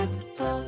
スト。はい、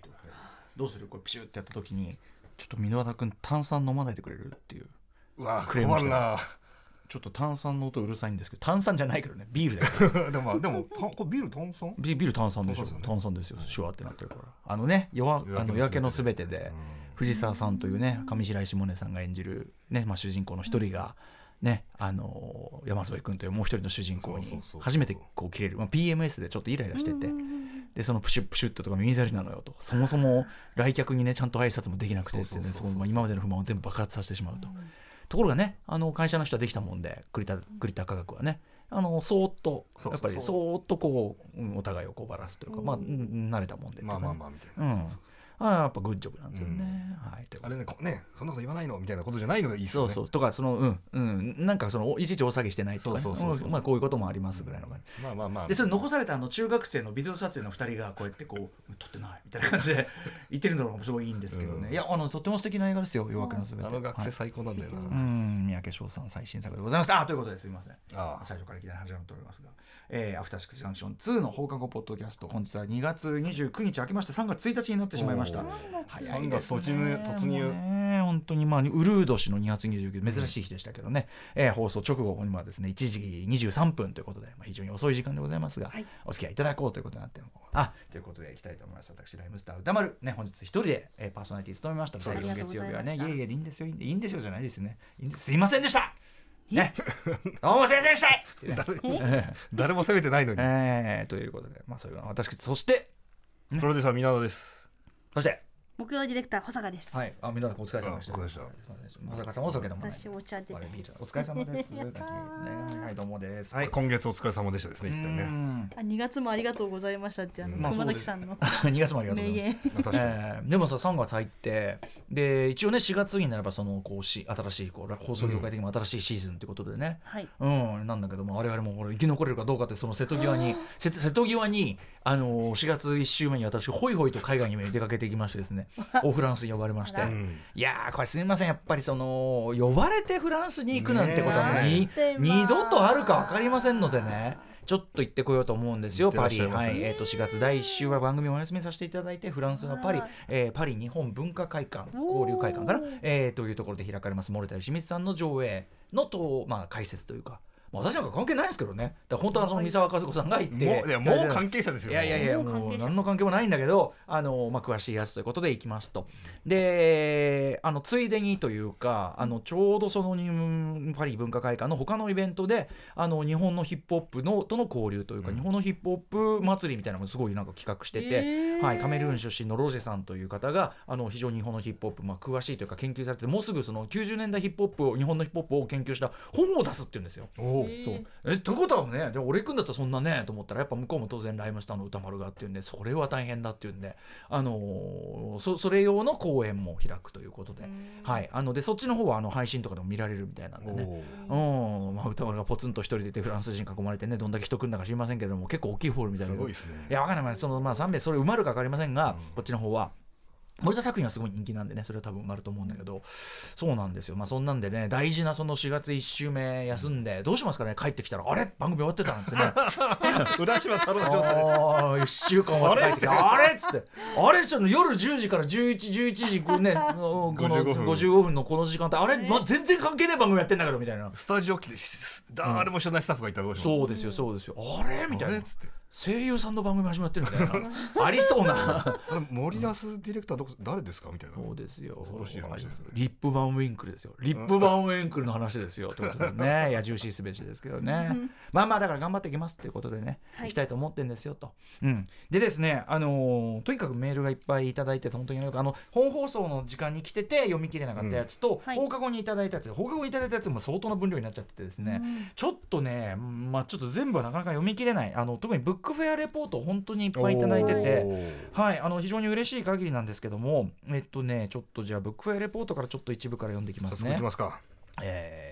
どうするこれプシュってやった時にちょっと箕輪田くん炭酸飲まないでくれるっていううわクレームした困るな。 ちょっと炭酸の音うるさいんですけど、炭酸じゃないけどね、ビールだよでもこれビール炭酸ビール炭酸でしょ、 そうですよね炭酸ですよ、シュワってなってるから。夜明けのすべてで藤沢さんというね、上白石萌音さんが演じるね、主人公の一人がね、山添君というもう一人の主人公に初めてこう切れる、PMS でちょっとイライラしてて、でそのプシュップシュッとか耳障りなのよと、そもそも来客にねちゃんと挨拶もできなくてってね、今までの不満を全部爆発させてしまうと。ところがね、会社の人はできたもんで、栗田科学はね、そーっとやっぱりそーっとこうお互いをこうバラすというか、慣れたもんで、 まあみたいな、 やっぱグッジョブなんですよね、はい、 あれねそんなこと言わないのみたいなことじゃないのがいいですよね。 とかなんかいちいちお下げしてないとかね、こういうこともありますぐらいの感じ、でそれ残された中学生のビデオ撮影の2人がこうやってこう撮ってないみたいな感じで言ってるのがすごいいいんですけどね、いやとっても素敵な映画ですよ、夜明けのすべて。 学生最高なんだよな、 三宅翔さん最新作でございます。ということですいません、最初からいきなり始まっておりますが、アフターシックスジャンクション2の放課後ポッドキャスト、本日は2月29日明けまして3月1日になってしまいました。早いですね、 突入本当にウルード氏の2月29珍しい日でしたけどね、放送直後にはですね1時23分ということで、非常に遅い時間でございますが、お付き合いいただこうということになってということでいきたいと思います。私ライムスター歌丸ね、本日一人で、パーソナリティ務めました。第4月曜日はね、いえいいんですよ、いいんですよじゃないですね、すいませんでしたね、どうも先生でしたい誰も責めてないのに、 ということで、そういう私、そしてプロデューサー皆田です。 そして木曜ディレクター保坂です。 はい、皆さんお疲れ様でした。保坂さんお酒飲まない。 私お茶で。 お疲れ様です。はい、どうもです。 今月お疲れ様でしたですね、一旦ね。 2月もありがとうございましたって熊崎さんの 2月もありがとうございます。でもさ、3月入ってで一応ね4月になれば新しい放送業界的にも新しいシーズンということでね、なんだけども、我々も生き残れるかどうかってその瀬戸際に4月1週目に私ホイホイと海外に出かけていきましてですね、フランスに呼ばれまして、いやーこれすみません、やっぱり呼ばれてフランスに行くなんてことはもう二度とあるか分かりませんのでね、ちょっと行ってこようと思うんですよ、パリ。4月第1週は番組をお休みさせていただいて、フランスのパリ、パリ日本文化会館、交流会館かな、というところで開かれます森田芳光さんの上映の解説というか、私なんか関係ないんですけどね。だから本当は三沢和子さんが言ってもう関係者ですよ。 いやもう何の関係もないんだけど、詳しいやつということで行きますと。でついでにというかちょうどそのパリ文化会館の他のイベントで日本のヒップホップとの交流というか、日本のヒップホップ祭りみたいなのもすごいなんか企画してて、カメルーン出身のロジェさんという方が非常に日本のヒップホップ詳しいというか研究されてて、もうすぐその90年代ヒップホップを日本のヒップホップを研究した本を出すっていうんですよ。ということはね、で俺行くんだったらそんなねと思ったら、やっぱ向こうも当然ライムスターの歌丸がっていうんで、それは大変だっていうんで、それ用の公演も開くということで、でそっちの方は配信とかでも見られるみたいなんでね、歌丸がポツンと一人でいてフランス人囲まれてね、どんだけ人来るんだか知りませんけども、結構大きいホールみたいな。 すごいですね。 いや分かんない、3名それ埋まるか分かりませんが、こっちの方は森田作品はすごい人気なんでね、それは多分埋まると思うんだけど、そうなんですよ。そんなんでね、大事なその4月1週目休んで、どうしますかね、帰ってきたらあれ番組終わってたんですね浦島太郎状態で 1週間終わって帰ってきてあれっつって、ちょっと夜10時から11時ね55分のこの時間って全然関係ない番組やってんだけどみたいな、 スタジオ来て誰も知らないスタッフがいたらどうします。 そうですよあれみたいな、声優さんの番組始まってるみたいなありそうな森安ディレクター誰ですかみたいな。 そうですよ、 恐ろしい話ですね。 リップ・バン・ウィンクルですよ、リップ・バン・ウィンクルの話ですよということでね、いや重視すべしですけどねだから頑張っていきますっていうことでね、行きたいと思ってるんですよと。でですね、とにかくメールがいっぱいいただいて、本当に本放送の時間に来てて読み切れなかったやつと、放課後にいただいたやつも相当な分量になっちゃっててですね、ちょっとね、ちょっと全部はなかなか読み切れない、特にブックフェアレポートを本当にいっぱいいただいてて、非常に嬉しい限りなんですけども、ちょっとじゃあブックフェアレポートからちょっと一部から読んできますね。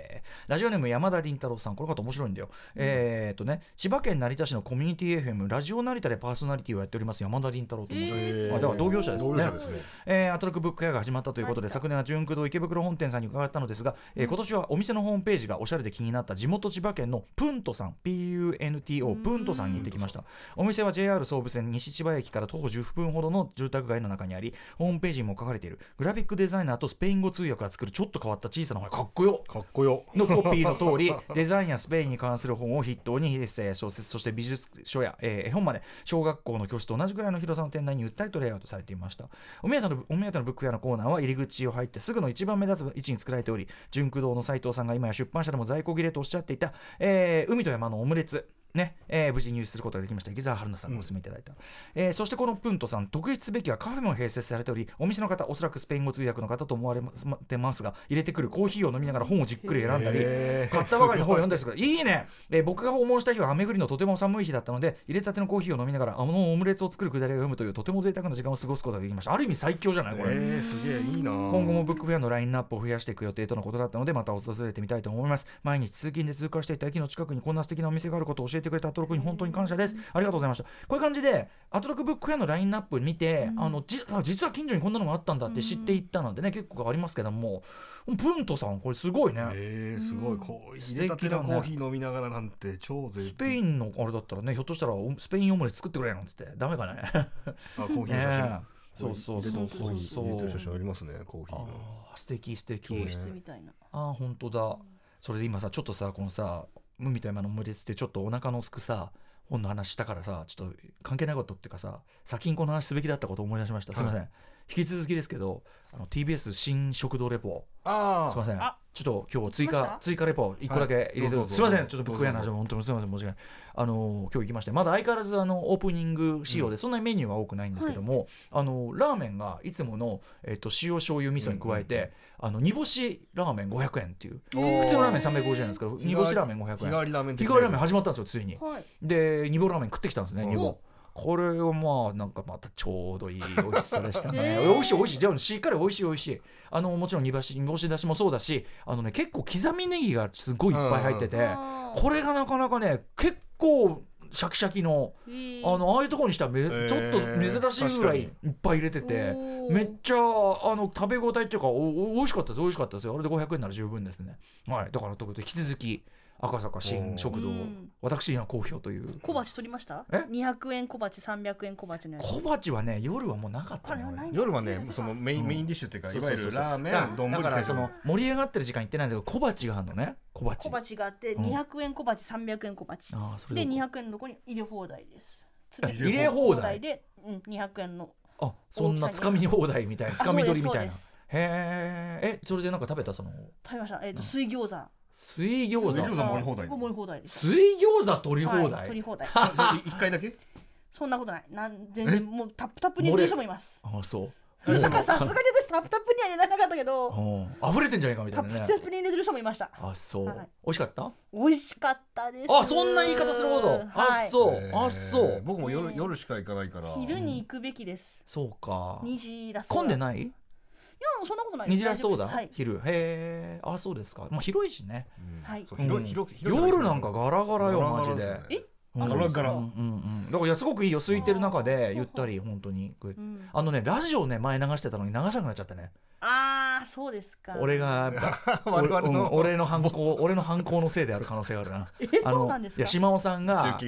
ラジオネーム山田凛太郎さん、この方面白いんだよ。千葉県成田市のコミュニティ FM ラジオ成田でパーソナリティをやっております山田凛太郎と申します。だから同業者ですね。アトロックブックフェアが始まったということで、昨年は純駆動池袋本店さんに伺ったのですが、今年はお店のホームページがおしゃれで気になった地元千葉県のプントさん PUNTO プントさんに行ってきました。お店は JR 総武線西千葉駅から徒歩10分ほどの住宅街の中にあり、ホームページにも書かれているグラフィックデザイナーとスペイン語通訳が作るちょっと変わった小さな本、かっこよのコピーの通りデザインやスペインに関する本を筆頭にエッセイ、小説、そして美術書や、絵本まで小学校の教室と同じぐらいの広さの店内にゆったりとレイアウトされていました。お目当てのブックフェアのコーナーは入り口を入ってすぐの一番目立つ位置に作られており、純駆動の斉藤さんが今や出版社でも在庫切れとおっしゃっていた、海と山のオムレツね、無事入手することができました。池澤春菜さんがお勧めいただいた、そしてこのプントさん、特筆すべきはカフェも併設されており、お店の方、おそらくスペイン語通訳の方と思われてますが、入れてくるコーヒーを飲みながら本をじっくり選んだり、買ったばかりの本を読んだりするからいいね。僕が訪問した日は雨降りのとても寒い日だったので、入れたてのコーヒーを飲みながらオムレツを作るくだりを読むというとても贅沢な時間を過ごすことができました。ある意味最強じゃないこれ。 すげえいいな。 今後もブックフェアのラインナップを増やしていく予定とのことだったので、また訪れてみたいと思います。毎日通勤で通過していた駅の近くにこんな素敵なお店があることを教えてくれたアトロクに本当に感謝です。ありがとうございました。こういう感じでアトロクブックフェアのラインナップ見て、実は近所にこんなのがあったんだって知っていったなんてね、結構ありますけども、プントさんこれすごいね。 すごい入れたてのコーヒー飲みながらなんて超贅沢。 スペインのあれだったらね、ひょっとしたらスペインオムレツ作ってくれなんつってダメかね。 コーヒーの写真、 そう入れてる写真ありますね、コーヒーの。 素敵教室みたいな。 本当だ。それで今さ、ちょっとさ、このさ海と山のオムレツってちょっとお腹のすくさ本の話したからさ、ちょっと関係ないことっていうかさ、先にこの話すべきだったことを思い出しました。すいません、引き続きですけど、TBS 新食堂レポ、すいません、ちょっと今日追加レポ1個だけ入れて、すいません、ちょっとブックフェアの話、本当にすいません、申し訳ない。今日行きまして、まだ相変わらずオープニング仕様でそんなにメニューは多くないんですけども、ラーメンがいつもの、塩醤油味噌に加えて、煮干しラーメン500円っていう、普通のラーメン350円ですけど、煮干しラーメン500円、日替わりラーメン始まったんですよ、ついに。で煮干ラーメン食ってきたんですね、煮干。これはまあなんかまたちょうどいい美味しさでしたね。美味しい、じゃあしっかり美味しい。もちろん煮干しだしもそうだし、結構刻みネギがすごいいっぱい入ってて、これがなかなかね結構シャキシャキの、ああいうところにしてはちょっと珍しいぐらいいっぱい入れてて、めっちゃ食べ応えっていうか美味しかったですよ。あれで500円なら十分ですね。はい、だからということで引き続き赤坂新食堂、私には好評という。 小鉢取りました？200円小鉢、300円小鉢のやつ。 小鉢はね、夜はもうなかったね。 夜はね、そのメインディッシュっていうか、いわゆるラーメン、丼、 だからその盛り上がってる時間行ってないんですけど、小鉢があるのね。小鉢があって200円小鉢、300円小鉢で200円のとこに入れ放題です。 入れ放題で200円の。 そんなつかみ放題みたいな、つかみ取りみたいな。へえ、それでなんか食べた？食べました。水餃子。 水餃子盛り放題。 盛り放題です。 水餃子取り放題。 取り放題。 一回だけ？ そんなことない。全然もうタップタップに入れる人もいます。 そう。 だからさすがに私タップタップには入れなかったけど、 溢れてんじゃないかみたいなね。 タップタップに入れてる人もいました。 そう。美味しかった？ 美味しかったです。 そんな言い方するほど。そう。 僕も夜しか行かないから。 昼に行くべきです。 そうか。 2時ラスト。 混んでない？ いやそんなことない。 2時ラストだ、昼。へえ、そうですか。まあ広いしね。夜なんかガラガラよマジで。 ガラガラ。 だからすごくいいよ、空いてる中でゆったり本当に。ラジオね前流してたのに流さなくなっちゃったね。 そうですか。 俺が俺の犯行のせいである可能性があるな。 そうなんですか。 島尾さんが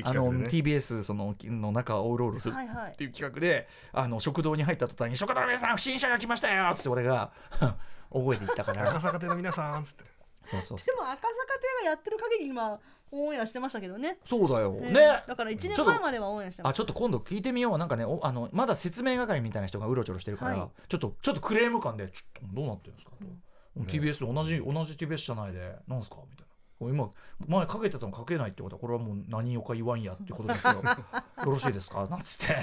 TBS の中をうろうろするっていう企画で食堂に入った途端に食堂の皆さん不審者が来ましたよっつって俺が大声で言ったから赤坂亭の皆さんっつって。 でも赤坂亭がやってる限り今オンエアしてましたけどね。 そうだよね。 だから1年前まではオンエアしてました。 ちょっと今度聞いてみよう。なんかねまだ説明係みたいな人がうろちょろしてるから、ちょっとクレーム感でちょっとどうなってるんですかと、TBS 同じ TBS 社内でなんすかみたいな。今前かけてたのかけないってことはこれはもう何をか言わんやってことですよ。よろしいですかなんつって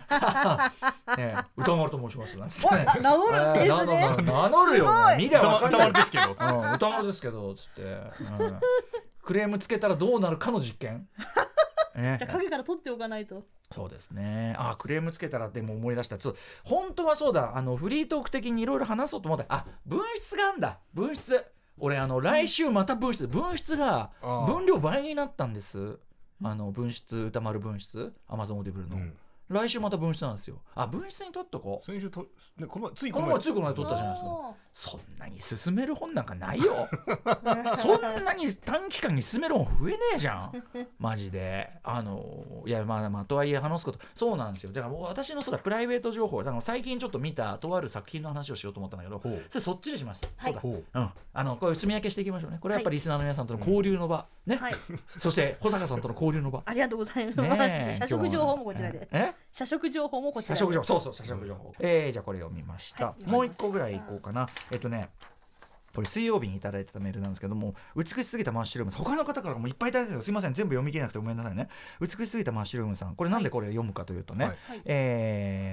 歌丸と申しますなんつって名乗るんですね。 名乗るよ見りゃ分かんない。 歌丸ですけど歌丸ですけどつってクレームつけたらどうなるかの実験。 じゃあ影から取っておかないと。 そうですね。クレームつけたらでも思い出した。本当はそうだフリートーク的にいろいろ話そうと思った。分室があるんだ。分室俺来週また分室が分量倍になったんです。分室歌丸分室 Amazon オーディブルの、来週また分室なんですよ。分室に取っとこう。 先週と、ね、この前ついこの前取ったじゃないですか。そんなに進める本なんかないよそんなに短期間に進める本増えねえじゃんマジで。いやまあとはいえ話すことそうなんですよ。だから私のそうだプライベート情報最近ちょっと見たとある作品の話をしようと思ったんだけど、そっちでします、はい、そうだ、これ積み分けしていきましょうね。これやっぱりリスナーの皆さんとの交流の場、ね、はい、そして保坂さんとの交流の場ありがとうございます、ね、社食情報もこちらで、社食情報もこちらで、 社食情報、そう社食情報、じゃあこれ読みました、はい、もう一個ぐらいいこうかな。これ水曜日にいただいてたメールなんですけども、美しすぎたマッシュルームさん、他の方からもいっぱいいただいてるんですよ。すいません、全部読み切れなくてごめんなさいね。美しすぎたマッシュルームさん、これなんでこれ読むかというとね、はい、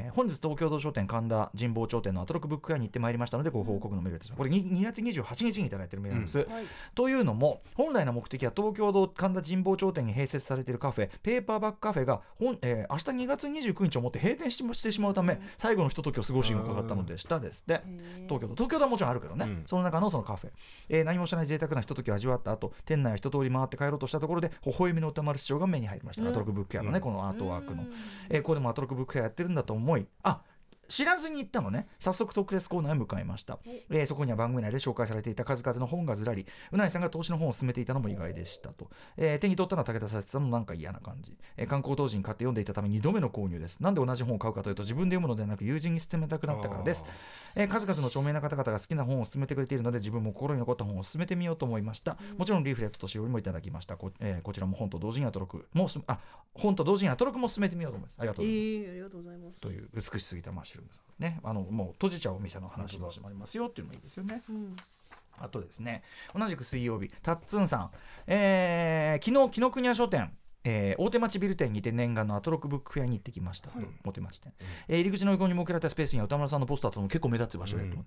本日東京道商店神田神保町店のアトロックブック屋に行ってまいりましたのでご報告のメールです。これ 2月28日にいただいてるメールなんです、はい、というのも本来の目的は東京道神田神保町店に併設されているカフェペーパーバックカフェが明日2月29日をもって閉店してしまうため、最後のひとときを過ごしに伺ったのでしたですって。東京道はもちろんあるけどね、その中のそのカフェ、何もしない贅沢なひとときを味わった後、店内を一通り回って帰ろうとしたところで微笑みの歌丸師匠が目に入りました、アトロックブック屋のね、このアートワークの、これでもアトロックブック屋やってるんだと思い、知らずに行ったのね。早速特設コーナーへ向かいました、そこには番組内で紹介されていた数々の本がずらり、うないさんが投資の本を進めていたのも意外でしたと、手に取ったのは武田佐さんのなんか嫌な感じ、観光当時に買って読んでいたため2度目の購入です。なんで同じ本を買うかというと、自分で読むのではなく友人に勧めたくなったからです。数々の著名な方々が好きな本を勧めてくれているので、自分も心に残った本を勧めてみようと思いました。もちろんリーフレットとしおりもいただきました。こちらも本と同時にアトロックも進めてみようと思います。ありがとうございます、という美しすぎたマッシュルームさんね、もう閉じちゃうお店の話もありますよっていうのもいいですよね、あとですね、同じく水曜日タッツンさん、昨日紀ノ国屋書店大手町ビル店にて念願のアトロックブックフェアに行ってきました、大手町店、入り口の横に設けられたスペースには歌丸さんのポスターとも結構目立つ場所でと思った、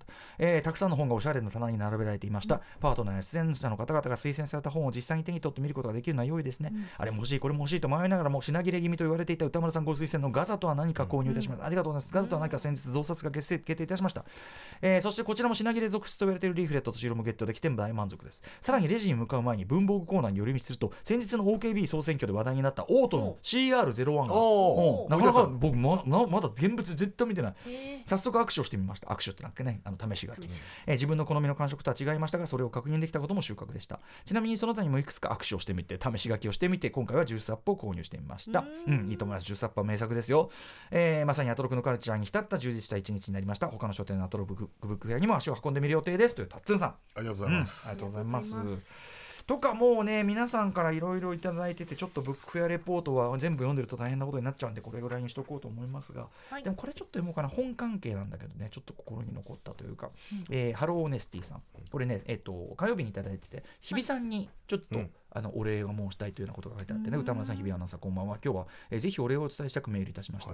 たくさんの本がおしゃれな棚に並べられていました、パートナーや出演者の方々が推薦された本を実際に手に取って見ることができるのは良いですね、あれも欲しいこれも欲しいと迷いながらも品切れ気味と言われていた歌丸さんご推薦のガザとは何か購入いたします、ありがとうございます。ガザとは何か先日増刷が決定いたしました、そしてこちらも品切れ続出と言われているリーフレットとシールもゲットできて大満足です。さらにレジに向かう前に文房具コーナーに寄り道すると、先日の OKB 総選挙で話題になったオートのCR01 が、なかなか僕 まだ現物絶対見てない。早速握手をしてみました。握手ってなんかね、試し書き、自分の好みの感触とは違いましたが、それを確認できたことも収穫でした。ちなみにその他にもいくつか握手をしてみて試し書きをしてみて、今回はジュースアップを購入してみました。いいと思います。ジュースアップは名作ですよ。まさにアトロクのカルチャーに浸った充実した一日になりました。他の書店のアトロクブックフェアにも足を運んでみる予定ですというタッツンさん、 ありがとうございます、 ありがとうございます。とかもうね、皆さんからいろいろいただいてて、ちょっとブックフェアレポートは全部読んでると大変なことになっちゃうんで、これぐらいにしとこうと思いますが、でもこれちょっと読もうかな。本関係なんだけどね、ちょっと心に残ったというか、ハローオネスティさん、これね、火曜日にいただいてて、日比さんにちょっと、お礼を申したいというようなことが書いてあってね、歌丸さん、日比アナウンサーこんばんは。今日は、ぜひお礼をお伝えしたくメールいたしました、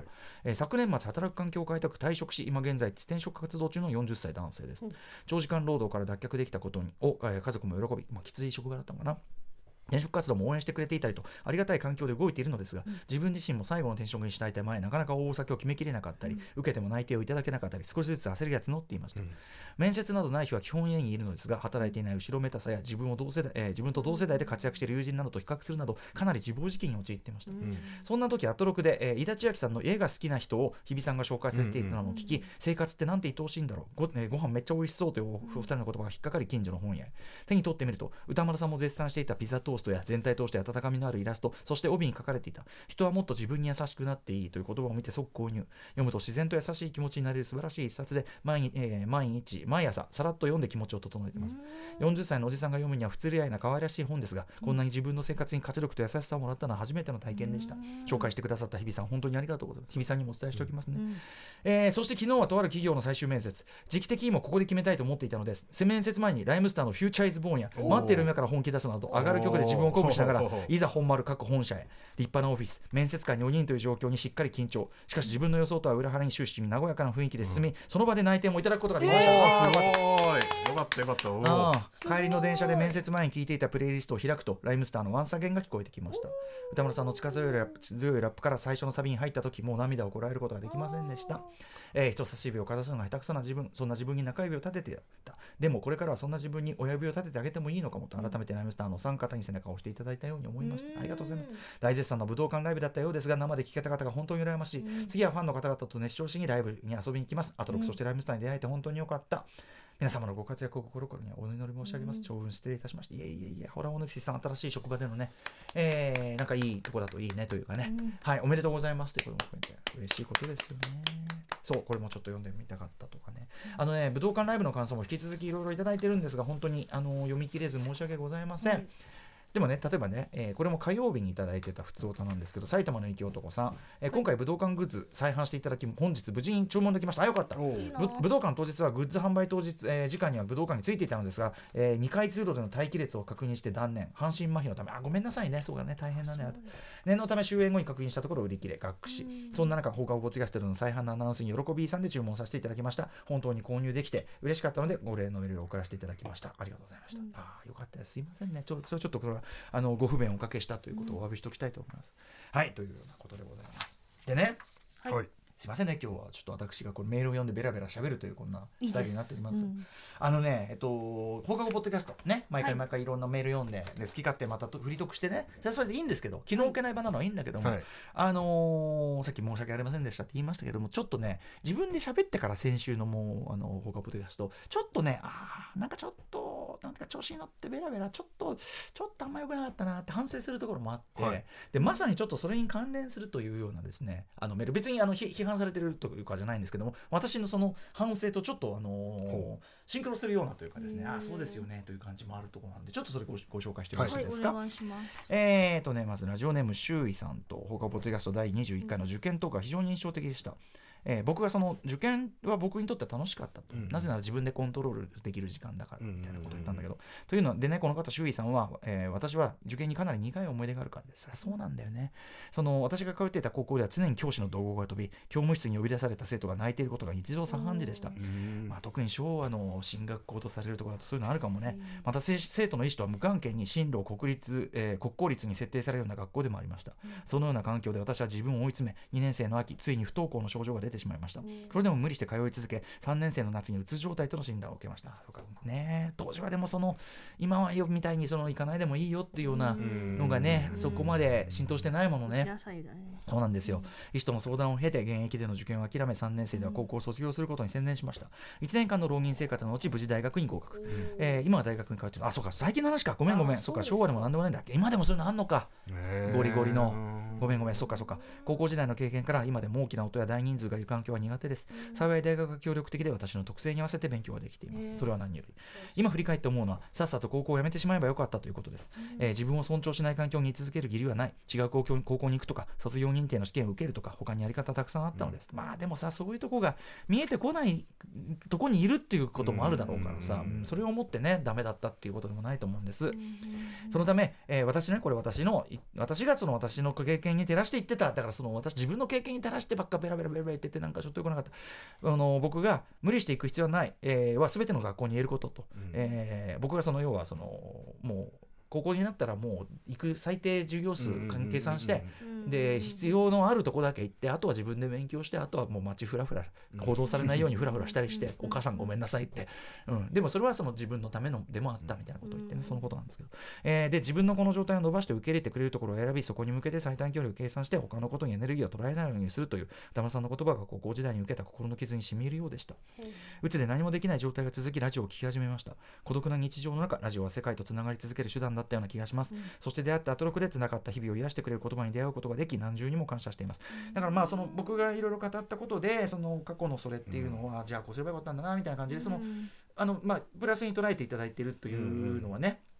昨年末働く環境を変えたく退職し、今現在転職活動中の40歳男性です、長時間労働から脱却できたことを、家族も喜び、きつい職場だったのかな。転職活動も応援してくれていたりとありがたい環境で動いているのですが、自分自身も最後の転職にしたい手前、なかなか大先を決めきれなかったり、受けても内定をいただけなかったり、少しずつ焦りが募っていました、面接などない日は基本家にいるのですが、働いていない後ろめたさや自分と同世代で活躍している友人などと比較するなど、かなり自暴自棄に陥っていました、そんな時アトロクで、井田千秋さんの絵が好きな人を日比さんが紹介されていたのを聞き、生活ってなんて愛おしいんだろう、ご飯めっちゃ美味しそうというお二人の言葉が引っかかり、近所の本屋へ手に取ってみると、歌丸さんも絶賛していたピザトーストや全体通して温かみのあるイラスト、そして帯に書かれていた人はもっと自分に優しくなっていいという言葉を見て即購入。読むと自然と優しい気持ちになれる素晴らしい一冊で、毎朝さらっと読んで気持ちを整えています。40歳のおじさんが読むには不釣り合いな可愛らしい本ですが、こんなに自分の生活に活力と優しさをもらったのは初めての体験でした。紹介してくださった日比さん、本当にありがとうございます。日比さんにもお伝えしておきますね、そして昨日はとある企業の最終面接、時期的にもここで決めたいと思っていたのです。面接前にライムスターのフューチャーイズボーンや待っている夢から本気出すなど上がる曲で自分を鼓舞しながらいざ本丸各本社へ。立派なオフィス、面接官4人という状況にしっかり緊張。しかし自分の予想とは裏腹に終始和やかな雰囲気で進み、その場で内定もいただくことができました。 すごい、よかったよかった。 帰りの電車で面接前に聞いていたプレイリストを開くと、ライムスターのワンサゲンが聞こえてきました。歌丸さんの力強いラップから最初のサビに入った時、もう涙をこらえることができませんでした。人差し指をかざすのが下手くそな自分、そんな自分に中指を立ててやった。でもこれからはそんな自分に親指を立ててあげてもいいのかもと、改めてライムスターのお三方に背中を押していただいたように思いました。ありがとうございます。大絶賛の武道館ライブだったようですが、生で聴けた方が本当に羨ましい。次はファンの方々と熱唱しにライブに遊びに行きます。アトロク、そしてライムスターに出会えて本当によかった。皆様のご活躍を心からにお祈り申し上げます。長文失礼いたしました。いえ、ホラーオネスティさん、新しい職場でのね、なんかいいとこだといいねというかね、はい、おめでとうございますということも含めて嬉しいことですよね。そう、これもちょっと読んでみたかったとかね。武道館ライブの感想も引き続きいろいろいただいてるんですが、本当に読み切れず申し訳ございません。でもね、例えばね、これも火曜日にいただいてた普通歌なんですけど、埼玉の雪男さん、今回武道館グッズ再販していただき、本日無事に注文できました。よかった。武道館当日はグッズ販売当日、時間には武道館についていたのですが、2階通路での待機列を確認して断念。半身麻痺のため、ごめんなさいね、そうだね、大変だね。念のため終演後に確認したところ売り切れ、学士。そんな中、放課後ポッドキャストの再販のアナウンスに喜びさんで注文させていただきました。本当に購入できて嬉しかったので、ご礼のメールを送らせていただきました。ありがとうございました。よかったです。すいませんね。それちょっとこれはご不便をおかけしたということをお詫びしておきたいと思います。はい、というようなことでございます。でね、 はい、 すいませんね、今日はちょっと私がこれメールを読んでベラベラ喋るというこんなスタイルになっております。放課後ポッドキャストね、毎回いろんなメール読んで、好き勝手またフリートークしてね、それでいいんですけど、気の置けない場なのはいいんだけども、さっき申し訳ありませんでしたって言いましたけども、ちょっとね、自分で喋ってから先週のもう放課後ポッドキャストちょっとね、なんかちょっとなんか調子に乗ってベラベラちょっとあんま良くなかったなって反省するところもあって、でまさにちょっとそれに関連するというようなですね、メール、別に批判されてるというかじゃないんですけども、私のその反省とちょっとシンクロするようなというかですね、そうですよねという感じもあるところなんで、ちょっとそれご紹介してよろしいですか。まずラジオネーム周囲さんと放課後ポッドキャスト第21回の受験トークが非常に印象的でした。僕がその受験は僕にとっては楽しかったと、なぜなら自分でコントロールできる時間だからみたいなことを言ったんだけど、というのでね、この方周囲さんは、私は受験にかなり苦い思い出があるからです。そりゃそうなんだよね。私が通っていた高校では常に教師の怒号が飛び、教務室に呼び出された生徒が泣いていることが一度茶飯事でした。特に昭和の進学校とされるところだとそういうのあるかもね。また生徒の意思とは無関係に進路を国公立に設定されるような学校でもありました。そのような環境で私は自分を追い詰め、2年生の秋ついに不登校の症状が出てしまいました。それでも無理して通い続け、3年生の夏にうつ状態との診断を受けました。そうかね、当時はでも今はみたいに行かないでもいいよっていうようなのがね、そこまで浸透してないものね。そうなんですよ。医師との相談を経て現役での受験を諦め、3年生では高校を卒業することに専念しました。1年間の浪人生活の後、無事大学に合格。今は大学に通っている。そうか、最近の話か。ごめん。そうか、昭和でも何でもないんだっけ。今でもそういうのあんのか。ゴリゴリの。ごめん。そうか。高校時代の経験から今でも大きな音や大人数がいる環境は苦手です。幸い大学が協力的で私の特性に合わせて勉強ができています。それは何より。今振り返って思うのは、さっさと高校を辞めてしまえばよかったということです。自分を尊重しない環境に居続ける義理はない。違う高校に行くとか、卒業認定の試験を受けるとか、他にやり方たくさんあったのです。でもさ、そういうとこが見えてこないとこにいるっていうこともあるだろうからさ、それを思ってね、ダメだったっていうことでもないと思うんです。そのため、私が私の経験に照らして言ってた。だから自分の経験に照らしてばっかベラベラ言ってて、なんかちょっとよくなかった。僕が無理していく必要はない、は全ての学校に言えることと、僕が要はもう高校になったらもう行く最低授業数計算して、で必要のあるとこだけ行って、あとは自分で勉強して、あとはもう街フラフラ行動されないようにフラフラしたりして、お母さんごめんなさいって、でもそれは自分のためのでもあったみたいなことを言ってね、そのことなんですけど、で自分のこの状態を伸ばして受け入れてくれるところを選び、そこに向けて最短距離を計算して他のことにエネルギーを捉えないようにするという歌丸さんの言葉が高校時代に受けた心の傷に染み入るようでした。うつで何もできない状態が続き、ラジオを聞き始めました。孤独な日常の中、ラジオは世界とつながり続ける手段だったような気がします。そして出会ったアトロクでつながった日々を癒してくれる言葉に出会うことができ、何重にも感謝しています。だから僕がいろいろ語ったことで、過去のそれっていうのは、じゃあこうすればよかったんだなみたいな感じで、プラスに捉えていただいているというのはね、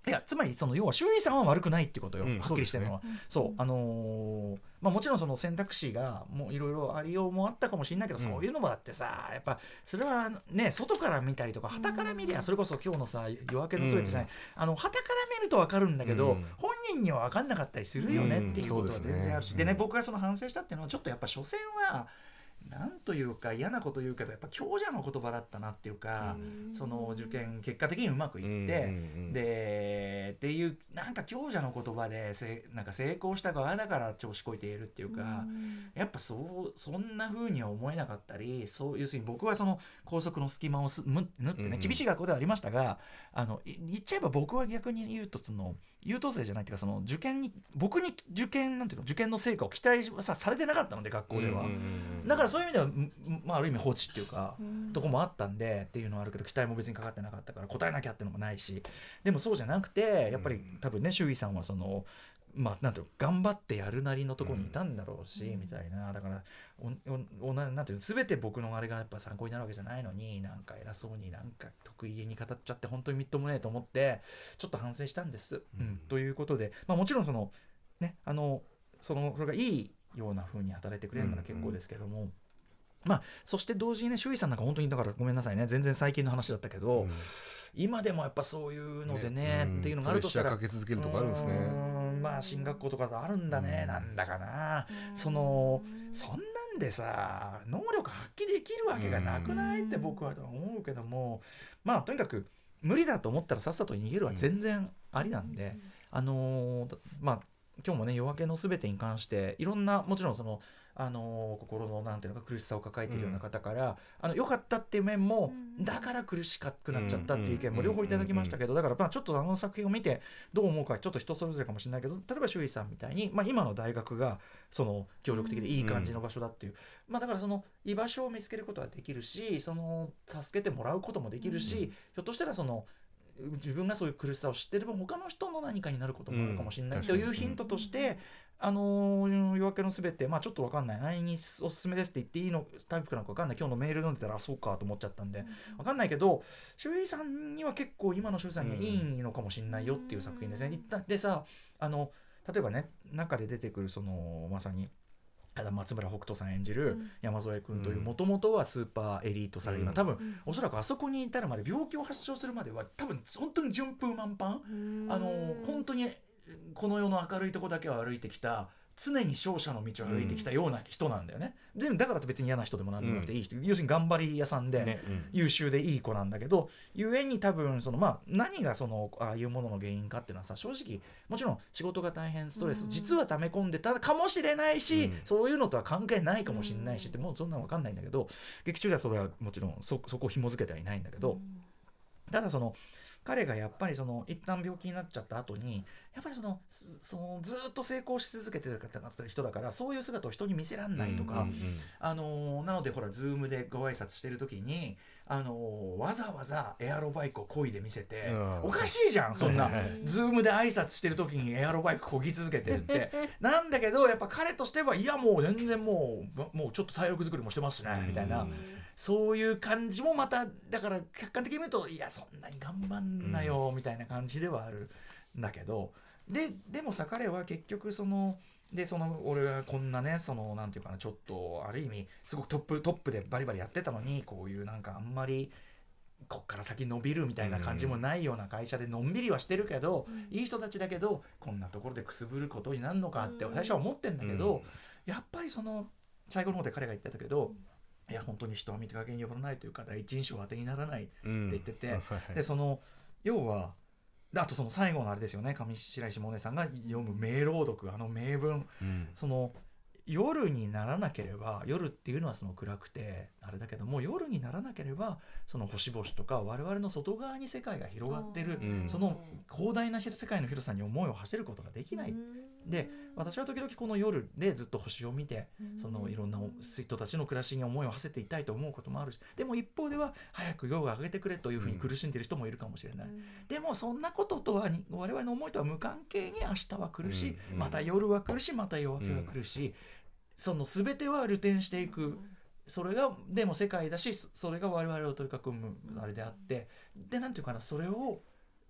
いやつまりその要は周囲さんは悪くないってことよ、はっきりしてるのは。そう、もちろんその選択肢がもういろいろありようもあったかもしれないけど、そういうのもあってさ、やっぱそれはね外から見たりとか傍から見りゃ、それこそ今日のさ夜明けのすべてじゃない、傍から見ると分かるんだけど、本人には分かんなかったりするよねっていうことは全然あるし、でね、僕がその反省したっていうのはちょっとやっぱ所詮はなんというか嫌なこと言うけどやっぱ強者の言葉だったなっていうか、その受験結果的にうまくいって、でっていうなんか強者の言葉でなんか成功した側だから調子こいているっていうか、やっぱそんな風には思えなかったり、そう要するに僕はその校則の隙間を縫ってね、厳しい学校ではありましたが、言っちゃえば僕は逆に言うとその優等生じゃないっていうか、その僕に受験なんていうの、受験の成果を期待されてなかったので学校では、だからそういう意味では、まあ、ある意味放置っていうか、とこもあったんでっていうのはあるけど、期待も別にかかってなかったから答えなきゃっていうのもないし、でもそうじゃなくてやっぱり多分ね周囲さんはそのまあなんていう頑張ってやるなりのところにいたんだろうし、みたいな、だからなんていう全て僕のあれがやっぱ参考になるわけじゃないのに、なんか偉そうになんか得意げに語っちゃって本当にみっともねえと思ってちょっと反省したんです、ということで、まあ、もちろんそのねそれがいいような風に働いてくれるなら結構ですけども、まあそして同時にね周囲さんなんか本当にだからごめんなさいね全然最近の話だったけど、今でもやっぱそういうのでねっていうのがあるとしたらプレッシャーかけ続けるとかあるんですね。 まあ進学校とかあるんだね、なんだかな、そんなんでさ能力発揮できるわけがなくないって僕は思うけども、まあとにかく無理だと思ったらさっさと逃げるは全然ありなんで、まあ今日もね夜明けのすべてに関していろんなもちろんその心のなんていうのか苦しさを抱えているような方から、良かったっていう面も、だから苦しくなっちゃったっていう意見も両方いただきましたけど、だからまあちょっと作品を見てどう思うかちょっと人それぞれかもしれないけど、例えば周囲さんみたいに、まあ、今の大学がその協力的でいい感じの場所だっていう、まあ、だからその居場所を見つけることができるし、その助けてもらうこともできるし、ひょっとしたらその自分がそういう苦しさを知ってる分他の人の何かになることもあるかもしれないというヒントとして、夜明けのすべて、まあちょっと分かんない、何におすすめですって言っていいのタイプなのか分かんない、今日のメール読んでたらそうかと思っちゃったんで分かんないけど、周囲さんには結構今の周囲さんにはいいのかもしれないよっていう作品ですね。でさ例えばね中で出てくるそのまさに松村北斗さん演じる山添君というもともとはスーパーエリートサラリーマン、多分おそらくあそこに至るまで病気を発症するまでは多分本当に順風満帆、本当にこの世の明るいとこだけを歩いてきた、常に勝者の道を歩いてきたような人なんだよね、でもだからって別に嫌な人でもなんでもなくていい人、要するに頑張り屋さんで、優秀でいい子なんだけど、ゆえに多分その、まあ、何がそのああいうものの原因かっていうのはさ、正直もちろん仕事が大変ストレス、実は溜め込んでたかもしれないし、そういうのとは関係ないかもしれないしって、もうそんなの分かんないんだけど、劇中ではそれはもちろんそこを紐付けてはいないんだけど、ただその彼がやっぱりその一旦病気になっちゃった後にやっぱりそのずっと成功し続けてた人だから、そういう姿を人に見せらんないとか、なのでほらズームでご挨拶してる時にわざわざエアロバイクを漕いで見せて、おかしいじゃんそんなズームで挨拶してる時にエアロバイク漕ぎ続けてるってなんだけど、やっぱ彼としてはいやもう全然もうちょっと体力作りもしてますしねみたいな、そういう感じもまただから客観的に見るといやそんなに頑張んなよみたいな感じではあるんだけど、でもさ彼は結局その俺がこんなねそのなんていうかな、ちょっとある意味すごくトップでバリバリやってたのに、こういうなんかあんまりこっから先伸びるみたいな感じもないような会社でのんびりはしてるけど、いい人たちだけどこんなところでくすぶることになるのかって最初は思ってんだけど、やっぱりその最後の方で彼が言ってたけど、いや本当に人は見かけによらないというか第一印象は当てにならないって言ってて、でその要はあとその最後のあれですよね、上白石萌音さんが読む名朗読、名文、その夜にならなければ、夜っていうのはその暗くてあれだけども、夜にならなければその星々とか我々の外側に世界が広がってる、その広大な世界の広さに思いを馳せることができない。で私は時々この夜でずっと星を見て、そのいろんな人たちの暮らしに思いを馳せていたいと思うこともあるし、でも一方では早く夜が明けてくれというふうに苦しんでいる人もいるかもしれない、でもそんなこととは我々の思いとは無関係に明日は来るし、また夜は来るし、また夜明けは来るし、その全ては流転していく、それがでも世界だし、それが我々を取り囲むあれであって、でなんていうかな、それを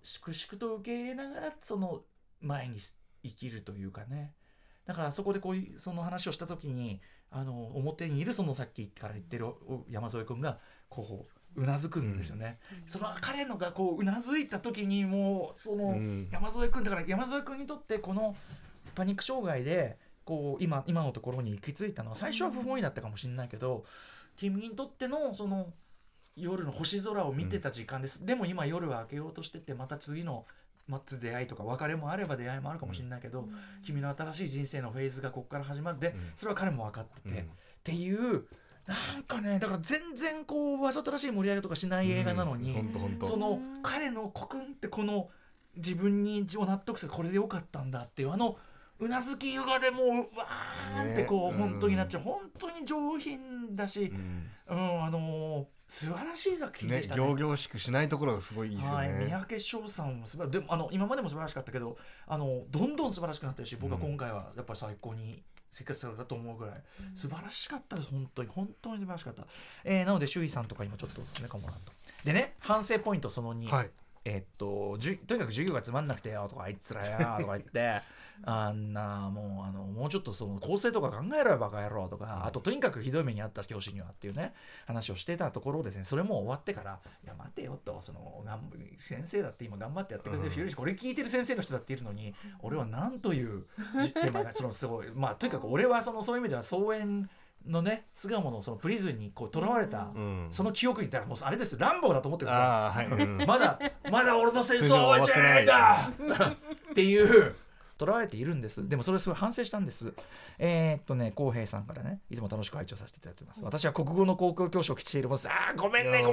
粛々と受け入れながらその前に生きるというかね。だからそこでこういうその話をした時に表にいるそのさっきから言ってる山添君がこううなずくんですよね、その彼のがこううなずいた時にもうその山添君だから山添君にとってこのパニック障害でこう今のところに行き着いたのは最初は不本意だったかもしれないけど、君にとってのその夜の星空を見てた時間です、でも今夜は明けようとしててまた次の待つ出会いとか別れもあれば出会いもあるかもしれないけど、君の新しい人生のフェーズがここから始まるで、それは彼も分かってて、っていうなんかねだから全然こうわざとらしい盛り上げとかしない映画なのに、その彼のコクンってこの自分に納得するこれでよかったんだっていううなずきがでもうわーってこう本当になっちゃう、本当に上品だし、素晴らしい作品でしたね。 仰々しくしないところがすごいいいですよね。 三宅翔さんも素晴らしい。でも今までも素晴らしかったけどどんどん素晴らしくなってるし、僕は今回はやっぱり最高に生活されたと思うぐらい素晴らしかったです。本当に素晴らしかった、なので周囲さんとかにもちょっとおすすめかもなと。でね反省ポイントその2、 はい、 とにかく授業がつまんなくてよとかあいつらやとか言ってもうちょっとその構成とか考えろよバカ野郎とか、あととにかくひどい目にあった教師にはっていうね話をしてたところですね、それも終わってからいや待てよと、その先生だって今頑張ってやってくれてるし、いるしこれ聞いてる先生の人だっているのに、俺はなんという手前がそのすごいとにかく俺はそういう意味では総園のね巣鴨のそのプリズンにこう囚われた、その記憶に言ったらもうあれですランボーだと思ってください、まだ俺の戦争は終わっちゃいないんだっていう囚われているんです。でもそれすごい反省したんです。浩平さんからね、いつも楽しく拝聴させていただいてます。私は国語の公共教師をしているものです。ごめんね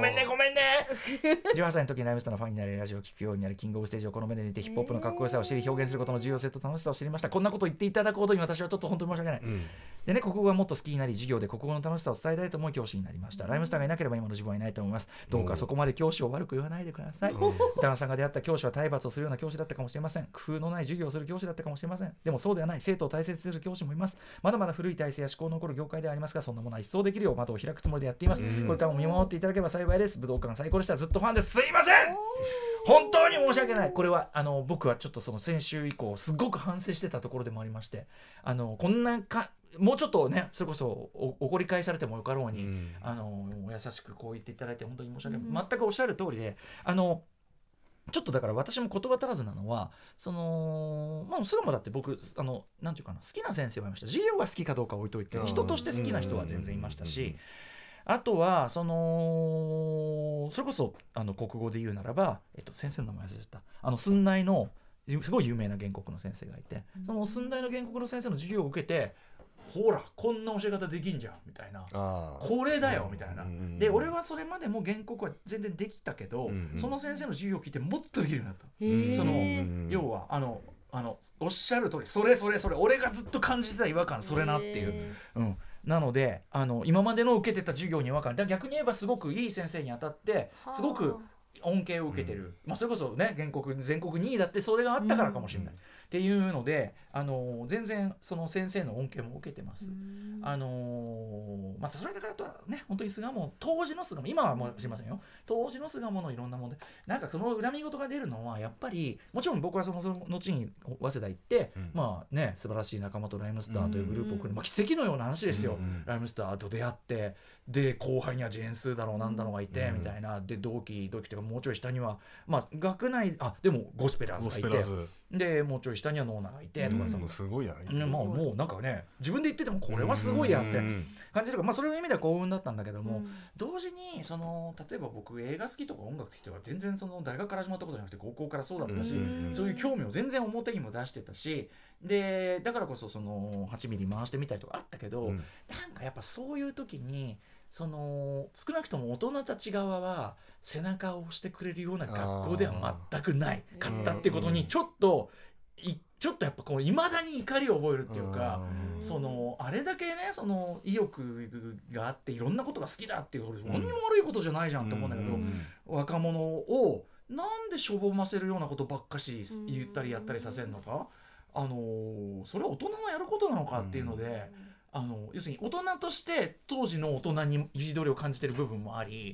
18歳の時にライムスターのファンになりラジオを聞くようになり、キングオブステージをこの目で見てヒップホップのかっこよさを知り表現することの重要性と楽しさを知りました。こんなことを言っていただくほどに私はちょっと本当に申し訳ない、でね、国語がもっと好きになり授業で国語の楽しさを伝えたいと思い教師になりました。ライムスターがいなければ今の自分はいないと思います。どうかそこまで教師を悪く言わないでください。歌野さんが出会った教師は体罰をするような教師だったかもしれません。工夫のない授業をする教師だったかもしれません。でもそうではない生徒を大切にする教師もいます。まだまだ古い体制や思考の残る業界ではありますが、そんなものは一掃できるよう窓を開くつもりでやっています。これからも見守っていただければ幸いです。武道館最高でした。ずっとファンです。すいません本当に申し訳ない。これは僕はちょっとその先週以降すごく反省してたところでもありまして、こんなもうちょっとねそれこそ怒り返されてもよかろうに、優しくこう言っていただいて本当に申し訳ない、全くおっしゃる通りでちょっとだから私も言葉足らずなのは巣鴨だって僕なんていうかな好きな先生はいました。授業が好きかどうか置いといて人として好きな人は全然いましたし、あとはそれこそ国語で言うならば、先生の名前忘れちゃった寸大のすごい有名な原告の先生がいて、その寸大の原告の先生の授業を受けてほらこんな教え方できんじゃんみたいな、これだよみたいな、で俺はそれまでも原告は全然できたけど、その先生の授業を聞いてもっとできるようになった。その要はおっしゃる通りそれ俺がずっと感じてた違和感それなっていう、なので今までの受けてた授業に違和感だ、逆に言えばすごくいい先生に当たってすごく恩恵を受けてる、それこそね全国2位だってそれがあったからかもしれない、っていうので全然その先生の恩恵も受けてます。またそれだからとはね本当に巣鴨当時の巣鴨今はもう知りませんよ、当時の巣鴨のいろんなものでなんかその恨み事が出るのはやっぱりもちろん僕はその後に早稲田行って、素晴らしい仲間とライムスターというグループを組んで、奇跡のような話ですよ、ライムスターと出会ってで後輩にはジェーンスーだろうなんだろうがいて、みたいなで同期っていうかもうちょい下には学内でもゴスペラーズがいてでもうちょい下にはノーナがいてとかさ、 すごいやね、 もうなんかね自分で言っててもこれはすごいやって感じとか、それの意味では幸運だったんだけども、同時に例えば僕映画好きとか音楽好きとか全然大学から始まったことじゃなくて高校からそうだったし、そういう興味を全然表にも出してたし、でだからこそ8ミリ回してみたりとかあったけど、なんかやっぱそういう時に少なくとも大人たち側は背中を押してくれるような学校では全くないかったっていうことにちょっとやっぱいまだに怒りを覚えるっていうか、あれだけね意欲があっていろんなことが好きだっていう何にも悪いことじゃないじゃんと思うんだけど、若者をなんでしょぼませるようなことばっかし言ったりやったりさせるのか、それは大人がやることなのかっていうので、要するに大人として当時の大人に憤りを感じてる部分もあり、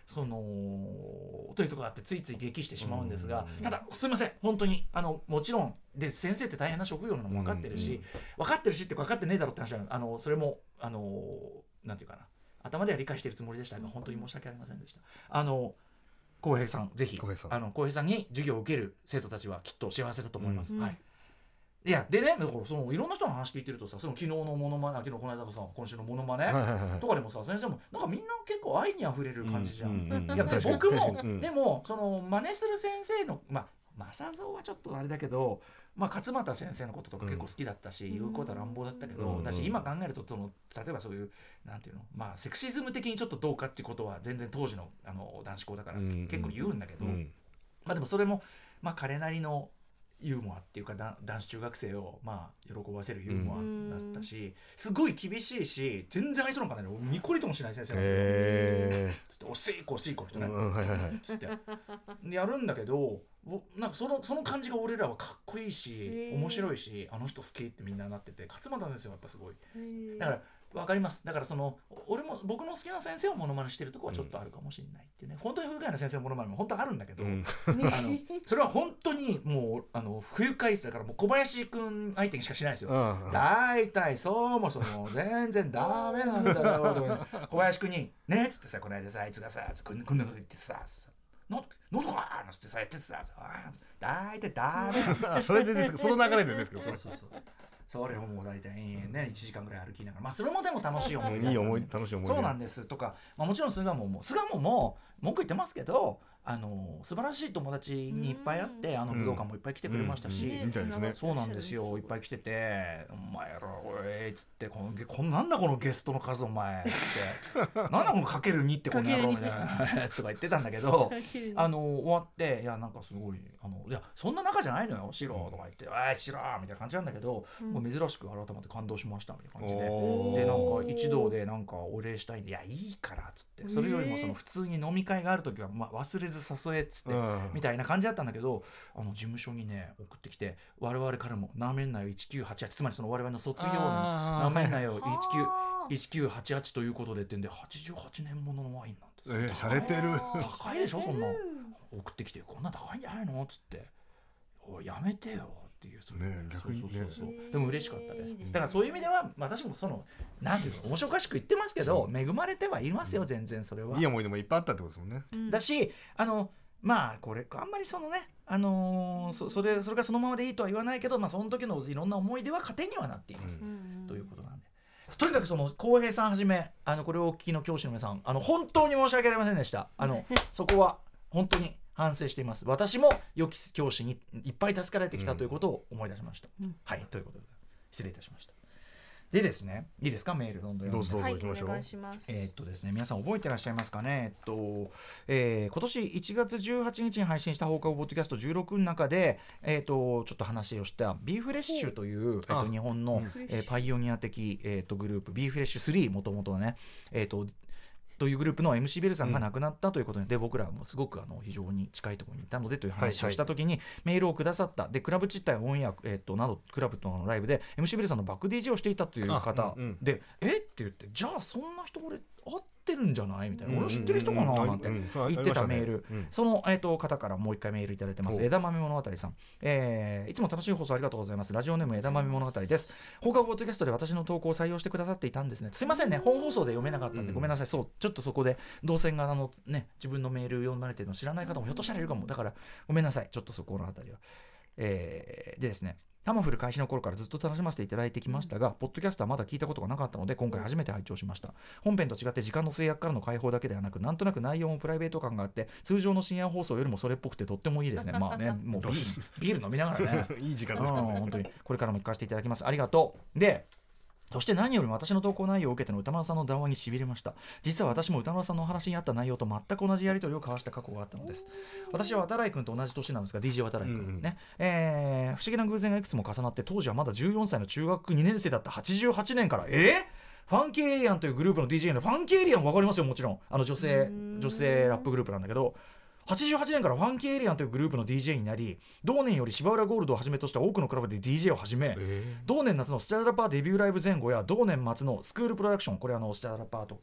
そのというところがあってついつい激してしまうんですが、ただすみません本当にもちろんで先生って大変な職業なのも分かってるし、分かってるしって分かってねえだろって話なの。それもなんていうかな、頭では理解しているつもりでしたが本当に申し訳ありませんでした。浩平さんぜひ浩平さんに授業を受ける生徒たちはきっと幸せだと思います、はい。いやでね、だからそのいろんな人の話聞いてるとさ、その昨日のモノマネ、昨日この間のさ今週のモノマネとかでもさ、先生もなんかみんな結構愛にあふれる感じじゃん。いや僕もでもその真似する先生の正蔵はちょっとあれだけど、勝俣先生のこととか結構好きだったし、言うことは乱暴だったけど、だし今考えると例えばそういうなんていうの、セクシズム的にちょっとどうかっていうことは全然当時の男子校だから結構言うんだけど、でもそれも彼なりのユーモアっていうか男子中学生を喜ばせるユーモアだったし、すごい厳しいし全然愛想なんかないのにこりともしない先生なんで、つっておしいこ人ねつってやるんだけど、なんかその感じが俺らはかっこいいし面白いし、あの人好きってみんななってて、勝俣先生はやっぱすごいだから分かります。だから僕の好きな先生をモノマネしてるとこはちょっとあるかもしれないっていうね、本当に不愉快な先生のモノマネも本当あるんだけど、それは本当にもう不愉快さだからもう小林くん相手にしかしないですよ。大体そもそも全然ダメなんだよ小林くんにねっつってさ、この間さあいつがさこんなこと言ってさ喉かーってさやっててさ、大体ダメそれでその流れでですけど、 そうそれをもう大体ね1時間ぐらい歩きながら、それもでも楽しい思い出、 いい思い楽しい思い出、 そうなんですとか、もちろん菅も文句言ってますけど、素晴らしい友達にいっぱいあって、武道館もいっぱい来てくれましたし、 みたいですね。 そうなんですよ、いっぱい来てて、お前らおいっつって、なんだこのゲストの数お前っつってなんだこのかける2ってこの野郎みたいなとか言ってたんだけど終わって、いやなんかすごいいやそんな仲じゃないのよシロとか言って「シロー」みたいな感じなんだけど、もう珍しく改めて感動しましたみたいな感じで、なんか一同でなんかお礼したいんで、いやいいからっつって、それよりもその普通に飲み会がある時は忘れず誘えっつってみたいな感じだったんだけど、事務所にね送ってきて、我々からもなめんなよ1988、つまりその我々の卒業になめんなよ1988ということでってんで、88年もののワインなんて洒落てる、 高いでしょそんな送ってきて、こんな高いんじゃないのっつって、おいやめてよっていう、 逆にね、 でも嬉しかったです。だからそういう意味では私もなんていうの面白おかしく言ってますけど、恵まれてはいますよ全然。それはいい思い出もいっぱいあったってことですもんね。 だしこれあんまりそれがそのままでいいとは言わないけど、その時のいろんな思い出は糧にはなっています、ということなんで、とにかく浩平さんはじめこれをお聞きの教師の皆さん、本当に申し訳ありませんでした。そこは本当に反省しています。私も良き教師にいっぱい助けられてきたということを思い出しました、はい、ということで失礼いたしました。でですね、いいですか、メールどんどんどうぞ行きましょう。 ですね、皆さん覚えてらっしゃいますかね。今年1月18日に配信した放課後ポッドキャスト16の中で、ちょっと話をしたビーフレッシュという、日本の、パイオニア的、グループビーフレッシュ3、もともとはね、というグループの MC ベルさんが亡くなったということで、僕らもすごく非常に近いところにいたのでという話をしたときにメールをくださった。でクラブチッタやオンエア、などクラブのライブで MC ベルさんのバック DJ をしていたという方で、って言って、じゃあそんな人俺会ってるんじゃないみたいな、俺知ってる人かななんて言ってたメール、その、方からもう一回メールいただいてます。枝豆物語さん、いつも楽しい放送ありがとうございます。ラジオネーム枝豆物語です。放課後ポッドキャストで私の投稿を採用してくださっていたんですね。すいませんね、本放送で読めなかったんでごめんなさい。ちょっとそこで動線が自分のメール読まれてるの知らない方もひょっとしたらいるかも。だからごめんなさい、ちょっとそこのあたりは。でですね、タマフル開始の頃からずっと楽しませていただいてきましたが、ポッドキャストはまだ聞いたことがなかったので今回初めて拝聴しました。本編と違って時間の制約からの解放だけではなく、なんとなく内容もプライベート感があって、通常の深夜放送よりもそれっぽくてとってもいいですね。もうビール飲みながらねいい時間ですからね。 本当にこれからも聞かせていただきます。ありがとう。でそして何よりも私の投稿内容を受けての歌丸さんの談話にしびれました。実は私も歌丸さんのお話にあった内容と全く同じやり取りを交わした過去があったのです。私は渡来君と同じ年なんですが、 DJ 渡来君ね、不思議な偶然がいくつも重なって、当時はまだ14歳の中学2年生だった88年からファンキーエイリアンというグループの DJ のファンキーエイリアン分かりますよ、もちろん女性ラップグループなんだけど、88年からファンキーエイリアンというグループの DJ になり、同年より芝浦ゴールドをはじめとした多くのクラブで DJ を始め、同年夏のスチャダラパーデビューライブ前後や同年末のスクールプロダクション、これスチャダラパーとか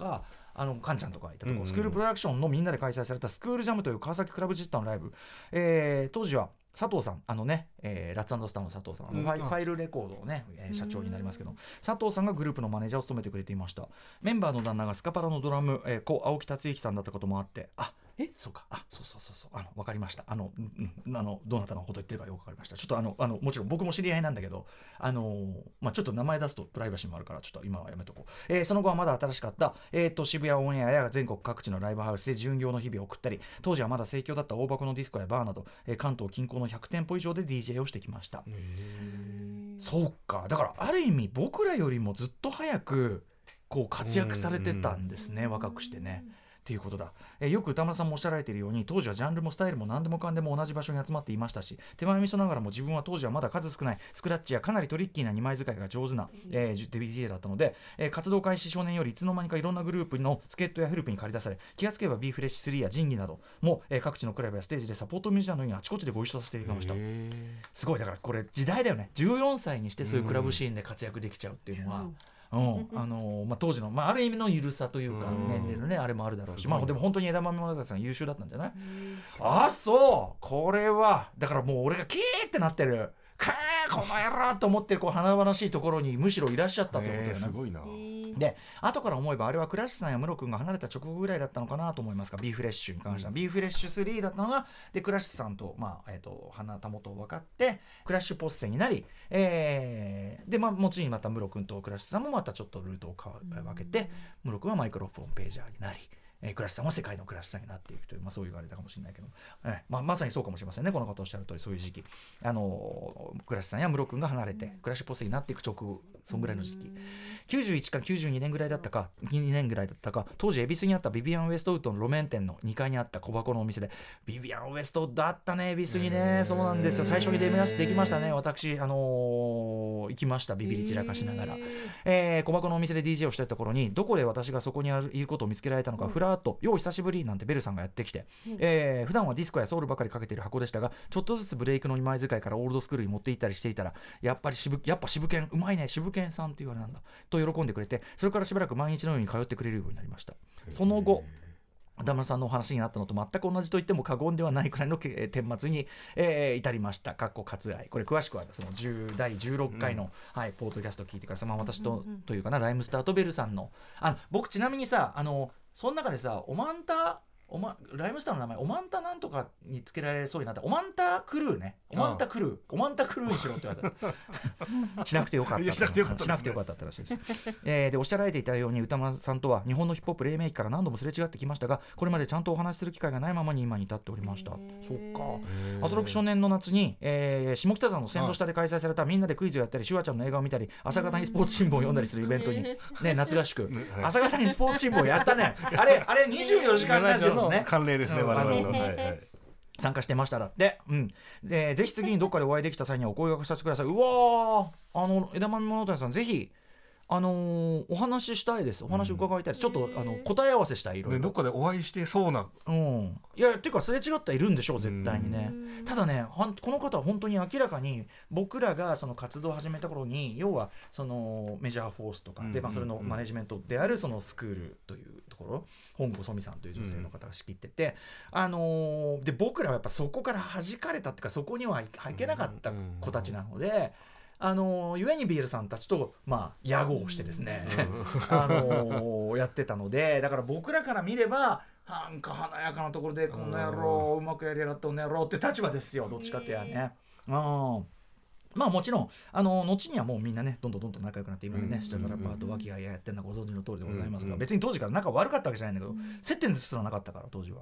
カンちゃんとかいたとこ、スクールプロダクションのみんなで開催されたスクールジャムという川崎クラブジッターのライブ、当時は佐藤さんラッツ&スターの佐藤さん、ファイルレコードをね、社長になりますけど、佐藤さんがグループのマネージャーを務めてくれていました。メンバーの旦那がスカパラのドラム、青木達之さんだったこともあって、そうか、そう分かりました。どなたのこと言ってるかよく分かりました。ちょっともちろん僕も知り合いなんだけど、ちょっと名前出すとプライバシーもあるからちょっと今はやめとこう。その後はまだ新しかった、渋谷オンエアや全国各地のライブハウスで巡業の日々を送ったり、当時はまだ盛況だった大箱のディスコやバーなど、関東近郊の100店舗以上で DJ をしてきました。そうか、だからある意味僕らよりもずっと早くこう活躍されてたんですね、若くしてね。っていうことだ。よく歌村さんもおっしゃられているように、当時はジャンルもスタイルも何でもかんでも同じ場所に集まっていましたし、手前味噌ながらも自分は当時はまだ数少ないスクラッチやかなりトリッキーな2枚使いが上手な、DJ だったので、活動開始少年よりいつの間にかいろんなグループの助っ人やヘルプに借り出され、気がつけば B フレッシュ3や仁義なども、各地のクラブやステージでサポートミュージシャンのようにあちこちでご一緒させていただきました。すごい、だからこれ時代だよね。14歳にしてそういうクラブシーンで活躍できちゃうっていうのは、当時の、ある意味の緩さというか、年齢のねあれもあるだろうし、でも本当に枝豆物語さん優秀だったんじゃない？そうこれはだからもう俺がキーってなってるこの野郎と思ってるこう華々しいところにむしろいらっしゃったということだよね。 すごいな。 で後から思えばあれはクラッシュさんやムロ君が離れた直後ぐらいだったのかなと思いますが、 B フレッシュに関しては B フレッシュ3だったのが、でクラッシュさんと、花たもと分かってクラッシュポッセになり、で後にまたムロ君とクラッシュさんもまたちょっとルートを分けて、ムロ君はマイクロフォンページャーになり、クラッシュさんは世界のクラッシュさんになっていくという、そう言われたかもしれないけど、まさにそうかもしれませんね。この方おっしゃる通りそういう時期、クラッシュさんやムロ君が離れてクラッシュポッセになっていく直後、そんぐらいの時期、91か92年ぐらいだったか2年ぐらいだったか、当時恵比寿にあったビビアン・ウエストウッドの路面店の2階にあった小箱のお店で、ビビアン・ウエストウッドあったね、恵比寿にね。そうなんですよ、最初にできましたね。私行きました、ビビり散らかしながら、小箱のお店で DJ をしていた頃に、どこで私がそこにいることを見つけられたのか、ふらっとよう久しぶりなんてベルさんがやってきて、普段はディスコやソウルばかりかけている箱でしたが、ちょっとずつブレイクの2枚使いからオールドスクールに持っていったりしていたら、やっぱ渋犬うまいね、渋犬さんって言われなんだと喜んでくれて、それからしばらく毎日のように通ってくれるようになりました。その後田村さんのお話になったのと全く同じと言っても過言ではないくらいの顛末に、至りました。割愛、これ詳しくはその第16回の、ポッドキャストを聞いてください。私というかな、ライムスターとベルさんの僕ちなみにさその中でさライムスターの名前オマンタなんとかにつけられそうになったオマンタクルーね、オマンタクルーにしろって言われたしなくてよかったしなくてよかったってらしいです。でおっしゃられていたように歌丸さんとは日本のヒップホップ黎明期から何度もすれ違ってきましたが、これまでちゃんとお話しする機会がないままに今に至っておりました。そっか。アトロク少年の夏に、下北沢の線路下で開催されたみんなでクイズをやったりシュワちゃんの映画を見たり朝方にスポーツ新聞を読んだりするイベントに、夏合宿、朝方にスポーツ新聞をやったね。あれ24時間ラジオのね慣例ですね、我々の、 参加してましただって、ぜひ次にどっかでお会いできた際にはお声掛けさせてください。うわー枝豆物語さんぜひお話ししたいです。お話伺いたいです。ちょっと答え合わせしたい、いろいろどっかでお会いしてそうな、 いやっていうかすれ違っているんでしょう絶対にね。ただねこの方は本当に明らかに僕らがその活動を始めた頃に、要はそのメジャーフォースとかで、それのマネジメントであるそのスクールというところ、本郷ソミさんという女性の方が仕切ってて、で僕らはやっぱそこから弾かれたっていうか、そこには入けなかった子たちなので、ゆえにビールさんたちと屋号をしてですねやってたので、だから僕らから見ればなんか華やかなところでこんな野郎うまくやりやがったこの野郎って立場ですよ、どっちかってやね。もちろん後にはもうみんなねどんどん仲良くなって、今ねスチャダラパーと和気あいあいやってるのはご存知の通りでございますが、別に当時から仲悪かったわけじゃないんだけど、接点すらなかったから当時は。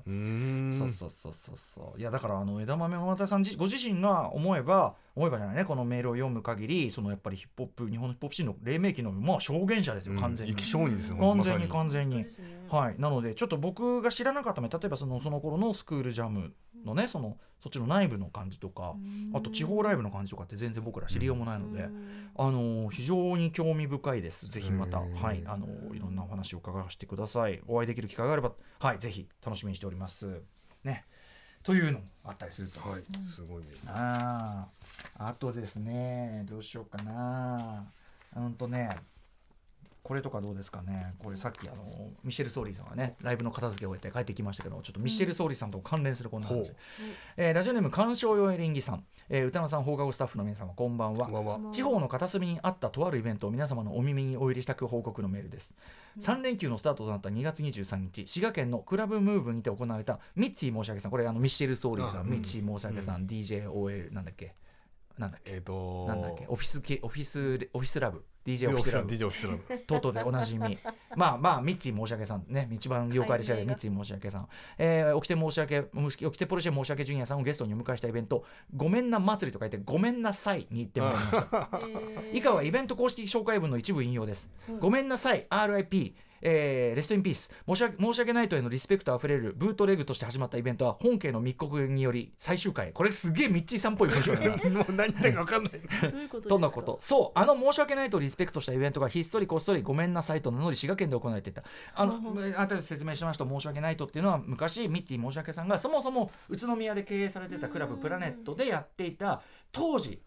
そういやだから枝豆物語さんご自身が思えばじゃないね、このメールを読む限り、そのやっぱりヒップホップ、日本のヒップホップシーンの黎明期の証言者ですよ、完全に。 生き証人ですよ、 完全に、なのでちょっと僕が知らなかった例えばその頃のスクールジャムのね、そっちの内部の感じとか、あと地方ライブの感じとかって全然僕ら知りようもないので、非常に興味深いです。ぜひまたいろんなお話を伺わせてください。お会いできる機会があればぜひ楽しみにしておりますね。というのもあったりすると、 すごいね。 あとですね、どうしようかな。 これとかどうですかね。これさっきミシェル・ソーリーさんがねライブの片付けを終えて帰ってきましたけど、ちょっとミシェル・ソーリーさんと関連するこんな話、ラジオネーム鑑賞用エリンギさん、歌野さん、放課後スタッフの皆様こんばんは。地方の片隅にあったとあるイベントを皆様のお耳にお入りしたく報告のメールです。3連休のスタートとなった2月23日、滋賀県のクラブムーブにて行われたミッツィ申し上げさん、これミシェル・ソーリーさん、ミッツィ申し上げさん、DJOL なんだっけオフィスラブ DJ オフィスラブとうとうでおなじみミッツィ申し訳さんね、一番業界で知られるミッツィ申し訳さん、起きてポルシェ申し訳ジュニアさんをゲストにお迎えしたイベント、ごめんな祭りと書いてごめんなさいに行ってもらいました以下はイベント公式紹介文の一部引用です。ごめんなさい RIP、レストインピース、申し訳ないとへのリスペクトあふれるブートレグとして始まったイベントは本家の密告により最終回、これすげえミッチーさんっぽい文章だなもう何言ってか分かんないどんなこと、そう申し訳ないとリスペクトしたイベントがひっそりこっそりごめんなさいと名乗り滋賀県で行われていた。後で説明しました申し訳ないとっていうのは、昔ミッチー申し訳さんがそもそも宇都宮で経営されてたクラブプラネットでやっていた、当時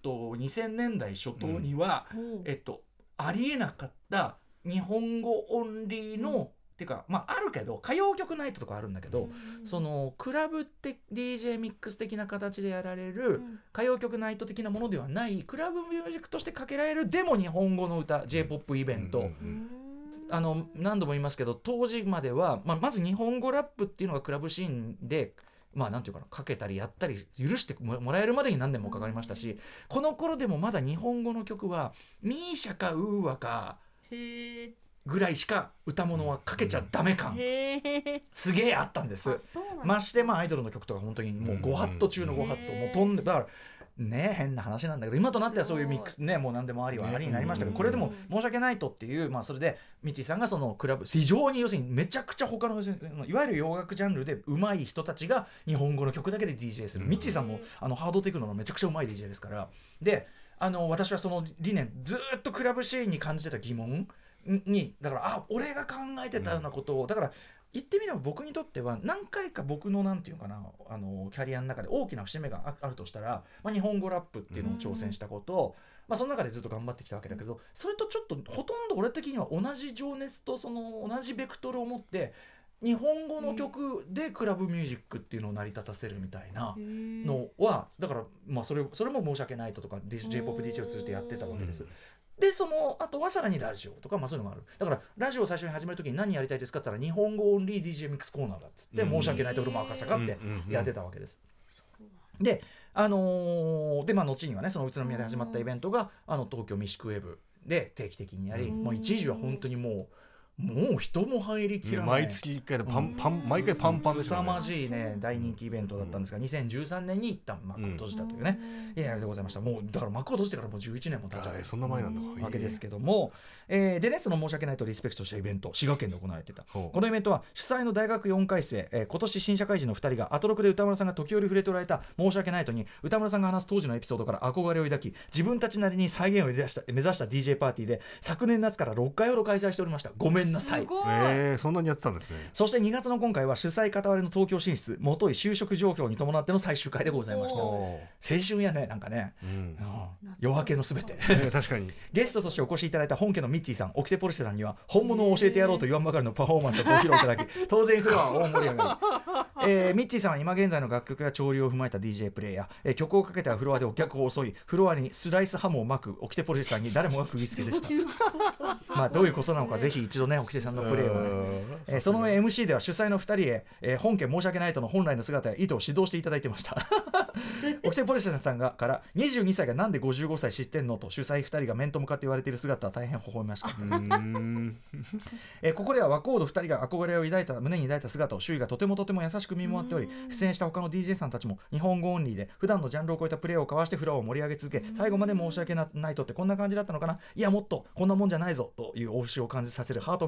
2000年代初頭には、ありえなかった日本語オンリーの、っていうかあるけど歌謡曲ナイトとかあるんだけど、そのクラブって DJ ミックス的な形でやられる歌謡曲ナイト的なものではないクラブミュージックとしてかけられるでも日本語の歌 J-POP イベント、何度も言いますけど当時までは、まず日本語ラップっていうのがクラブシーンでなんていうかな、かけたりやったり許してもらえるまでに何年もかかりましたし、この頃でもまだ日本語の曲はミーシャかウーワかぐらいしか歌物はかけちゃダメ感すげえあったんです。ましてアイドルの曲とか本当にもうご法度中のご法度、もう飛んで、だからね、変な話なんだけど今となってはそういうミックスね、もう何でもありはありになりましたけど、これでも申し訳ないとっていう、それでミッチーさんがそのクラブ非常に要するにめちゃくちゃ他のいわゆる洋楽ジャンルで上手い人たちが日本語の曲だけで DJ する、ミッチーさんもハードテクノのめちゃくちゃ上手い DJ ですから。で私はその理念ずっとクラブシーンに感じてた疑問に、だから俺が考えてたようなことを、だから言ってみれば僕にとっては何回か僕のなんていうかなキャリアの中で大きな節目があるとしたら、日本語ラップっていうのを挑戦したことを、その中でずっと頑張ってきたわけだけど、それとちょっとほとんど俺的には同じ情熱とその同じベクトルを持って日本語の曲でクラブミュージックっていうのを成り立たせるみたいなのは、だからそれも申し訳ないとか J-POP DJ を通じてやってたわけです。でそのあとはさらにラジオとかそういうのもある。だからラジオを最初に始めるときに何やりたいですかって言ったら日本語オンリー DJ ミックスコーナーだっつって、申し訳ないと俺も赤坂ってやってたわけです。で後にはね、その宇都宮で始まったイベントが東京ミシクウェブで定期的にやり、もう一時は本当にもう人も入りきらない、 毎月1回で毎回パンパンですよね。 凄まじいね大人気イベントだったんですが、2013年に一旦幕を閉じたというね、あれでございました。もうだから幕を閉じてからもう11年も経っちゃう、 そんな前なんだわけですけども、でね、その申し訳ないとリスペクトしたイベント、滋賀県で行われていたこのイベントは主催の大学4回生、今年新社会人の2人がアトロクで歌村さんが時折触れておられた申し訳ないとに歌村さんが話す当時のエピソードから憧れを抱き、自分たちなりに再現を目指した DJ パーティーで昨年夏から6回ほど開催しておりました。ごめんなさい。 そんなにやってたんですね。 そして2月の今回は主催片割れの東京進出、もとい就職状況に伴っての最終回でございました。青春やね、なんかね、夜明けのすべて、 確かにゲストとしてお越しいただいた本家のミッチーさん、オキテポルシェさんには本物を教えてやろうと言わんばかりのパフォーマンスをご披露いただき当然フロアは大盛り上がり、ミッチーさんは今現在の楽曲や潮流を踏まえた DJ プレイヤー、曲をかけてはフロアでお客を襲いフロアにスライスハムを巻くオキテポルシェさんに誰もが釘付けでしたどういうことなのかぜひ一度ねオキテさんのプレイをね、その MC では主催の2人へ、本家申し訳ないとの本来の姿や意図を指導していただいてましたオキテポルシェさんがから22歳がなんで55歳知ってんのと主催2人が面と向かって言われている姿は大変微笑ましかったですここでは若人2人が憧れを胸に抱いた姿を周囲がとても優しく見守っており、出演した他の DJ さんたちも日本語オンリーで普段のジャンルを超えたプレーを交わしてフロアを盛り上げ続け、最後まで申し訳ないとってこんな感じだったのかな、いやもっとこんなもんじゃないぞという応酬を感じさせるハート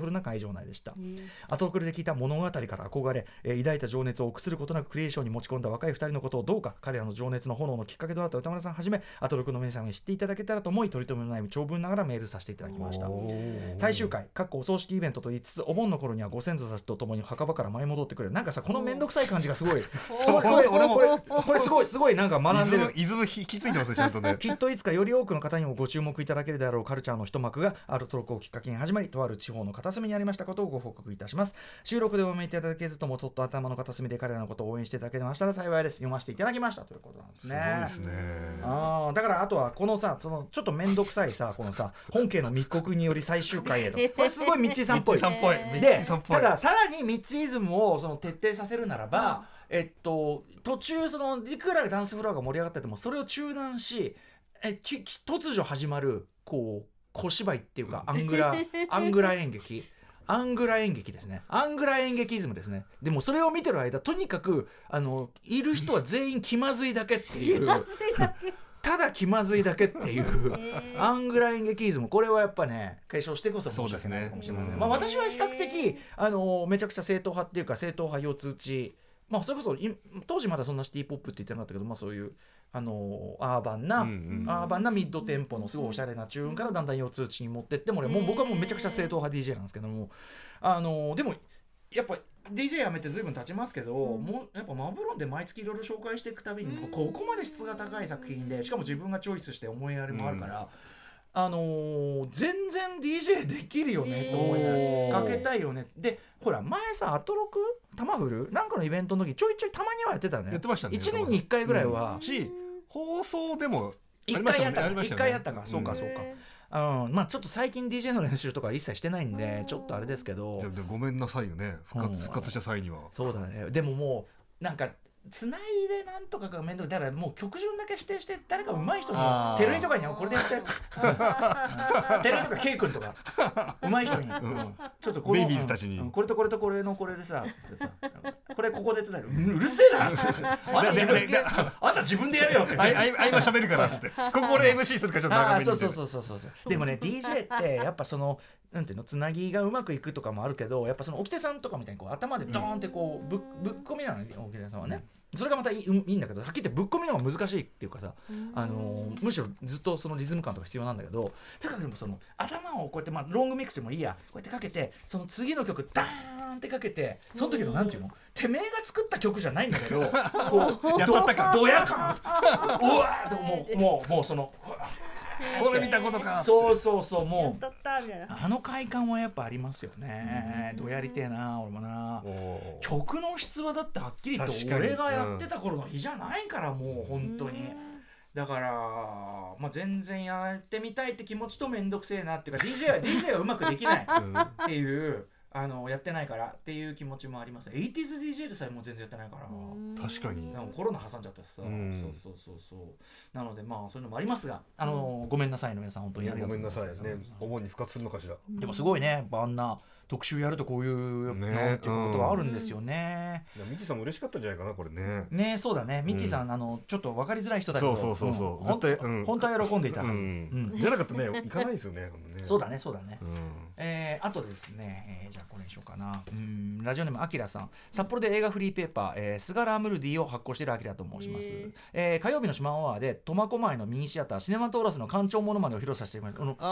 フルな会場内でした。アトロクで聞いた物語から憧れ、抱いた情熱を臆することなくクリエーションに持ち込んだ若い2人のことをどうか彼らの情熱の炎のきっかけとなった歌丸さんはじめアトロクの皆さんに知っていただけたらと思い、取り留めのない長文ながらメールさせていただきました。最終回お葬式イベントと言いつつ、お盆の頃にはご先祖たちと共に墓場から舞い戻ってくる。なんかさ、このめんどくさい感じがすごいこれすごいなんか学んでる。 イズム引き継いでますね、ちゃんとね。 きっといつかより多くの方にもご注目いただけるであろうカルチャーの一幕がアトロクをきっかけに始まり、とある地方の片隅にありましたことをご報告いたします。収録でお目いただけずともちょっと頭の片隅で彼らのことを応援していただけましたら幸いです。読ませていただきましたということなんですね。 すごいですね。 だからあとはこのさ、そのちょっとめんどくさいさ、このさ本家の密告により最終回へと、これすごいミッチーさんっぽい。でたださらにミッチーイズムをその徹底させるならば、途中そのいくらダンスフロアが盛り上がっててもそれを中断し、突如始まるこう小芝居っていうかアングラ演劇ですね。アングラ演劇イズムですね。でもそれを見てる間とにかくいる人は全員気まずいだけっていうただ気まずいだけっていうアングラ演劇イズム、これはやっぱね解消してこそ申し訳ないかもしれません。私は比較的めちゃくちゃ正統派っていうか正統派四つ打ち、それこそ当時まだそんなシティポップって言ってなかったけど、そういうアーバンなミッドテンポのすごいおしゃれなチューンからだんだん四つ打ちに持ってってもう僕はもうめちゃくちゃ正統派 DJ なんですけども、でもやっぱ DJ やめて随分経ちますけど、もうやっぱマブロンで毎月いろいろ紹介していくたびに、ここまで質が高い作品でしかも自分がチョイスして思いやりもあるから、全然 DJ できるよねと思いながらかけたいよね。でほら前さアトロクタマフルなんかのイベントの時ちょいちょいたまにはやってたね。 やってましたね。 1年に1回ぐらいは、 放送でも 1回やったか、そうかそうか。ちょっと最近 DJ の練習とか一切してないんでちょっとあれですけど、 ごめんなさいよね、復活した際には。 そうだね。でももうなんかつないでなんとかが面倒だからもう曲順だけ指定して誰か上手い人にテレビとかにこれでやったやつテレビとかケイ君とか上手い人に、ちょっとこのベイビーズたちに、 これとこれとこれのこれでさこれここでつないでうるせえなあんた自分でやれよって合間喋るからっつってここで MC するからちょっと長めに。 そうでもね DJ ってやっぱそのなんていうのつなぎがうまくいくとかもあるけど、やっぱその沖手さんとかみたいにこう頭でドーンってこうぶっ込みなのね沖手さんはね。それがまたいいんだけど、はっきり言ってぶっ込みの方が難しいっていうかさ、むしろずっとそのリズム感とか必要なんだけど、とにかくでもその頭をこうやってロングミックスでもいいやこうやってかけて、その次の曲ダーンってかけて、その時のなんていうのてめえが作った曲じゃないんだけどこうやったかドヤ感うわーもうそのこれ見たことか。 そうもうあの快感はやっぱありますよね。どうやりてえな俺もな。曲の質はだってはっきり言って俺がやってた頃の日じゃないからもう本当に。だから全然やってみたいって気持ちとめんどくせえなっていうか DJ はうまくできないっていうやってないからっていう気持ちもあります。 80s DJ でさえもう全然やってないから。 確かにコロナ挟んじゃったしさ、そうなのでそういうのもありますが、ごめんなさいの皆さん本当にありがとうございます。 ごめんなさいね。お盆に復活するのかしら。 でもすごいね、あんな特集やるとこういうなんていうことがあるんですよね。 ミッチーさんも嬉しかったんじゃないかなこれね。 ね、そうだね。ミッチーさんちょっと分かりづらい人だけど、 そう本当は喜んでいたはず。 じゃなかったね行かないですよね。 そうだね。あとですね、じゃあこれにしようかな。ラジオネームあきらさん、札幌で映画フリーペーパー、スガラ・ムルディを発行しているあきらと申します。火曜日の島アワーで苫小牧のミニシアターシネマトーラスの館長モノマネを披露させてもらいました。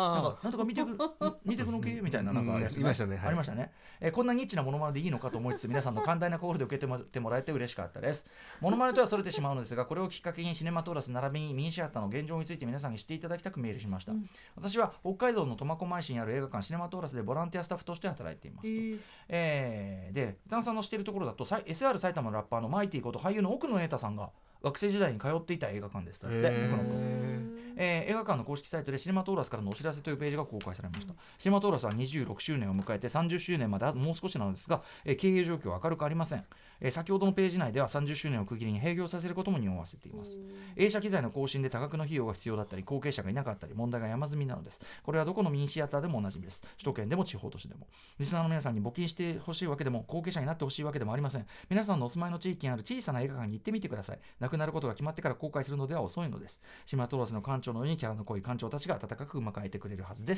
なんとか見てくのけみたいななんかやついましたね。 ありましたね。こんなニッチなモノマネでいいのかと思いつつ皆さんの寛大な心で受け止めてもらえて嬉しかったです。モノマネとはそれてしまうのですが、これをきっかけにシネマトーラス並びにミニシアターの現状について皆さんに知っていただきたくメールしました。私は北海道の苫小牧市にある映画館シネマトーラスでボランティアスタッフとして働いていますと。で旦さんの知っているところだと SR 埼玉のラッパーのマイティこと俳優の奥野瑛太さんが学生時代に通っていた映画館です。映画館の公式サイトでシネマトーラスからのお知らせというページが公開されました。シネマトーラスは26周年を迎えて30周年まであともう少しなのですが、経営状況は明るくありません。先ほどのページ内では30周年を区切りに閉業させることも匂わせています。映写機材の更新で多額の費用が必要だったり後継者がいなかったり問題が山積みなのです。これはどこのミニシアターでもおなじみです。首都圏でも地方都市でも。リスナーの皆さんに募金してほしいわけでも後継者になってほしいわけでもありません。皆さんのお住まいの地域にある小さな映画館に行ってみてください。亡くなることが決まってから後悔するのでは遅いのです。シネマトーラスの館長のようにキャラの濃い館長たちが温かく迎えてくれるはずです。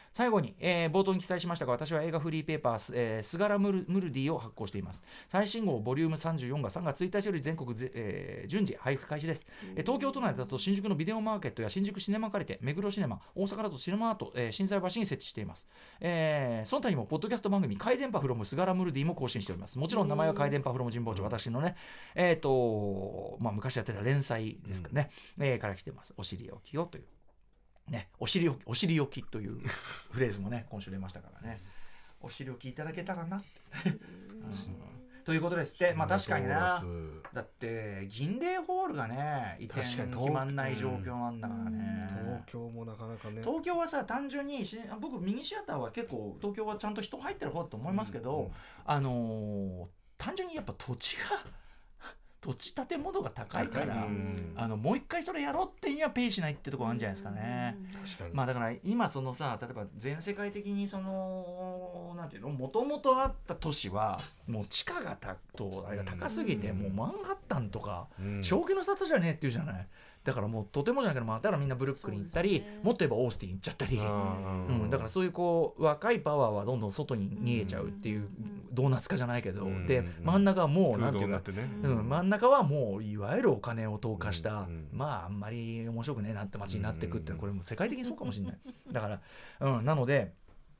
最後に、冒頭に記載しましたが、私は映画フリーペーパー、スガラムルディを発行しています。最新号ボリューム34が3月1日より全国順次配布開始です。東京都内だと新宿のビデオマーケットや新宿シネマカリテ、目黒シネマ、大阪だとシネマアート、心斎橋に設置しています。その他にもポッドキャスト番組回電波フロムスガラムルディも更新しております。もちろん名前は回電波フロム神保町、私のね、昔やってた連載ですかね、から来てます。お尻置きよというね、お尻置きというフレーズもね今週出ましたからね、お尻置きいただけたらなということですって。まあ確かにな、だって銀霊ホールがね移転決まんない状況なんだからね。 東京もなかなかね、 東京はさ単純に僕ミニシアターは結構東京はちゃんと人入ってる方だと思いますけど、単純にやっぱ土地建物が高いから、もう一回それやろうっていうにはペイしないってところあるんじゃないですかね。 確かに。 まあだから今そのさ、例えば全世界的にそのなんていうの、もともとあった都市はもう地価があれが高すぎて、もうマンハッタンとか将棋の里じゃねえっていうじゃない。だからもうとてもじゃないけど、だからみんなブルックリン行ったり、もっと言えばオースティン行っちゃったり、だからそういうこう若いパワーはどんどん外に逃げちゃうっていうドーナツ化じゃないけど、で真ん中はもうなんていうか、真ん中はもういわゆるお金を投下した、まああんまり面白くねえなって街になっていくっていうのはこれも世界的にそうかもしれない。だからなので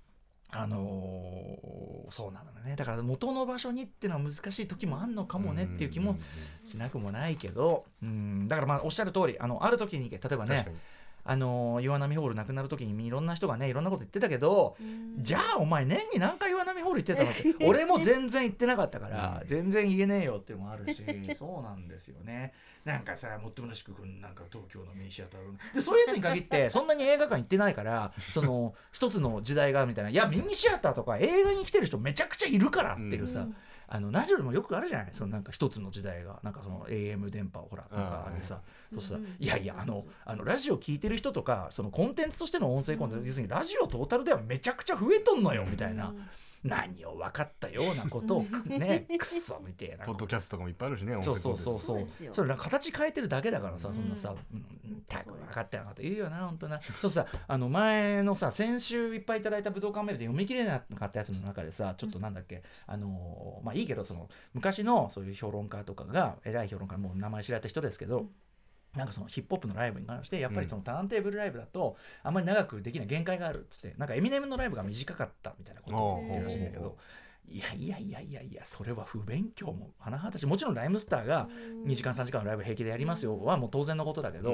そうなのね。だから元の場所にっていうのは難しい時もあんのかもねっていう気もしなくもないけど、だからまあおっしゃる通り、ある時に例えばね、岩波ホールなくなる時にいろんな人がねいろんなこと言ってたけど、じゃあお前年に何回岩波ホール行ってたのって俺も全然行ってなかったから全然言えねえよっていうのもあるしそうなんですよね。なんかさ、もっともらしく君なんか東京のミニシアターでそういうやつに限ってそんなに映画館行ってないからその一つの時代がみたいな、いやミニシアターとか映画に来てる人めちゃくちゃいるからっていうさ、ラジオでもよくあるじゃない、そのなんか一つの時代がなんかその AM 電波をほらなんかあれでさ、そうさ、いやいやラジオ聞いてる人とかそのコンテンツとしての音声コンテンツ、要するにラジオトータルではめちゃくちゃ増えとんのよみたいな、何を分かったようなことをねクソみたいなポッドキャストとかもいっぱいあるしね。 そうそれ形変えてるだけだからさ、そんなさたく分かったよなこと言うよな本当な。そうさ、前のさ先週いっぱいいただいた武道館メールで読み切れなかったやつの中でさ、ちょっとなんだっけ、まあいいけど、その昔のそういう評論家とかが、偉い評論家、もう名前知られた人ですけど、なんかそのヒップホップのライブに関してやっぱりそのターンテーブルライブだとあんまり長くできない限界があるっつって、なんかエミネムのライブが短かったみたいなことを言ってるらしいんだけど、いやそれは不勉強も甚だし、もちろんライムスターが2時間3時間のライブ平気でやりますよはもう当然のことだけど、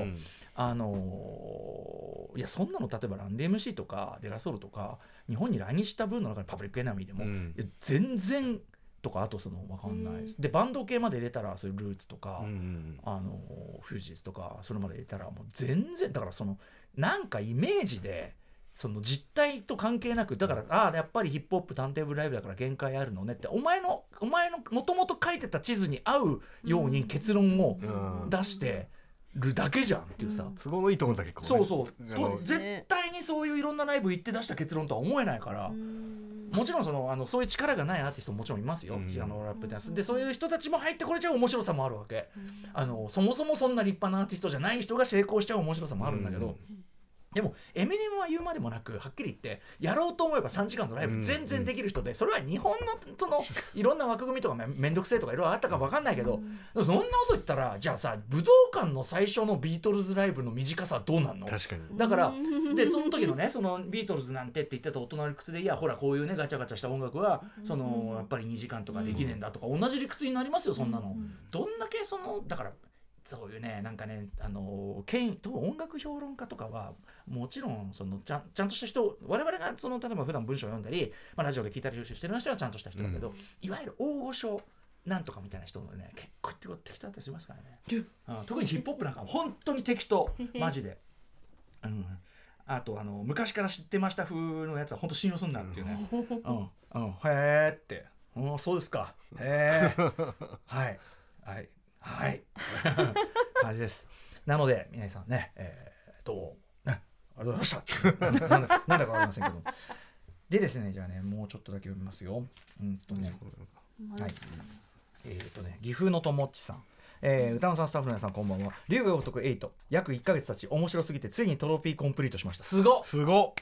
いやそんなの例えばランディ MC とかデラソルとか日本に来日した分の中でパブリックエナミーでも、いや全然とか、あとその分かんないです、でバンド系まで入れたらそういうルーツとか、フュージーズとかそれまで入れたらもう全然だから、そのなんかイメージでその実態と関係なく、だからやっぱりヒップホップターンテーブルライブだから限界あるのねって、お前のもともと書いてた地図に合うように結論を出してるだけじゃんっていうさ、 都合のいいところだけこう、 ね、そう絶対にそういういろんなライブ行って出した結論とは思えないから、もちろんそういう力がないアーティストももちろんいますよ、ラップダンスで、そういう人たちも入ってこれちゃう面白さもあるわけ、そもそもそんな立派なアーティストじゃない人が成功しちゃう面白さもあるんだけど、でもエミネムは言うまでもなく、はっきり言ってやろうと思えば3時間のライブ全然できる人で、それは日本のそのいろんな枠組みとかめんどくせえとかいろいろあったか分かんないけど、そんなこと言ったらじゃあさ、武道館の最初のビートルズライブの短さはどうなんの？ 確かに。 だからでその時のね、そのビートルズなんてって言ってた大人の理屈で、いやほらこういうねガチャガチャした音楽はそのやっぱり2時間とかできねえんだとか、同じ理屈になりますよそんなの。どんだけそのだからそういうね、なんかね、音楽評論家とかはもちろんそのちゃんとした人、我々がその例えば普段文章を読んだり、ラジオで聞いたりしてる人はちゃんとした人だけど、いわゆる大御所なんとかみたいな人もね、結構適当だったりしますからね、特にヒップホップなんか本当に適当マジで、あと昔から知ってました風のやつは本当信用すんなっていうね、へーって、そうですか、へーはい感じです。なので皆さんね、どうね、ありがとうございましたなんだかわかりませんけど、でですね、じゃあねもうちょっとだけ読みますよ。はい、岐阜のともっちさん、歌のさんスタッフの皆さんこんばんは。龍が如く8約1ヶ月経ち面白すぎてついにトロフィーコンプリートしました。すごっ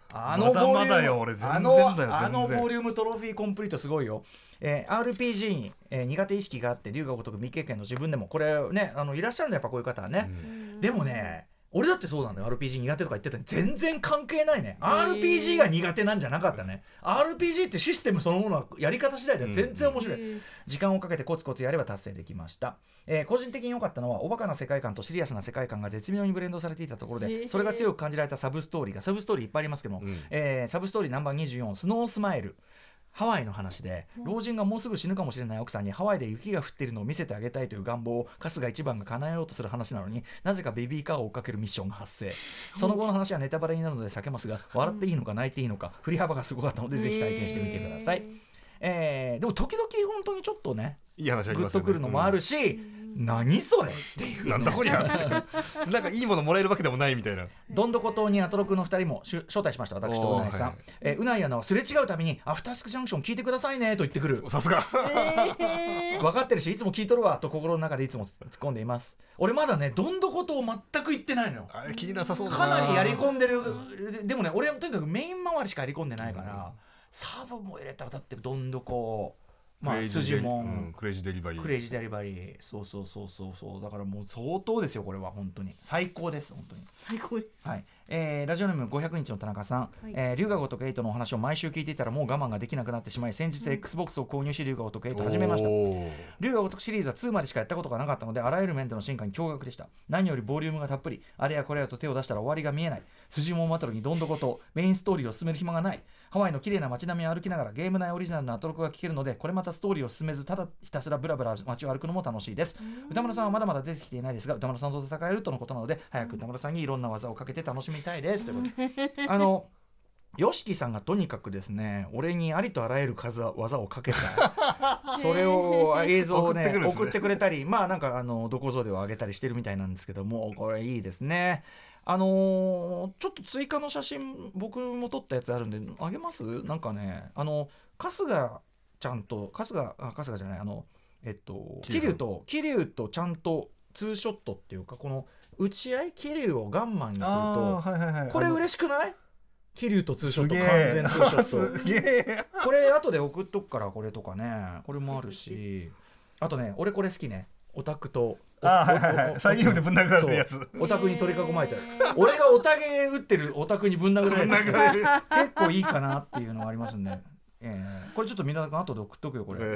あのボリューム、 まだまだよ俺全然だよ全然。 あのボリュームトロフィーコンプリートすごいよ。RPG に、苦手意識があって龍が如く未経験の自分でもこれねいらっしゃるんだやっぱこういう方はね、でもね俺だってそうなんだよ。 RPG 苦手とか言ってたのに全然関係ないね。 RPG が苦手なんじゃなかったね。 RPG ってシステムそのものはやり方次第では全然面白い、時間をかけてコツコツやれば達成できました。個人的に良かったのはおバカな世界観とシリアスな世界観が絶妙にブレンドされていたところで、それが強く感じられたサブストーリーいっぱいありますけども、サブストーリーナンバー24スノースマイル、ハワイの話で老人がもうすぐ死ぬかもしれない奥さんにハワイで雪が降っているのを見せてあげたいという願望を春日一番が叶えようとする話なのに、なぜかベビーカーを追っかけるミッションが発生。その後の話はネタバレになるので避けますが、笑っていいのか泣いていいのか振り幅がすごかったのでぜひ体験してみてください。でも時々本当にちょっとねいい話ありグッとますよね。 くるのもあるし、何それっていう、ね、 なんだこりゃなんかいいものもらえるわけでもないみたいな。 どんどこ島にアトロクの2人も招待しました。私とうないさん、うないアナはすれ違うたびにアフタースクジャンクション聞いてくださいねと言ってくる。 さすが分かってるしいつも聞いとるわと心の中でいつも突っ込んでいます。俺まだねどんどこ島全く行ってないのよ。 あれ気になさそうだな。 かなりやり込んでる。でもね俺はとにかくメイン周りしかやり込んでないから、サブも入れたらだってどんどこ筋もん、 クレイジーデリバリー、 そうだからもう相当ですよ。これは本当に最高です。本当に最高です。 はい。ラジオネーム500日の田中さん、龍が如く8のお話を毎週聞いていたらもう我慢ができなくなってしまい、先日 XBOX を購入し龍が如く8始めました。龍が如くシリーズは2までしかやったことがなかったのであらゆる面での進化に驚愕でした。何よりボリュームがたっぷり、あれやこれやと手を出したら終わりが見えない。筋もんバトルにどんどことメインストーリーを進める暇がない。ハワイの綺麗な街並みを歩きながらゲーム内オリジナルのアトロクが聴けるので、これまたストーリーを進めずただひたすらブラブラ街を歩くのも楽しいです。歌村さんはまだまだ出てきていないですが、歌村さんと戦えるとのことなので早く歌村さんにいろんな技をかけて楽しみたいですということでヨシキさんがとにかくですね俺にありとあらゆる技をかけたそれを映像をね送ってくれたり、まあなんかどこぞでは上げたりしてるみたいなんですけども、これいいですね。ちょっと追加の写真僕も撮ったやつあるんであげます。なんかね春日ちゃんと春日じゃない桐生とちゃんとツーショットっていうか、この打ち合い桐生をガンマンにすると、これ嬉しくない？桐生とツーショット、完全ツーショットすげえこれ後で送っとくから、これとかねこれもあるし、あとね俺これ好きね、オタクとサイリウムでぶん殴られるやつ、 オタクに取り囲まれてる俺がオタゲ打ってるオタクにぶん殴られる結構いいかなっていうのがありますんで、これちょっとみんな後で送っとくよこれ。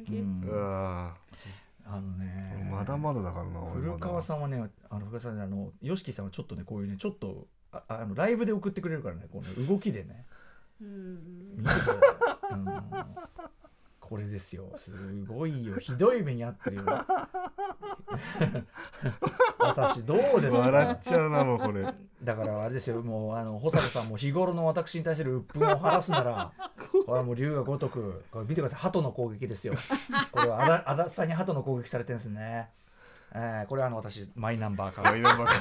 まだまだだからな。 古川さんはね古川さんヨシキさんはちょっとねこういうねちょっとライブで送ってくれるからね、この動きでね見てこれですよ、すごいよ、ひどい目に遭ってるよ私どうですか。 笑っちゃうなもうこれだからあれですよ、もう保坂さんも日頃の私に対する鬱憤を晴らすならこれはもう龍が如く、これ見てください、鳩の攻撃ですよ。これは足立さんに鳩の攻撃されてるんですね。これは私マイナンバーカードマイナンバ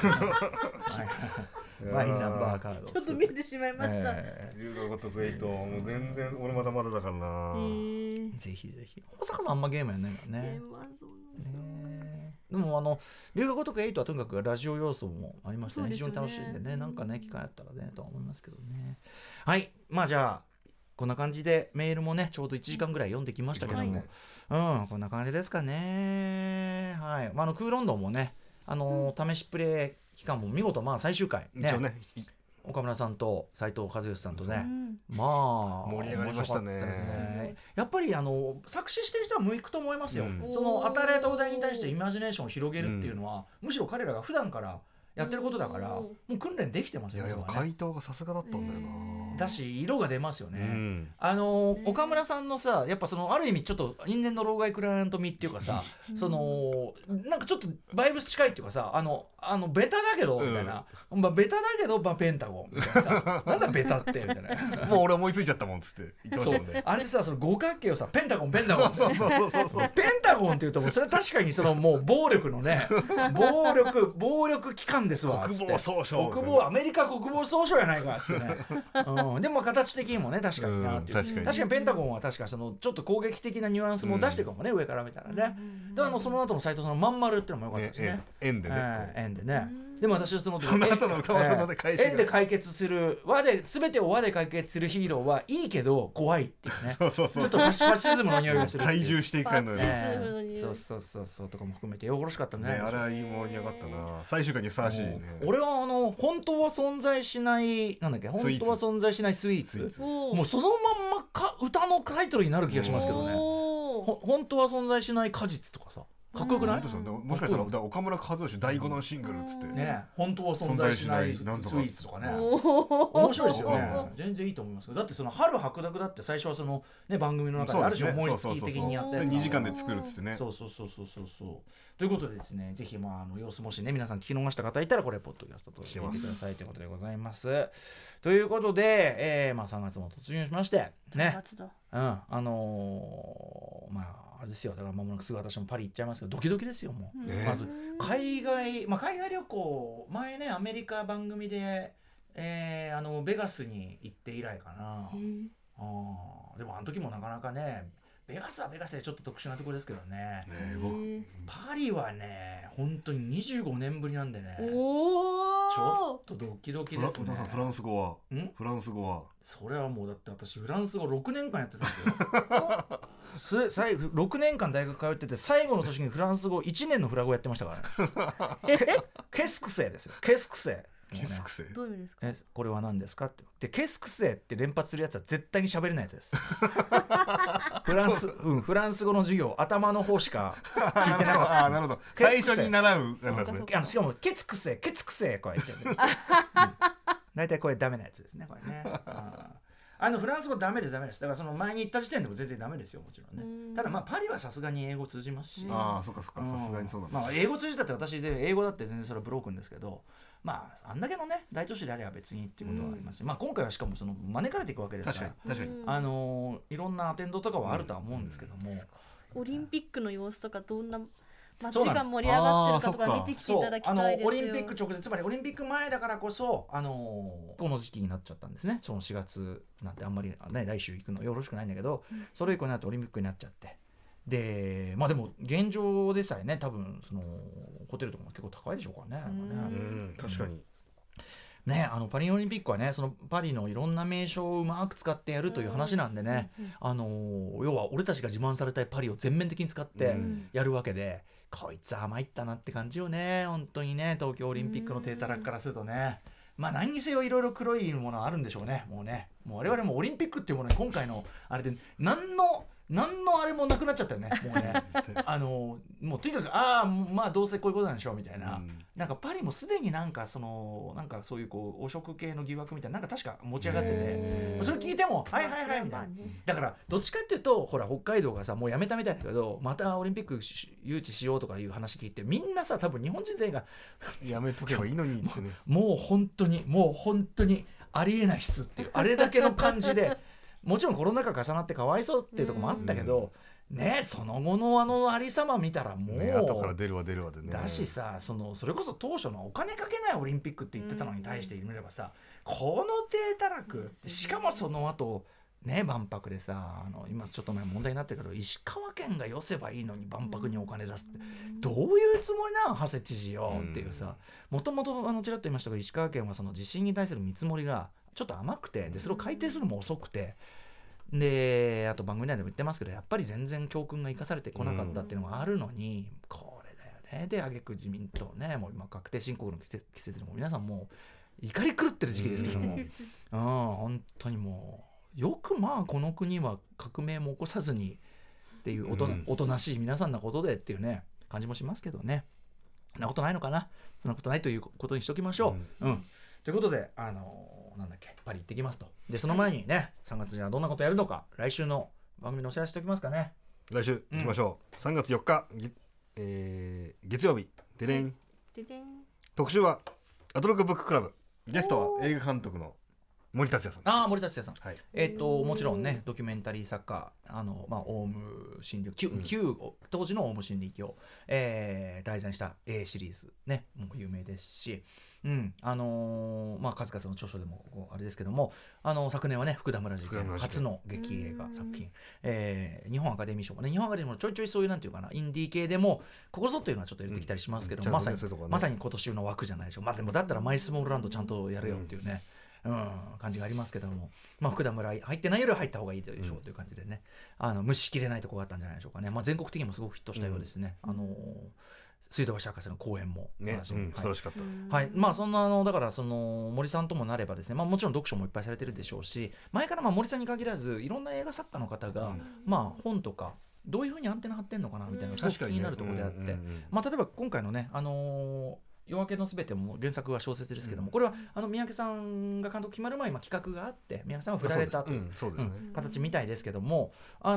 ーカードちょっと見えてしまいました。 龍が如く8もう全然俺まだまだだからな。 ぜひぜひ。保坂さんあんまゲームやんないからね。でも龍が如く8はとにかくラジオ要素もありましてね、非常に楽しいんでね、なんかね機会あったらねとは思いますけどね。はい、まあじゃあこんな感じでメールもねちょうど1時間ぐらい読んできましたけども、こんな感じですかね。はい、クーロンドンもね試しプレイ期間も見事最終回ね、岡村さんと斉藤和義さんとね、 盛り上がりましたね。やっぱり作詞してる人は向くと思いますよ。その与えられたお題に対してイマジネーションを広げるっていうのは、むしろ彼らが普段からやってることだから、もう訓練できてますよね。 いや回答がさすがだったんだよな。 だし色が出ますよね。岡村さんのさ、やっぱある意味ちょっと因縁の老害クライアント味っていうかさ、なんかちょっとバイブス近いっていうかさ、ベタだけどみたいな、ベタだけどペンタゴンみたいなさ、なんだベタってみたいなもう俺思いついちゃったもんっつって言ってましたもんね。 あれでさ、五角形をさペンタゴンそうペンタゴンっていうともうそれは確かにもう暴力のね暴力機関ですわ。 国防総省、 アメリカ国防総省やないかっつってねでも形的にもね確かになっていう、確かにペンタゴンは確かちょっと攻撃的なニュアンスも出してるかもね、上から見たらね。 でその後の斉藤さんのまん丸っていうのも良かったですね。 円でね、 円でね。でも私はその後の歌丸さんの返しが円で解決する全てを和で解決するヒーローはいいけど怖いっていうね。ちょっとファシズムの匂いがする。 懐柔していくのよね。そうとかも含めてよろしかったね。 あれはいい盛り上がったな。最終回にふさわしいね。 俺は本当は存在しない本当は存在しないスイーツ。もうそのまんま歌のタイトルになる気がしますけどね。本当は存在しない果実とかさ。かっこよくない？ もしかしたら岡村和義第5のシングルっつってね、本当は存在しないスイーツとかね、面白いですよね。全然いいと思いますけど、だってその春白濁だって最初はそのね番組の中である種思いつき的にやって 2時間で作るっつってね。 そうということでですね、ぜひ様子もしね皆さん聞き逃した方いたらこれポッドキャストと聞いてくださいということでございます。ということで、3月も突入しましてね、あれですよ、だから間もなくすぐ私もパリ行っちゃいますけどドキドキですよもう。まず海外旅行前ねアメリカ番組で、ベガスに行って以来かな。でもあの時もなかなかねベガスはベガスでちょっと特殊なところですけどね。パリはね本当に25年ぶりなんでね、ちょっとドキドキですね。 フランス語はそれはもうだって私フランス語6年間やってたんですよ6年間大学通ってて最後の年にフランス語1年のフラ語やってましたからねケスクセですよ。ケスクセどういう意味ですか？ これは何ですかってでケスクセって連発するやつは絶対に喋れないやつですフランス語の授業頭の方しか聞いてなかったなるほど、最初に習うしかもケツクセこうやって大体これダメなやつですねこれねフランス語ダメです。だからその前に行った時点でも全然ダメですよもちろんね。ただパリはさすがに英語通じますし、 そっかさすがにそうだね。 英語通じたって私英語だって全然それはブロークンですけど、あんだけのね大都市であれば別にっていうことはありますし、今回はしかもその招かれていくわけですから確かにいろんなアテンドとかはあるとは思うんですけども、 オリンピックの様子とかどんな街が盛り上がってるかとか見てきていただきたいですよ。 オリンピック直前、つまりオリンピック前だからこそこの時期になっちゃったんですね。その4月なんてあんまりね来週行くのよろしくないんだけど、それ以降になってオリンピックになっちゃって、ででも現状でさえね多分そのホテルとかも結構高いでしょうからね。 確かにね、パリオリンピックはねそのパリのいろんな名所をうまく使ってやるという話なんでね、要は俺たちが自慢されたいパリを全面的に使ってやるわけで、こいつ甘いったなって感じよね本当にね。東京オリンピックの低たらくからするとね、何にせよいろいろ黒いものあるんでしょうね。もう我々もオリンピックっていうものに今回のあれで何のあれもなくなっちゃったよねもうねもうとにかくどうせこういうことなんでしょうみたいな、なんかパリもすでになんかそういう汚職系の疑惑みたいななんか確か持ち上がってて、それ聞いてもはいみたいな。だからどっちかっていうとほら北海道がさもうやめたみたいだけどまたオリンピック誘致しようとかいう話聞いてみんなさ多分日本人全員がやめとけばいいのにってねもう本当にありえないっすっていうあれだけの感じでもちろんコロナ禍重なってかわいそうっていうところもあったけど、その後のありさま見たらもう、 後から出るわでねだしさそれこそ当初のお金かけないオリンピックって言ってたのに対してみればさ、この低たらくしかもその後万博でさ今ちょっと前問題になってるけど石川県が寄せばいいのに万博にお金出すってどういうつもりなの長谷知事よっていうさ、もともとちらっと言いましたけど石川県はその地震に対する見積もりがちょっと甘くて、でそれを改定するのも遅くて、であと番組内でも言ってますけどやっぱり全然教訓が生かされてこなかったっていうのがあるのに、これだよね。で挙句自民党ねもう今確定申告の季節でも皆さんもう怒り狂ってる時期ですけども本当にもうよくこの国は革命も起こさずにっていうおとなしい皆さんのことでっていうね感じもしますけどね。そんなことないのかな。そんなことないということにしときましょう。ということでなんだっけパリ行ってきますと。でその前にね3月にはどんなことやるのか来週の番組のお知らせしておきますかね。 来週行きましょう。3月4日、月曜日ででん特集はアトロックブッククラブ。ゲストは映画監督の森達也さん。 森達也さん、はい、もちろんねドキュメンタリー作家オウム真理旧当時のオウム真理教を、題材にした A シリーズねもう有名ですし、 数々の著書でもあれですけども、昨年はね福田村事件初の劇映画作品、日本アカデミー賞もね、日本アカデミーもちょいちょいそういうなんていうかなインディー系でもここぞというのはちょっと入れてきたりしますけど、まさに今年の枠じゃないでしょう。でもだったらマイスモールランドちゃんとやるよっていうね、感じがありますけども、福田村入ってないよりは入った方がいいでしょうという感じでね、無視しきれないところがあったんじゃないでしょうかね。全国的にもすごくヒットしたようですね。水道橋博士の講演もね、素晴らしかった。 はい、そんなだからその森さんともなればですね、もちろん読書もいっぱいされてるでしょうし、前から森さんに限らずいろんな映画作家の方が、本とかどういうふうにアンテナ張ってんのかなみたいなすごく気になるところであって、例えば今回のね夜明けのすべても原作は小説ですけども、これは三宅さんが監督決まる前、企画があって三宅さんは振られたという形みたいですけども、なん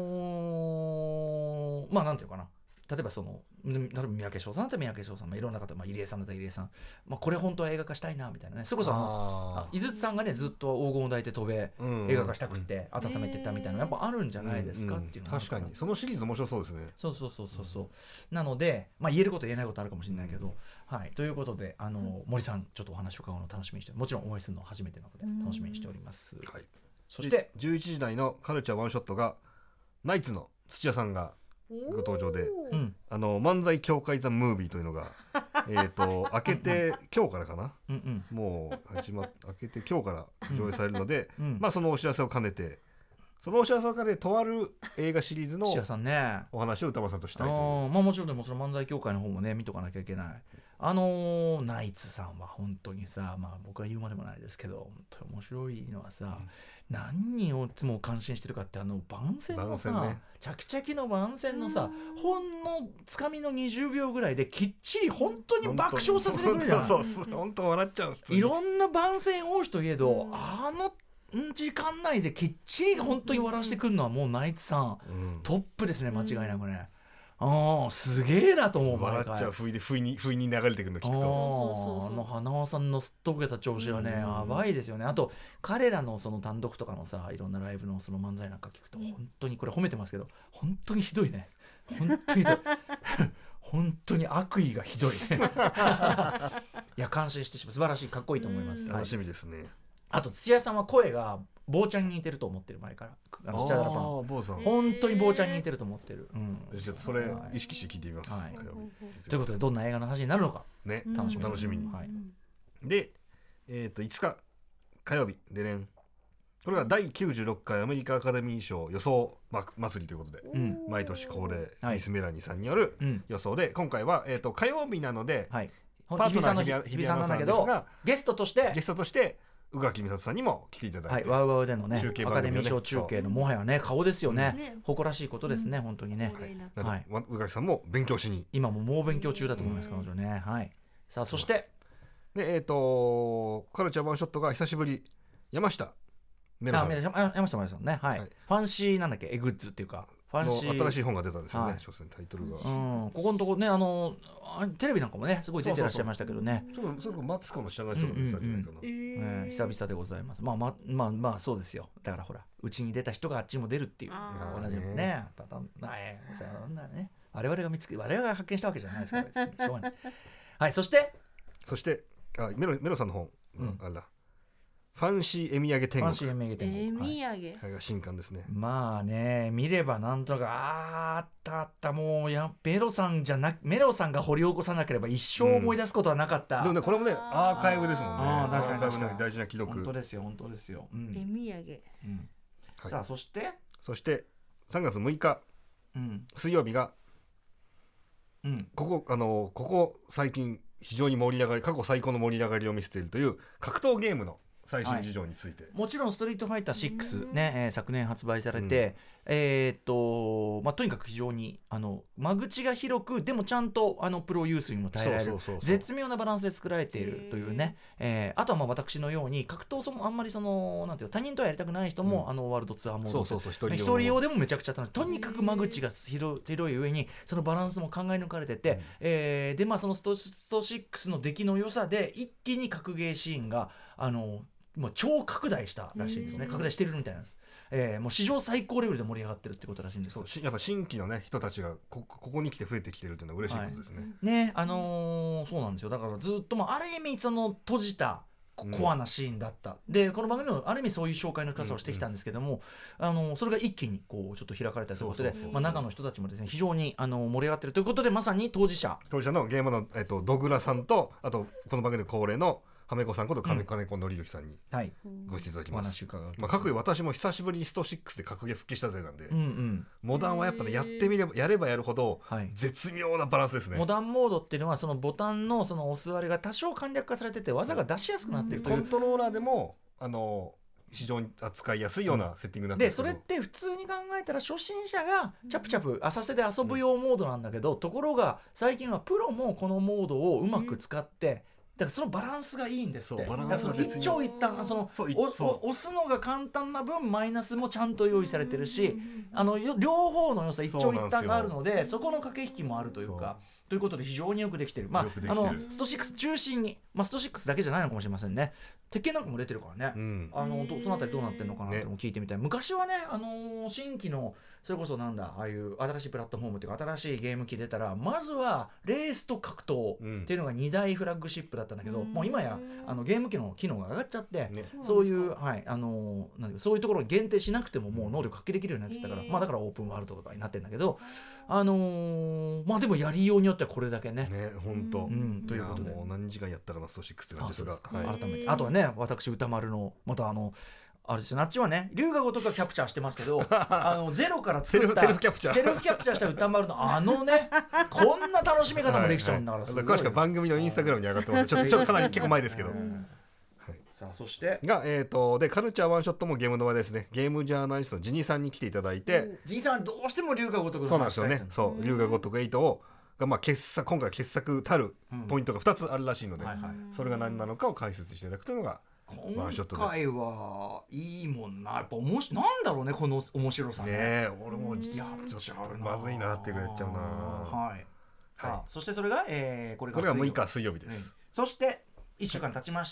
ていうかな、例えば三宅翔さんだったら三宅翔さん、いろんな方、入江さんだったら入江さん、これ本当は映画化したいなみたいなね、それこそ井筒さんがねずっと黄金を抱いて飛べ、映画化したくて温めてたみたいなのやっぱあるんじゃないですかっていうのは、 確かにそのシリーズ面白そうですね。 そうなので、言えること言えないことあるかもしれないけど、ということで森さんちょっとお話を伺うのを楽しみにして、もちろんお会いするの初めてなので楽しみにしております。そして 11時台のカルチャーワンショットがナイツの土屋さんがご登場で、漫才協会ザムービーというのが明けて今日からかな、もう明けて今日から上映されるので、そのお知らせを兼ねてとある映画シリーズのお話を歌丸さんとしたいという、 もちろん漫才協会の方もね見とかなきゃいけない。ナイツさんは本当にさ、僕は言うまでもないですけど本当に面白いのはさ、何人をいつも感心してるかって、番宣のさ、チャキチャキの番宣のさ、ほんのつかみの20秒ぐらいできっちり本当に爆笑させてくれるじゃん。 本当笑っちゃう。 いろんな番宣多いといえど、時間内できっちり本当に笑わせてくるのはもうナイツさん、トップですね、間違いなくね。すげえなと思う。 笑っちゃう。不意に流れてくるの聞くと、 花輪さんのすっとぼけた調子がね、やばいですよね。あと彼らのその単独とかのさ、いろんなライブのその漫才なんか聞くと、本当にこれ褒めてますけど本当にひどいね。本当にひどい本当に悪意がひどいいや、感心してしまう。素晴らしい、かっこいいと思います。 楽しみですね。 あと土屋さんは声が坊ちゃんに似てると思ってる、前からスチャダラパン本当に坊ちゃんに似てると思ってる。 ちょっとそれ意識して聞いてみます。 ということでどんな映画の話になるのかね、楽しみに。で、5日火曜日でね、これは第96回アメリカアカデミー賞予想祭りということで、毎年恒例ミス・メラニーさんによる予想で、今回は火曜日なのでパートナー日比さんなんだけど、ゲストとして宇垣美里さんにも来ていただいて、 ワウワウでのねアカデミー賞中継のもはやね顔ですよね。誇らしいことですね、本当にね。 宇垣さんも勉強しに、 今も猛勉強中だと思います、彼女ね。さあそしてカルチャーワンショットが久しぶり、山下メロさん、 山下メロさんね。ファンシーなんだっけ、グッズっていうかファンシー新しい本が出たんですよね。所詮タイトルが、 ここのとこね、テレビなんかもねすごい出てらっしゃいましたけどね。 それこマツコの知らない人が出てたんじゃないかな。 久々でございます。まあそうですよ。だからほら、うちに出た人があっちにも出るっていう同じねパターンないね。我々が発見したわけじゃないですから、別にしょうがない。はい、そしてメロさんの本、あれだ、ファンシー絵土産天国、が新刊ですね。 まあね、見ればなんとかあったもうメロさんが掘り起こさなければ一生思い出すことはなかった。 でもね、これもねアーカイブですもんね。 確かに大事な記録。 本当ですよ。 絵土産。 さあそして 3月6日、水曜日が、ここ最近非常に過去最高の盛り上がりを見せているという格闘ゲームの最新事情について、 もちろんストリートファイター6ね、昨年発売されて、とにかく非常に間口が広く、でもちゃんとプロユースにも耐えられる絶妙なバランスで作られているというね。あとは私のように格闘もあんまりなんていう他人とはやりたくない人も、ワールドツアーモード一人用でもめちゃくちゃ楽しい。とにかく間口が広い上にそのバランスも考え抜かれてて、でそのスト6の出来の良さで一気に格ゲーシーンがもう超拡大したらしいんですね。拡大してるみたいなんです。もう史上最高レベルで盛り上がってるってことらしいんです。 そうやっぱ新規のね人たちがここに来て増えてきてるっていうのは嬉しいことですね。 ね、そうなんですよ。だからずっとある意味その閉じたコアなシーンだった、でこの番組のある意味そういう紹介の仕方をしてきたんですけども、それが一気にこうちょっと開かれたということで、中の人たちもですね非常に盛り上がってるということで、まさに当事者のゲームの、ドグラさんと、あとこの番組で恒例のはめこさんこと金子則之さんにご出演いただきます。各位私も久しぶりにスト6で格ゲー復帰したぜなんで、モダンはやっぱねやってみればやればやるほど絶妙なバランスですね。 モダンモードっていうのはそのボタンのその押す割りが多少簡略化されてて技が出しやすくなってるという、 コントローラーでも非常に扱いやすいようなセッティングになってるんですけど、 でそれって普通に考えたら初心者がチャプチャプ浅瀬で遊ぶ用モードなんだけど、ところが最近はプロもこのモードをうまく使って、だからそのバランスがいいんですって。だからその一長一短、その押すのが簡単な分マイナスもちゃんと用意されてるし、両方の良さ一長一短があるので、そこの駆け引きもあるというか、ということで非常によくできてる。スト6中心に、スト6だけじゃないのかもしれませんね。鉄拳なんかも出てるからね、そのあたりどうなってるのかなっても聞いてみたい。昔はね、新規のそれこそああいう新しいプラットフォームというか新しいゲーム機出たらまずはレースと格闘っていうのが2大フラッグシップだったんだけど、もう今やゲーム機の機能が上がっちゃって、そういう、そういうところを限定しなくてももう能力発揮できるようになっちゃったから、だからオープンワールドとかになってるんだけど、でもやりようによってはこれだけね本当、 ということでもう何時間やったかなスト6って感じですが、 改めてあとはね、私歌丸のまたあれですよ、なっちはね龍河如くはキャプチャーしてますけどゼロから作ったセルフキャプチャーした歌丸のねこんな楽しみ方もできちゃうんだから、 詳しくは番組のインスタグラムに上がってます。ちょっとかなり結構前ですけど、 さあそしてでカルチャーワンショットもゲームの話題ですね。ゲームジャーナリストのジニさんに来ていただいて、 ジニさんはどうしても龍河如くのそうなんですよね。そう龍河如く8をが今回傑作たるポイントが2つあるらしいので、それが何なのかを解説していただくというのが今回はいいもんな。やっぱなんだろうね、この面白さね。 俺もちょっとまずいなっていうぐらいやっちゃうな。 そしてそれが、これが 6日水曜日です。 そして1週間経ちました。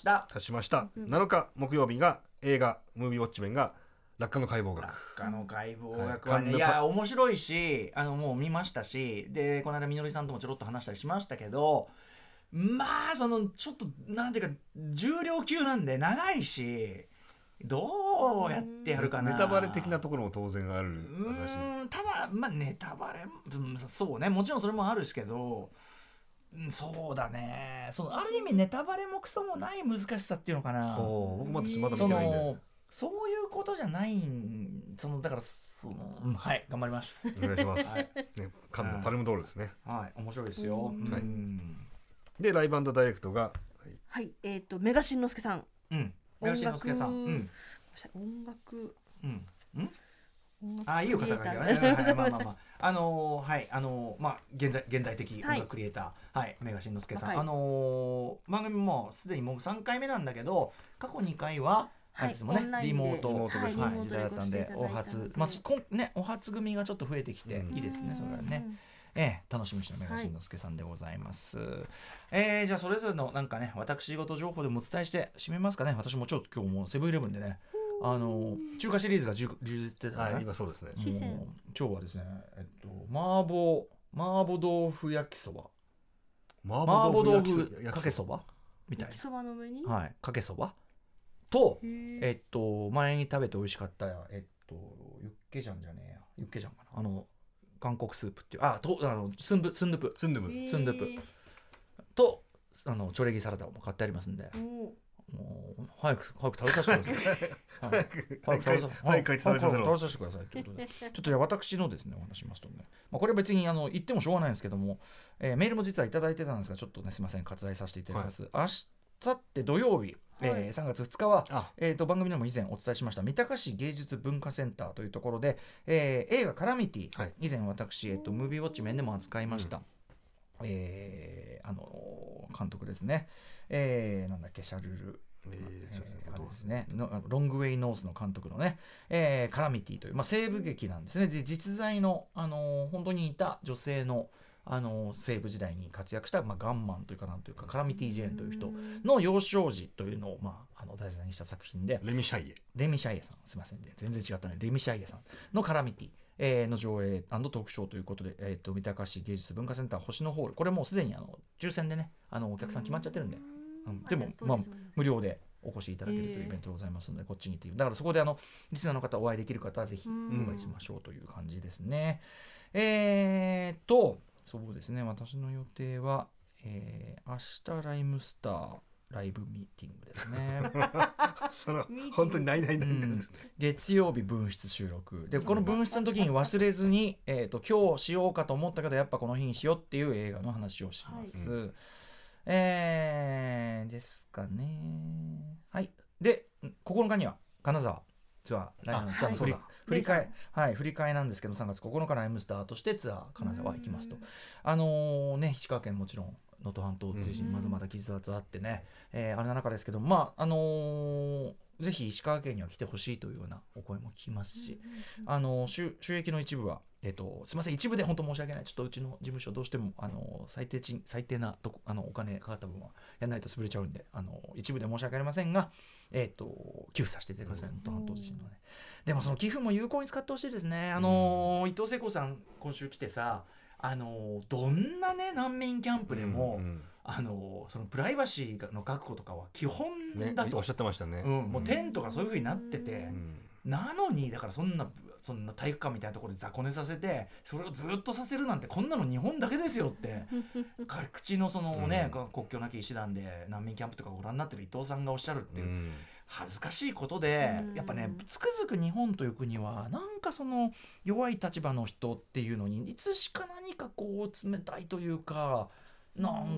7日木曜日が映画ムービーウォッチメンが落下の解剖学。 落下の解剖学はね、いや面白いし、もう見ましたし、でこの間みのりさんともちょろっと話したりしましたけど、そのちょっとなんていうか重量級なんで長いし、どうやってやるかな。 ネタバレ的なところも当然ある話です。 ただネタバレ、そうね、もちろんそれもあるしけど、そうだね、ある意味ネタバレもクソもない難しさっていうのかな。 僕まだ見てないんで、 そういうことじゃないだからはい頑張ります。 お願いします。カンヌパルムドールですね。 面白いですよ。 でライブ&ダイレクトがメガシンのすけさん。 メガシンのすけさん。 音楽。 いいよ肩書きはね。現代的音楽クリエイター、メガシンのすけさん。番組もすでにもう3回目なんだけど、過去2回はですもんね、リモート時代だったんで、お初組がちょっと増えてきていいですね、それはね。楽しみにしてメガシンのすけさんでございます。じゃあそれぞれのなんかね、私事情報でもお伝えして締めますかね。私もちょっと今日もセブンイレブンでね、中華シリーズが充実してたね。 今そうですね。 今日はですね、麻婆豆腐焼きそば、麻婆豆腐かけそばみたいな、 そばの上にかけそばと、前に食べて美味しかったユッケジャンじゃねえや、ユッケジャンかな、韓国スープっていうスンドゥプとチョレギサラダも買ってありますんで、もう早く食べさせてください。早く食べさせてくださいということで、ちょっとじゃあ私のですねお話しますとね、これは別に言ってもしょうがないんですけども、メールも実はいただいてたんですが、ちょっとねすいません割愛させていただきます。明日って土曜日、3月2日は、番組でも以前お伝えしました三鷹市芸術文化センターというところで、映画カラミティ、以前私、ムービーウォッチメンでも扱いました、監督ですね、なんだっけ、シャルルあれですね、ロングウェイノースの監督のね、カラミティという、西部劇なんですね。で実在の、本当にいた女性の西部時代に活躍した、ガンマンというかなんというかカラミティ・ジェーンという人の幼少時というのを、題材にした作品で、 レミシャイエさん、すいませんね、全然違ったね、レミシャイエさんのカラミティの上映&トークショーということで、三鷹市芸術文化センター星野ホール、これもうすでに抽選でねお客さん決まっちゃってるんで、でも無料でお越しいただけるというイベントでございますので、こっちにっていう、だからそこでリスナーの方お会いできる方はぜひお会いしましょうという感じですね。そうですね、私の予定は、明日ライムスターライブミーティングですね。 その本当にない月曜日分室収録で、この分室の時に忘れずに、今日しようかと思ったけどやっぱこの日にしようっていう映画の話をします、ですかね。はい。で9日には金沢ツアー振り替えなんですけど、3月9日ライムスターとしてツアー金沢行きますと。石川県もちろん能登半島地震まだ傷跡あってね、あれな中ですけど、ぜひ石川県には来てほしいというようなお声も聞きますし、収益の一部は、すいません、一部で本当申し訳ない、ちょっとうちの事務所どうしても最低なとこお金かかった分はやらないと潰れちゃうんで、一部で申し訳ありませんが、寄付させていただきますね、能登半島地震のね。でもその寄付も有効に使ってほしいですね。伊藤聖子さん今週来てさ、どんなね難民キャンプでも、そのプライバシーの確保とかは基本だと、 おっしゃってましたね。 もうテントがそういう風になってて、なのにだからそんな体育館みたいなところで雑魚寝させてそれをずっとさせるなんて、こんなの日本だけですよって各地のそのね、国境なき医師団で難民キャンプとかご覧になってる伊藤さんがおっしゃるっていう、恥ずかしいことで、やっぱねつくづく日本という国はなんかその弱い立場の人っていうのにいつしか何かこう冷たいというか、なん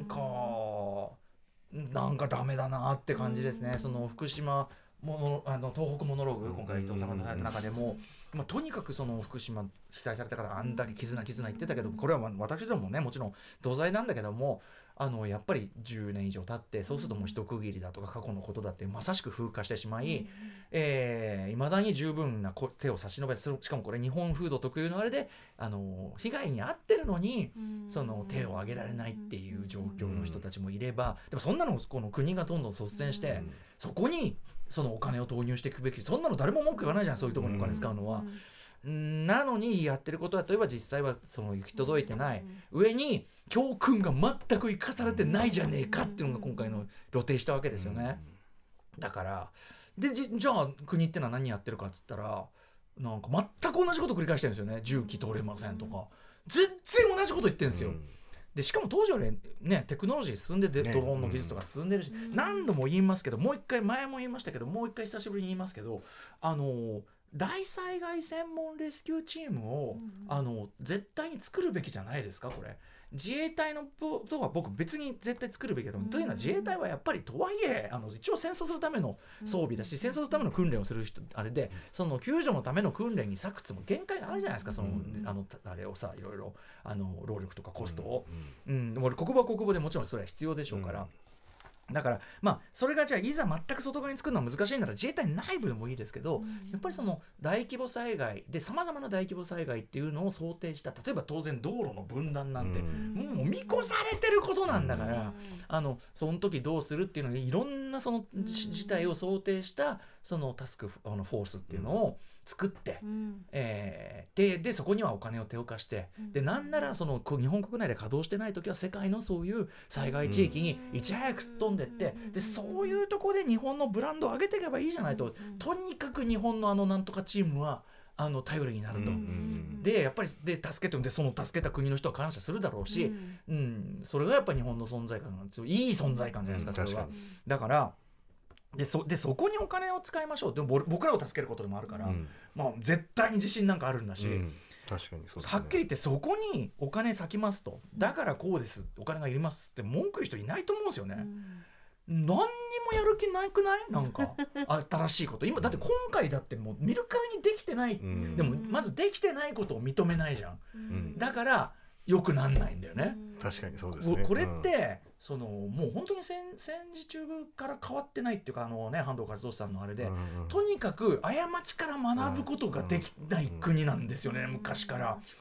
かダメだなって感じですね。その福島東北モノローグ、今回伊藤さんがされた中でも、とにかくその福島被災された方があんだけ絆言ってたけど、これは私どもねもちろん同罪なんだけども、やっぱり10年以上経ってそうするともう一区切りだとか過去のことだってまさしく風化してしまい、未だに十分な手を差し伸べて、しかもこれ日本風土特有のあれで被害に遭ってるのにその手を挙げられないっていう状況の人たちもいれば、でもそんなのこの国がどんどん率先してそこにそのお金を投入していくべき、そんなの誰も文句言わないじゃん、そういうところにお金使うのは。なのにやってることは例えば実際はその行き届いてない上に教訓が全く生かされてないじゃねえかっていうのが今回の露呈したわけですよね。だからじゃあ国ってのは何やってるかっつったら、なんか全く同じこと繰り返してるんですよね。重機取れませんとか全然同じこと言ってるんですよ。でしかも当時よりねテクノロジー進んでドローンの技術とか進んでるし、何度も言いますけど、もう一回前も言いましたけどもう一回久しぶりに言いますけど、大災害専門レスキューチームを、絶対に作るべきじゃないですか。これ自衛隊のことは僕別に絶対作るべきだと思う。というのは自衛隊はやっぱりとはいえ一応戦争するための装備だし、戦争するための訓練をする人あれで、その救助のための訓練に割くつも限界があるじゃないですか。そのあれをさ、いろいろ労力とかコストを、国防は国防でもちろんそれは必要でしょうから、だからそれがじゃあいざ全く外側に作るのは難しいなら自衛隊内部でもいいですけど、やっぱりその大規模災害でさまざまな大規模災害っていうのを想定した、例えば当然道路の分断なんてもう見越されてることなんだから、その時どうするっていうのにいろんなその事態を想定したそのタスクフォースっていうのを作って、でそこにはお金を手を貸して、でなんならその日本国内で稼働してない時は世界のそういう災害地域にいち早くすっ飛んでって、でそういうところで日本のブランドを上げていけばいいじゃないと。とにかく日本のなんとかチームは頼りになると、でやっぱりで助けて、でその助けた国の人は感謝するだろうし、それがやっぱり日本の存在感なんですよ。いい存在感じゃないですか、それは。だからそこにお金を使いましょう。でも僕らを助けることでもあるから、絶対に自信なんかあるんだし、 確かにそうですね。 はっきり言ってそこにお金割きますと、だからこうです、お金がいりますって文句言う人いないと思うんですよね。何にもやる気なくない？なんか新しいこと今だって今回だってもう見るからにできてない、でもまずできてないことを認めないじゃん、だから良くなんないんだよね。 確かにそうですね。 これって、もう本当に戦時中から変わってないっていうか、半藤和俊さんのあれで、とにかく過ちから学ぶことができない国なんですよね、昔から。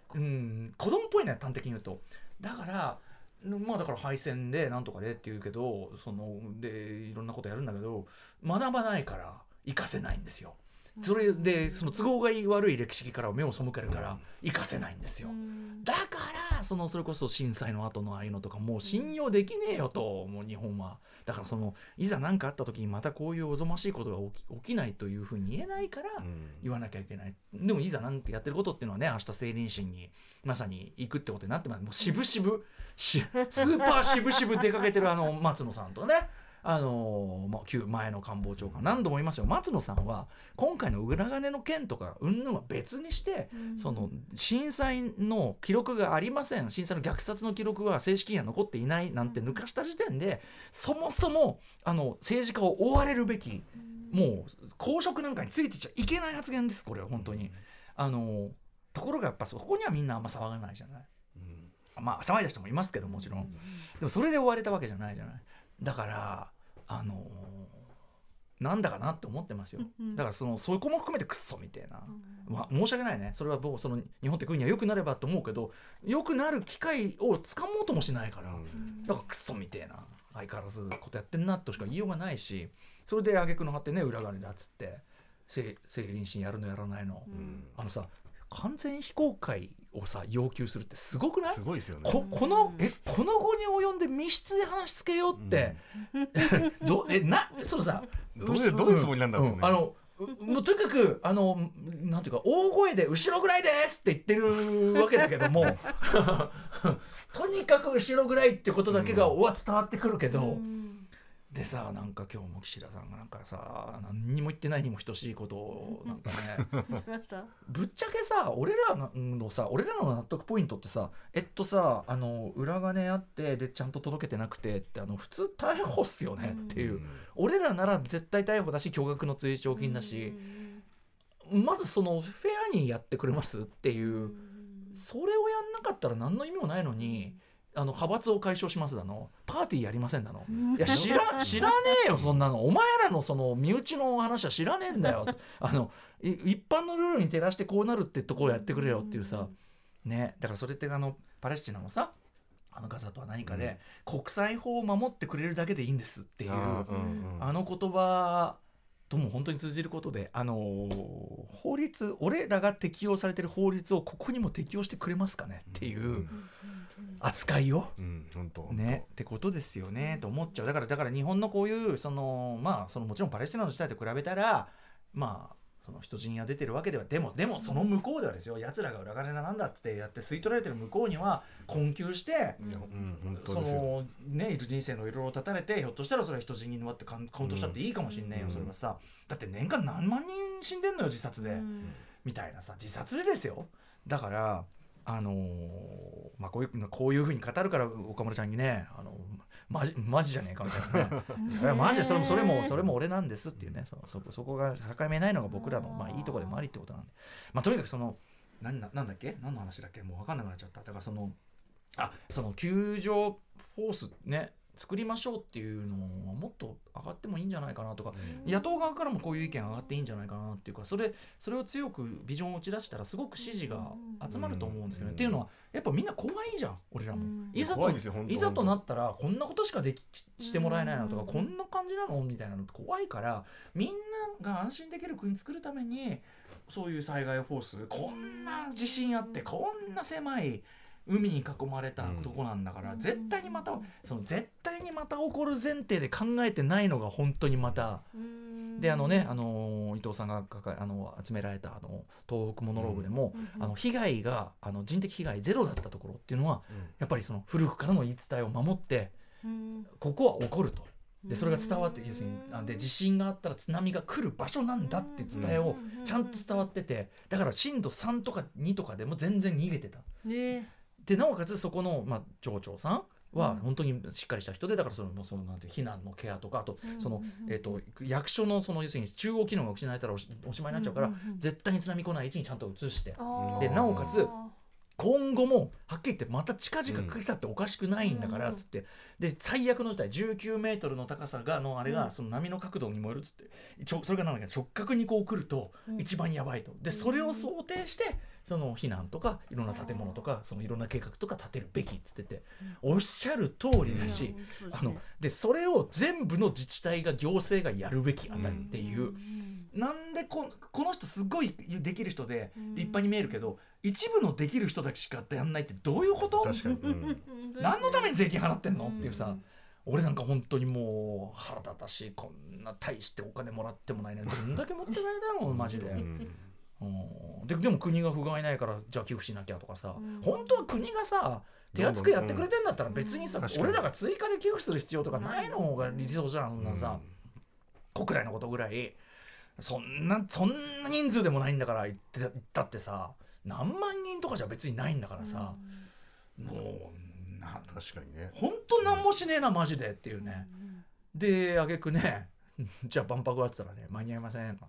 子供っぽいね端的に言うと。だからまあだから敗戦でなんとかでって言うけどでいろんなことやるんだけど学ばないから活かせないんですよ。それでその都合が悪い歴史から目を背けるから活かせないんですよ。だからそれこそ震災の後のああいうのとかもう信用できねえよと、もう日本は。だからいざ何かあった時にまたこういうおぞましいことが起きないというふうに言えないから言わなきゃいけない。でもいざ何かやってることっていうのはね、明日成人式にまさに行くってことになってます。もう渋々スーパー渋々出かけてる松野さんとね、旧前の官房長官、何度も言いますよ、松野さんは今回の裏金の件とか云々は別にして、震災の記録がありません、震災の虐殺の記録は正式には残っていないなんて抜かした時点で、そもそも政治家を追われるべき、もう公職なんかについてちゃいけない発言です、これは本当に。ところがやっぱそこにはみんなあんま騒がないじゃない。まあ騒いだ人もいますけどもちろん、でもそれで追われたわけじゃないじゃない。だからなんだかなって思ってますよ。だからそうこも含めてクッソみたいな、申し訳ないね、それはもう日本って国は良くなればと思うけど、良くなる機会をつかもうともしないから、だからクッソみたいな相変わらずことやってんなとしか言いようがないし、それで挙句の果てね、裏金だっつって成人式やるのやらないの、完全非公開を要求するってすごくない？ すごいですよね。 この後に及んで密室で話つけようって、どういうつもりなんだろうね。 もうとにかくなんていうか大声で後ろぐらいですって言ってるわけだけどもとにかく後ろぐらいってことだけが伝わってくるけど、でさ、なんか今日も岸田さんがなんかさ、何にも言ってないにも等しいことをなんかねぶっちゃけさ、俺らの納得ポイントってさ、裏金あってでちゃんと届けてなくてって普通逮捕っすよねっていう、俺らなら絶対逮捕だし、巨額の追徴金だし、まずフェアにやってくれますっていう、それをやんなかったら何の意味もないのに、派閥を解消しますだの、パーティーやりませんだの、いや知らねえよそんなの、お前らの身内の話は知らねえんだよ一般のルールに照らしてこうなるってところをやってくれよっていうさ、ね、だからそれってパレスチナのさガザとは何かで、国際法を守ってくれるだけでいいんですっていう、言葉とも本当に通じることで、法律、俺らが適用されてる法律をここにも適用してくれますかねっていう扱いを、ねってことですよねと思っちゃう。だから日本のこういうもちろんパレスチナの事態と比べたら人質が出てるわけでは、でもその向こうではですよ、奴らが裏金なんだってやって吸い取られてる向こうには困窮して、いる人生のいろいろ断たれて、ひょっとしたらそれは人質になってカウントしたっていいかもしんねえよ、それはさ。だって年間何万人死んでんのよ自殺で、みたいなさ、自殺でですよ。だからこういう風に語るから岡村ちゃんにね、マジじゃねえかみたいなねいやマジでそれも俺なんですっていうね、そこが境目ないのが僕らのいいところでもありってことなんで、とにかくなんだっけ、何の話だっけ、もう分かんなくなっちゃった。だから救助フォースね作りましょうっていうのはもっと上がってもいいんじゃないかなとか、野党側からもこういう意見上がっていいんじゃないかなっていうか、それを強くビジョンを打ち出したらすごく支持が集まると思うんですけどね。っていうのはやっぱみんな怖いじゃん、俺らも。いざとなったらこんなことしかしてもらえないのとか、こんな感じなのみたいなのって怖いから、みんなが安心できる国作るためにそういう災害フォース、こんな地震あってこんな狭い海に囲まれたとこなんだから、絶対にまた起こる前提で考えてないのが本当にまたで、伊藤さんが集められた東北モノローグでも、被害が人的被害ゼロだったところっていうのは、やっぱり古くからの言い伝えを守って、ここは起こると。でそれが伝わって、要するにで地震があったら津波が来る場所なんだっていう伝えをちゃんと伝わってて、だから震度3とか2とかでも全然逃げてた。でなおかつそこの、町長さんは本当にしっかりした人で、だからなんて避難のケアとか、あと役所の要するに中央機能が失われたらおしまいになっちゃうから、絶対に津波来ない位置にちゃんと移して、でなおかつ今後もはっきり言ってまた近々来たっておかしくないんだからっつって、で最悪の事態19メートルの高さがのあれがその波の角度にもよるっつって、それがなんだけど直角にこう来ると一番やばいと。でそれを想定してその避難とかいろんな建物とかそのいろんな計画とか立てるべきっつってて、おっしゃる通りだし、でそれを全部の自治体が行政がやるべきあたりっていう、なんでこの人すごいできる人で立派に見えるけど、一部のできる人だけしかやんないってどういうこと？ 確かに、 何のために税金払ってんのっていうさ、俺なんか本当にもう腹立たしい、こんな大してお金もらってもないのにどんだけ持ってないだろうマジで。でも国が不甲斐ないからじゃあ寄付しなきゃとかさ、本当は国がさ手厚くやってくれてんだったら別にさ、俺らが追加で寄付する必要とかないのが理想じゃん。さ国内のことぐらいそんな人数でもないんだから言ったってさ、何万人とかじゃ別にないんだからさ、もう確かにね、 本当なんもしねえなマジでっていうね。で挙句ねじゃあ万博はって言ったらね間に合いません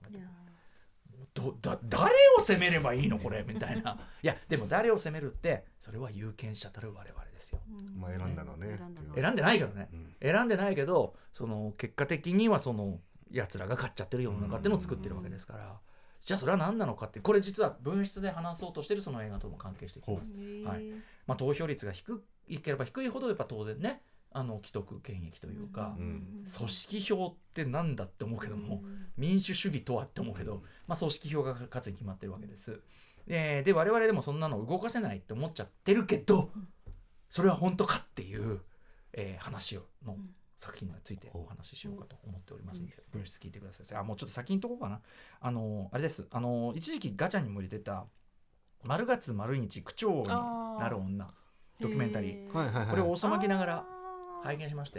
誰を責めればいいのこれみたいな。いやでも誰を責めるってそれは有権者たる我々ですよ。 まあ選んだのね、 選んでないけどね、選んでないけどその結果的にはそのやつらが勝っちゃってる世の中っていうのを作ってるわけですから、じゃあそれは何なのかって、これ実は分室で話そうとしてるその映画とも関係してきます。投票率が低ければ低いほどやっぱ当然ね既得権益というか、組織票ってなんだって思うけども、民主主義とはって思うけど、組織票が勝つに決まってるわけです。で我々でもそんなの動かせないって思っちゃってるけど、それは本当かっていう、話の作品についてお話ししようかと思っておりますので、分室聞いてください。もうちょっと先にとこうかな。あれです、一時期ガチャにも入れてた丸月丸日区長になる女ドキュメンタリー、これを遅まきながら拝見しまして、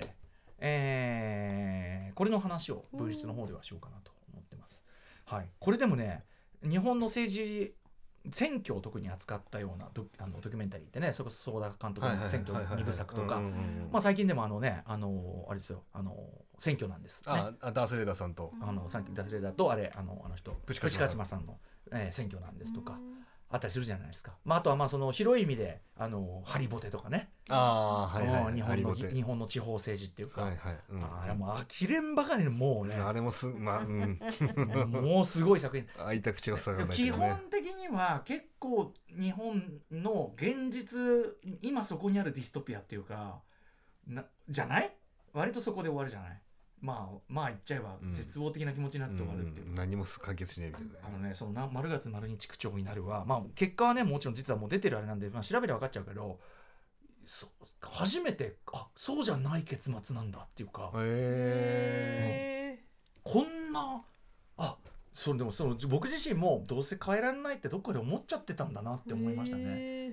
これの話を分室の方ではしようかなと思ってます。これでもね、日本の政治選挙を特に扱ったようなドキュメンタリーってね、それこそ相田監督の選挙2部作とか、最近でもあれですよ、選挙なんです、ね、 ダースレーダーさんとダースレーダーとあの人プチカチマさんの、選挙なんですとかあったりするじゃないですか。あとはその広い意味でハリボテとかね、日本の地方政治っていうか、あれもう呆れんばかりのもうね、 あれももうすごい作品。 開いた口が塞がない、 基本的には結構日本の現実今そこにあるディストピアっていうかじゃない？割とそこで終わるじゃない。言っちゃえば絶望的な気持ちになって終わるっていう、 何も解決しないみたいな、 その丸月丸日区長になるは、結果はねもちろん実はもう出てるあれなんで、調べれば分かっちゃうけど、初めてそうじゃない結末なんだっていうか、こんなでも僕自身もどうせ変えられないってどっかで思っちゃってたんだなって思いましたね。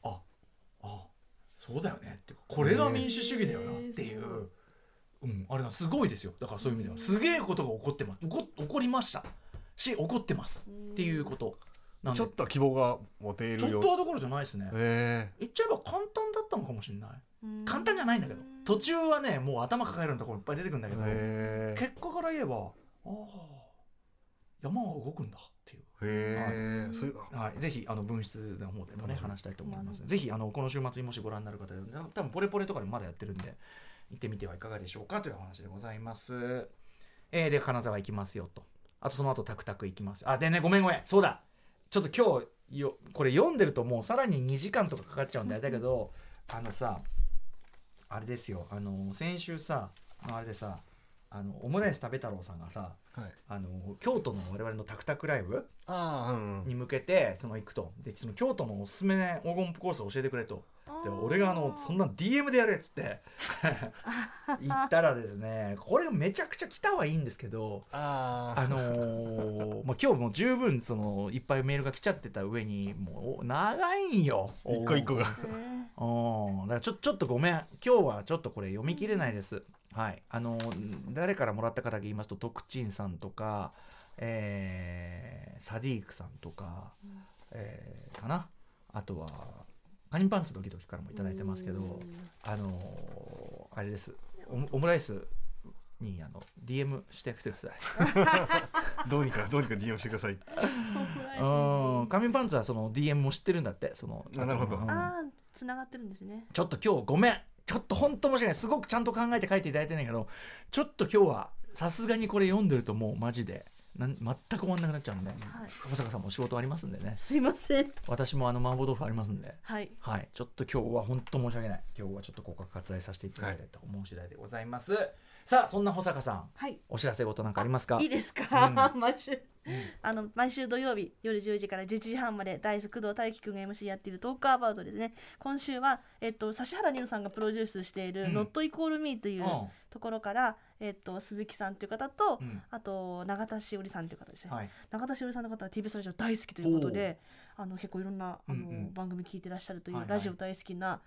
そうだよねっていうか、これが民主主義だよなっていう、あれすごいですよ。だからそういう意味ではすげえことが起こってます。起こりましたし起こってますっていうことなんで、 ちょっと希望が持てるよ。 ちょっとはどころじゃないですね。言っちゃえば簡単だったのかもしれない。簡単じゃないんだけど、途中はねもう頭抱えるところいっぱい出てくるんだけど、結果から言えば山は動くんだっていう。ぜひ分室の方でもね話したいと思います。ぜひこの週末にもしご覧になる方で、多分ポレポレとかでもまだやってるんで行ってみてはいかがでしょうかというお話でございます。で金沢行きますよと、あとその後タクタク行きますよ。でね、ごめんそうだ、ちょっと今日これ読んでるともうさらに2時間とかかかっちゃうんだけど、あれですよ、先週さあれでさオムライス食べ太郎さんがさ、京都の我々のタクタクライブに向けて行くと、でその京都のおすすめ黄金コースを教えてくれと。で俺がそんな DM でやれっつって言ったらですね、これめちゃくちゃ来たはいいんですけど、今日も十分いっぱいメールが来ちゃってた上にもう長いんよ一個一個がだからちょっとごめん、今日はちょっとこれ読み切れないです。誰からもらったかだけ言いますと、徳珍さんとか、サディークさんとか、かな、あとはカニパンツドキドキからもいただいてますけど、あれです、オムライスにDM してくださいどうにか DM してくださいこ紙パンツはその DM も知ってるんだって。そのなるほど、 つながってるんですね。 ちょっと今日ごめん、ちょっと本当申し訳ない、すごくちゃんと考えて書いていただいてないけど、ちょっと今日はさすがにこれ読んでるともうマジで全く終わんなくなっちゃうんで、保坂さんも仕事ありますんでね。 すいません。 私も麻婆豆腐ありますんで、 はい、 ちょっと今日は本当申し訳ない、今日はちょっとここは割愛させていただきたいと思う次第でございます。さあそんな保坂さん、お知らせ事なんかありますか？ いいですか？毎週土曜日夜10時から11時半まで大工藤大輝くんが MC やっているトークアバウトですね。今週は、指原莉乃さんがプロデュースしている Not Equal Me というところから、鈴木さんという方と、あと永田しおりさんという方ですね、永田しおりさんの方は TBS ラジオ大好きということで、結構いろんな番組聞いてらっしゃるというラジオ大好きな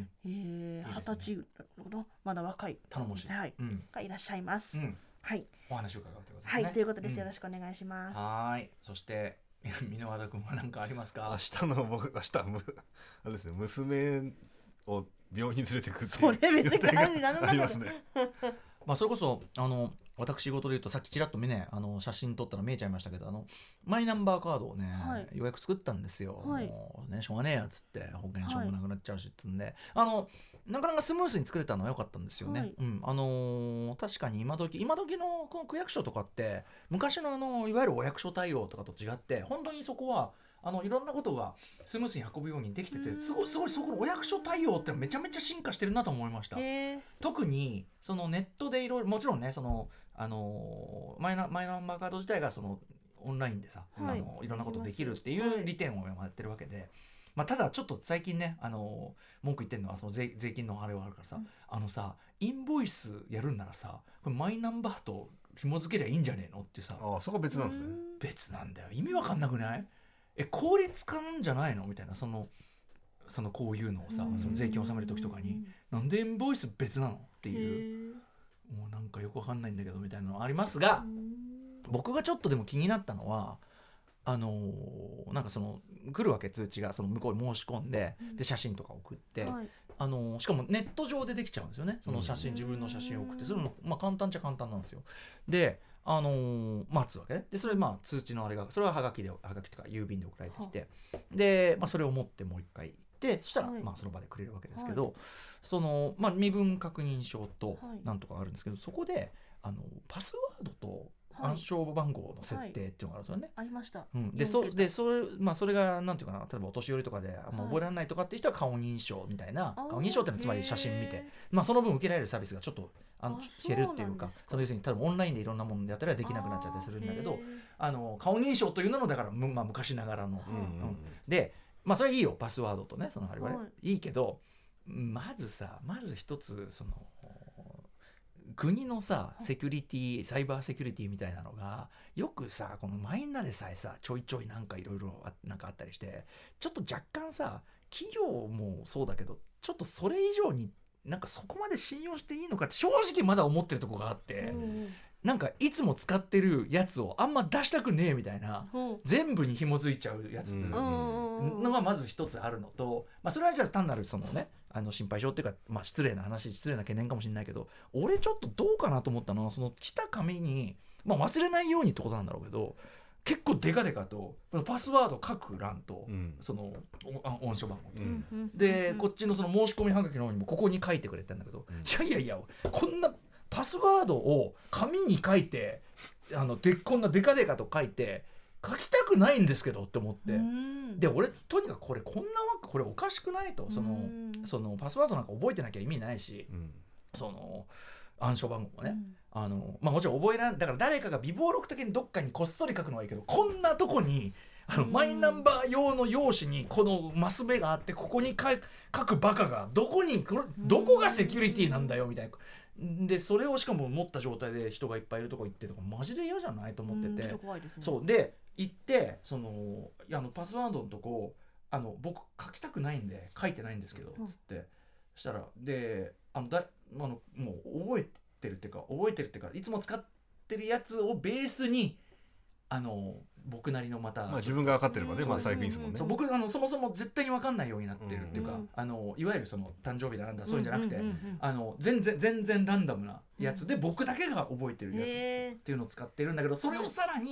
20歳のまだ若い頼もしい、 がいらっしゃいます。 お話を伺うということですね。 ということです。よろしくお願いします。 はい。そして箕輪田君は何かありますか？ 明日はあれですね、娘を病院に連れてくっていうそれ別にありますね。 それこそ私事で言うと、さっきちらっとね写真撮ったら見えちゃいましたけど、マイナンバーカードをね、ようやく作ったんですよ。もうねしょうがねえやつって、保険証もなくなっちゃうしっつんで、なかなかスムースに作れたのは良かったんですよね。確かに今時のこの区役所とかって昔のいわゆるお役所対応とかと違って、本当にそこはいろんなことがスムーズに運ぶようにできてて、すごいそこのお役所対応ってめちゃめちゃ進化してるなと思いました。特にそのネットでいろいろ、もちろんね、そのマイナンバーカード自体がそのオンラインでさ、いろんなことできるっていう利点をやってるわけで、ただちょっと最近ね文句言ってるのはその税金のあれはあるからさ、インボイスやるんならさ、これマイナンバーと紐付けりゃいいんじゃねえのっていうさ。 そこ別なんですね。 別なんだよ。意味わかんなくない？効率化なんじゃないのみたいな、そのこういうのをさ、その税金を納める時とかになんでインボイス別なのっていう、もうなんかよくわかんないんだけどみたいなのありますが、僕がちょっとでも気になったのはなんかその来るわけ、通知がその向こうに申し込んで、で写真とか送って、しかもネット上でできちゃうんですよね。その写真、自分の写真を送って、それも簡単っちゃ簡単なんですよ。で待つわけね。でそれ通知のあれが、それははがきとか郵便で送られてきて、で、それを持ってもう一回行って、そしたらその場でくれるわけですけど、その身分確認証となんとかあるんですけど、そこでパスワードと暗証番号の設定っていうのがあるんですよね。 ありました。 それがなんていうかな、例えばお年寄りとかでもう覚えられないとかっていう人は顔認証みたいな、顔認証ってのはつまり写真見て、その分受けられるサービスがちょっと減るっていうか、その要するに多分オンラインでいろんなものやったらできなくなっちゃったりするんだけど、顔認証というのだから昔ながらの、でそれはいいよ、パスワードとね、そのあれはね、いいけど、まず一つその国のさセキュリティ、サイバーセキュリティみたいなのがよくさ、このマイナでさえさちょいちょいなんかいろいろなんかあったりして、ちょっと若干さ、企業もそうだけどちょっとそれ以上になんかそこまで信用していいのかって正直まだ思ってるとこがあって、なんかいつも使ってるやつをあんま出したくねえみたいな、全部に紐づいちゃうやつのがまず一つあるのと、それはじゃあ単なるそのね心配性っていうか、失礼な懸念かもしれないけど、俺ちょっとどうかなと思ったのは、その来た紙に、忘れないようにってことなんだろうけど、結構デカデカとパスワード書く欄と、その暗証番号と、でこっちのその申し込みはがきの方にもここに書いてくれてんだけど、いやこんなパスワードを紙に書いてこんなデカデカと書いて書きたくないんですけどって思って、で俺とにかくこれこれおかしくないと、そのパスワードなんか覚えてなきゃ意味ないし、その暗証番号もね、もちろん覚えられない、だから誰かが備忘録的にどっかにこっそり書くのはいいけど、こんなとこにマイナンバー用の用紙にこのマス目があって、ここに書くバカがどこがセキュリティなんだよみたいな。でそれをしかも持った状態で人がいっぱいいるとこ行ってとかマジで嫌じゃないと思ってて、そうで行ってパスワードのとこ僕書きたくないんで書いてないんですけどつってしたら、でもう覚えてるっていうかいつも使ってるやつをベースに僕なりのまた、 自分が分かってればね、最近ですもんね。 そう僕そもそも絶対に分かんないようになってるっていうか、いわゆるその誕生日だなんだそういうんじゃなくて、全然ランダムなやつで僕だけが覚えてるやつっていうのを使ってるんだけど、それをさらに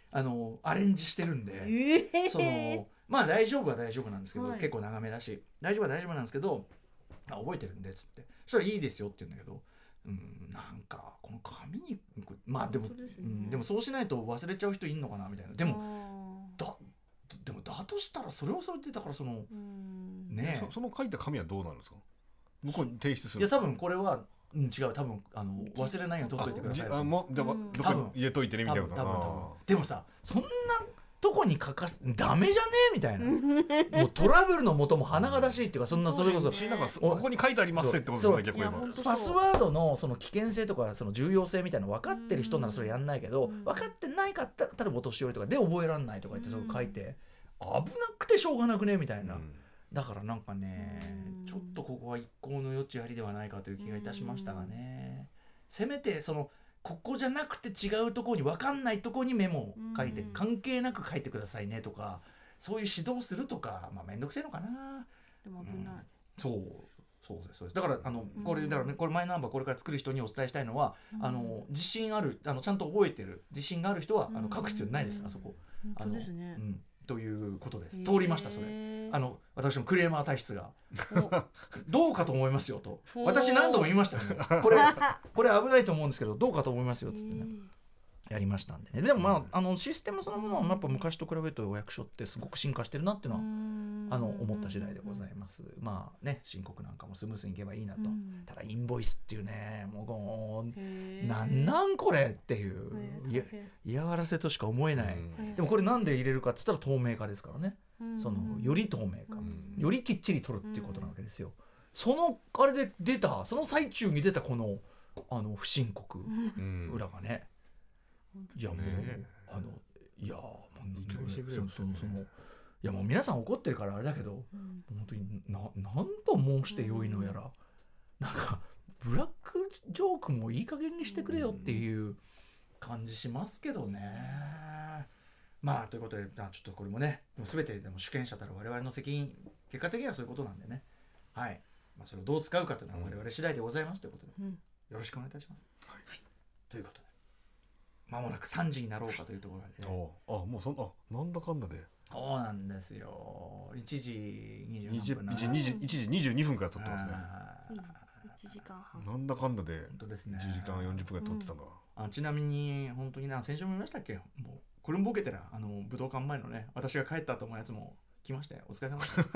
アレンジしてるんで、そのまあ大丈夫は大丈夫なんですけど、結構長めだし大丈夫は大丈夫なんですけど、覚えてるんでっつってそれはいいですよって言うんだけど、なんかこの紙にまあでも、でもそうしないと忘れちゃう人いんのかなみたいな。でもだとしたらそれはそれでだからそのねその書いた紙はどうなるんですか？向こうに提出する。 いや多分これは違う、多分忘れないように取っといてください。 もうどっかに入れといてねみたいなこと。 多分でもさ、そんなとこに書かすダメじゃねえみたいなもうトラブルの元も鼻が出しいっていうか、そんなそれこそここに書いてありますってことですね。逆にパスワードのその危険性とかその重要性みたいなの分かってる人ならそれやんないけど、分かってないかったら例えばお年寄りとかで覚えらんないとか言ってそれ書いて危なくてしょうがなくねみたいな。だからなんかね、ちょっとここは一向の余地ありではないかという気がいたしましたがね。せめてそのここじゃなくて違うところに分かんないところにメモを書いて関係なく書いてくださいねとか、そういう指導するとか、まあ面倒くせえのかな。 でも危ない。 そうですだからこれだからね、これマイナンバーこれから作る人にお伝えしたいのは、自信あるちゃんと覚えてる自信がある人は書く必要ないです、あそこ。 本当ですね。 ということです。通りましたそれ。私もクレーマー体質がどうかと思いますよと私何度も言いましたよね。これ危ないと思うんですけどどうかと思いますよっつってね。やりましたんでね。でもまあシステムそのものはやっぱ昔と比べるとお役所ってすごく進化してるなっていうのは思った次第でございます。まあね、申告なんかもスムーズにいけばいいなと。ただインボイスっていうね、もうなんこれっていう嫌がらせとしか思えない。でもこれなんで入れるかっつったら透明化ですからね。そのより透明化、よりきっちり取るっていうことなわけですよ。そのあれで出たその最中に出たこの不申告裏がね。いやもういやもう皆さん怒ってるからあれだけど、本当になんと申してよいのやら、なんかブラックジョークもいい加減にしてくれよっていう感じしますけどね。まあということでちょっとこれもね全てでも主権者たる我々の責任、結果的にはそういうことなんでね、はい、まあ、それをどう使うかというのは我々次第でございますということで、よろしくお願いいたします。ということでまもなく3時になろうかというところで、ね、 もうなんだかんだでそうなんですよ。1時27分 1時22分から撮ってますね。 1時間半なんだかんだで本当ですね、 1時間40分から撮ってたんだ。 ちなみに本当に先週も言いましたっけ、もうこれもボケてら武道館前のね私が帰ったと思うやつも来ましたよ。お疲れ様でした。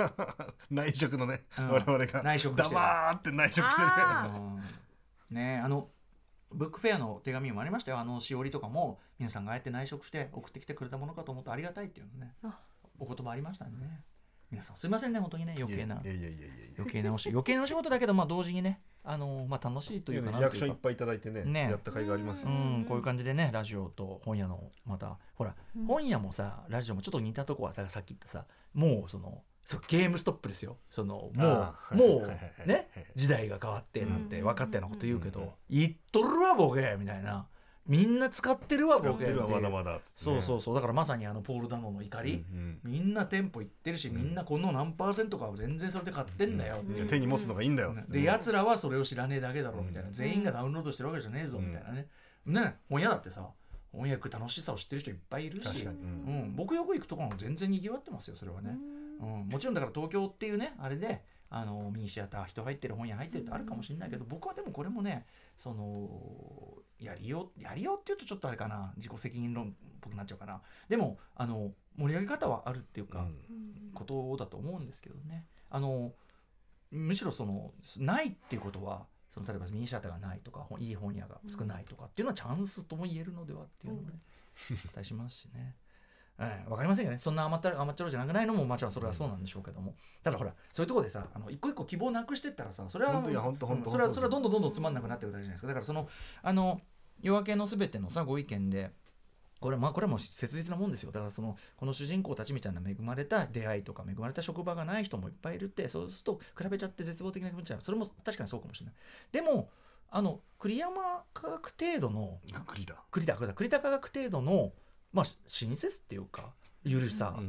内職のね、我々が内職して黙って内職してるね。ブックフェアの手紙もありましたよ。しおりとかも皆さんがああやって内職して送ってきてくれたものかと思ってありがたいっていうのね、お言葉ありましたね。皆さんすいませんね本当にね、余計なお仕事だけど、まあ同時にねまあ楽しいというかなというか、 リアクションいっぱいいただいてねやった甲斐がありますよ。 こういう感じでね、ラジオと本屋のまたほら、本屋もさラジオもちょっと似たとこはさっき言ったさ、もうゲームストップですよ。もうね時代が変わってなんて分かったようなこと言うけど、言っとるわボケみたいな、みんな使ってるわボケって、 まだまだ、 そうだからまさにポール・ダノの怒り、みんな店舗行ってるし、みんなこの何%かは全然それで買ってんだよ、 手に持つのがいいんだよ、 で奴らはそれを知らねえだけだろみたいな、全員がダウンロードしてるわけじゃねえぞみたいなね。本屋だってさ、本屋行く楽しさを知ってる人いっぱいいるし、僕よく行くところも全然賑わってますよそれはね。もちろんだから東京っていうねあれでミニシアター人入ってる本屋入ってるってあるかもしれないけど、僕はでもこれもねやりようって言うとちょっとあれかな、自己責任論っぽくなっちゃうかな。でも盛り上げ方はあるっていうか、ことだと思うんですけどね。むしろないっていうことは例えばミニシアターがないとかいい本屋が少ないとかっていうのはチャンスとも言えるのではっていうのをね期待しますしね。わかりませんよね。そんな甘っちょろじゃなくないのももちろんそれはそうなんでしょうけども、ただほらそういうところでさ一個一個希望なくしてったらさ、それは本当それはどんどんつまんなくなっていくだけじゃないですか。だから夜明けのすべてのさご意見でこれも切実なもんですよ。だからこの主人公たちみたいな恵まれた出会いとか恵まれた職場がない人もいっぱいいるって、そうすると比べちゃって絶望的な気持ちになる。それも確かにそうかもしれない。でも栗山科学程度の栗田科学程度のまあ親切っていうかゆるさ、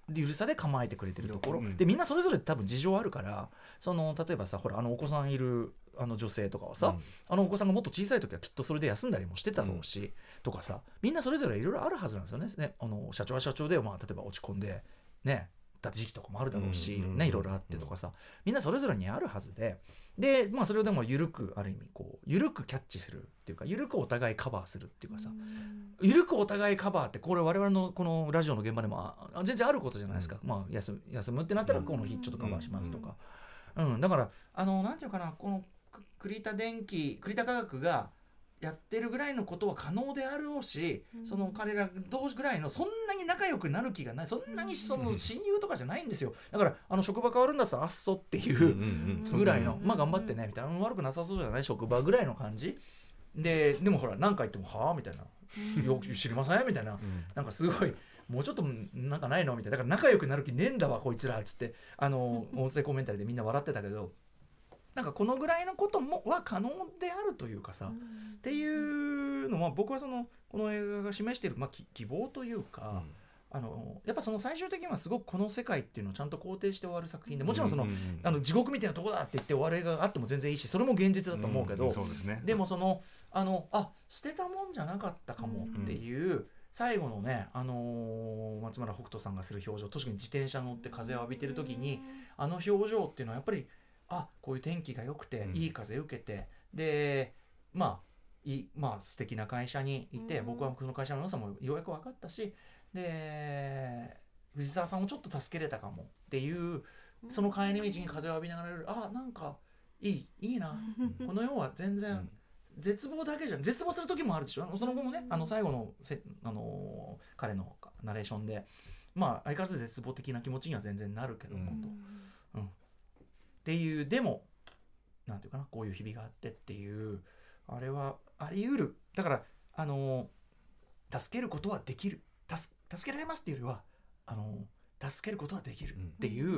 ゆるさで構えてくれてるところ、 うん、 でみんなそれぞれ多分事情あるから、例えばさほらお子さんいる女性とかはさ、お子さんがもっと小さい時はきっとそれで休んだりもしてたろうし、とかさ、みんなそれぞれいろいろあるはずなんですよね。社長は社長で、例えば落ち込んでねだ時期とかもあるだろうし、いろいろあってとかさ、みんなそれぞれにあるはずで、それをでも緩くある意味緩くキャッチするっていうか、緩くお互いカバーするっていうかさ、緩くお互いカバーってこれ我々のこのラジオの現場でも全然あることじゃないですか。休むってなったらこの日ちょっとカバーしますとか、だからなんていうかな、この栗田化学がやってるぐらいのことは可能であろうし、その彼ら同士ぐらいのそんなに仲良くなる気がない、そんなに親友とかじゃないんですよ。だから職場変わるんだったらあっそっていうぐらいの、頑張ってねみたいな、悪くなさそうじゃない職場ぐらいの感じで、でもほら何回言ってもはあみたいな、よく知りませんみたいな、なんかすごいもうちょっとなんかないのみたいな、だから仲良くなる気ねえんだわこいつらっつって音声コメンタリーでみんな笑ってたけど、なんかこのぐらいのことは可能であるというかさ、っていうのは僕はこの映画が示している、希望というか、やっぱ最終的にはすごくこの世界っていうのをちゃんと肯定して終わる作品で、もちろん地獄みたいなとこだって言って終わる映画があっても全然いいし、それも現実だと思うけど、でも捨てたもんじゃなかったかもっていう、最後のね、松村北斗さんがする表情、確かに自転車乗って風を浴びてる時に表情っていうのはやっぱりこういう天気が良くていい風受けて、で素敵な会社にいて、僕はこの会社の良さもようやく分かったし、で藤沢さんをちょっと助けれたかもっていう、その帰り道に風を浴びながらなんかいいなこの世は全然絶望だけじゃん、絶望する時もあるでしょ。その後もね最後の彼のナレーションで相変わらず絶望的な気持ちには全然なるけどもと、っていう、でもなんていうかな、こういう日々があってっていう、あれはあり得る。だから助けることはできる、助けられますっていうよりは助けることはできるっていう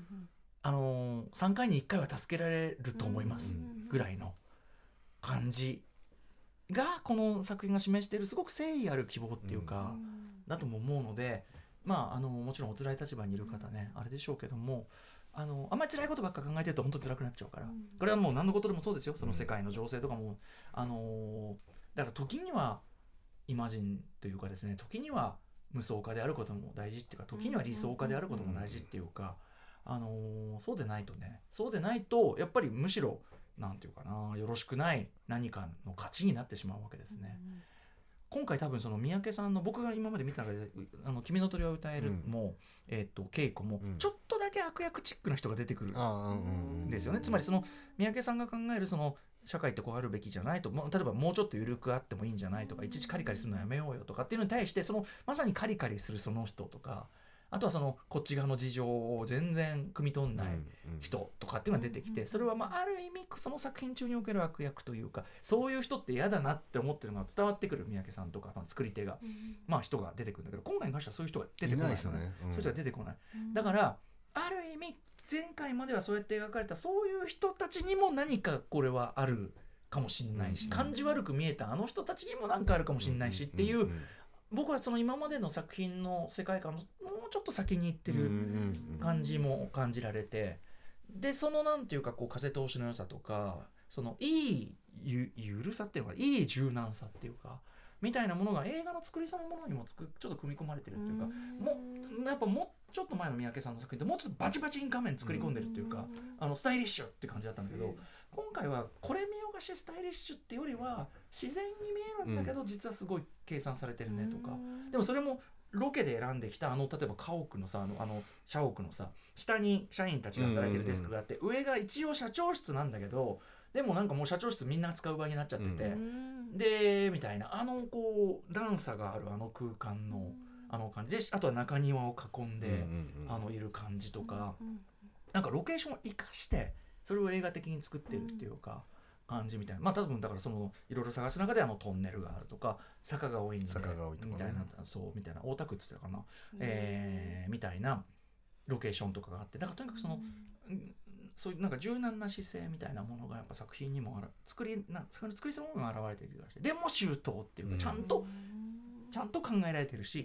、3回に1回は助けられると思いますぐらいの感じがこの作品が示しているすごく誠意ある希望っていうか、だとも思うので、もちろんお辛い立場にいる方ね、あれでしょうけども、あんまり辛いことばっか考えてると本当辛くなっちゃうから、これはもう何のことでもそうですよ。その世界の情勢とかもだから時にはイマジンというかですね、時には無双化であることも大事っていうか、時には理想化であることも大事っていうか、そうでないとやっぱりむしろなんていうかな、よろしくない何かの勝ちになってしまうわけですね。今回多分三宅さんの、僕が今まで見た中で君の鳥は歌えるも、稽古もちょっとだけ悪役チックな人が出てくるんですよね。つまり三宅さんが考える社会ってこうあるべきじゃないと、例えばもうちょっと緩くあってもいいんじゃないとか、いちいちカリカリするのやめようよとかっていうのに対して、まさにカリカリするその人とか、あとはこっち側の事情を全然汲み取んない人とかっていうのが出てきて、それはある意味その作品中における悪役というか、そういう人って嫌だなって思ってるのが伝わってくる三宅さんとか、作り手が、人が出てくるんだけど、今回に関してはそういう人が出てこないですよね。そういう人が出てこない。だからある意味前回まではそうやって描かれたそういう人たちにも何かこれはあるかもしれないし、感じ悪く見えたあの人たちにも何かあるかもしれないしっていう、僕は今までの作品の世界観のもうちょっと先に行ってる感じも感じられて、でなんていうか風通しの良さとか、いいゆるさっていうか、いい柔軟さっていうかみたいなものが映画の作りそのものにもちょっと組み込まれてるっていうか、やっぱもうちょっと前の三宅さんの作品ってもうちょっとバチバチに画面作り込んでるっていうか、スタイリッシュって感じだったんだけど、今回はこれ見よがしスタイリッシュってよりは自然に見えるんだけど、実はすごい計算されてるねとか、でもそれもロケで選んできた例えば家屋のさ社屋のさ、下に社員たちが働いてるデスクがあって、上が一応社長室なんだけど、でもなんかもう社長室みんな使う場合になっちゃってて、でみたいな段差がある空間の感じで、あとは中庭を囲んでいる感じとか、なんかロケーションを生かしてそれを映画的に作ってるっていうか感じみたいな。多分だからいろいろ探す中でトンネルがあるとか坂が多いんでみたいな、そうみたいな、大田区って言ってたかな、みたいなロケーションとかがあって、だからとにかくそういうなんか柔軟な姿勢みたいなものがやっぱ作品にも作りそのものが現れている気がして、でも周到っていうかちゃんと考えられてるし、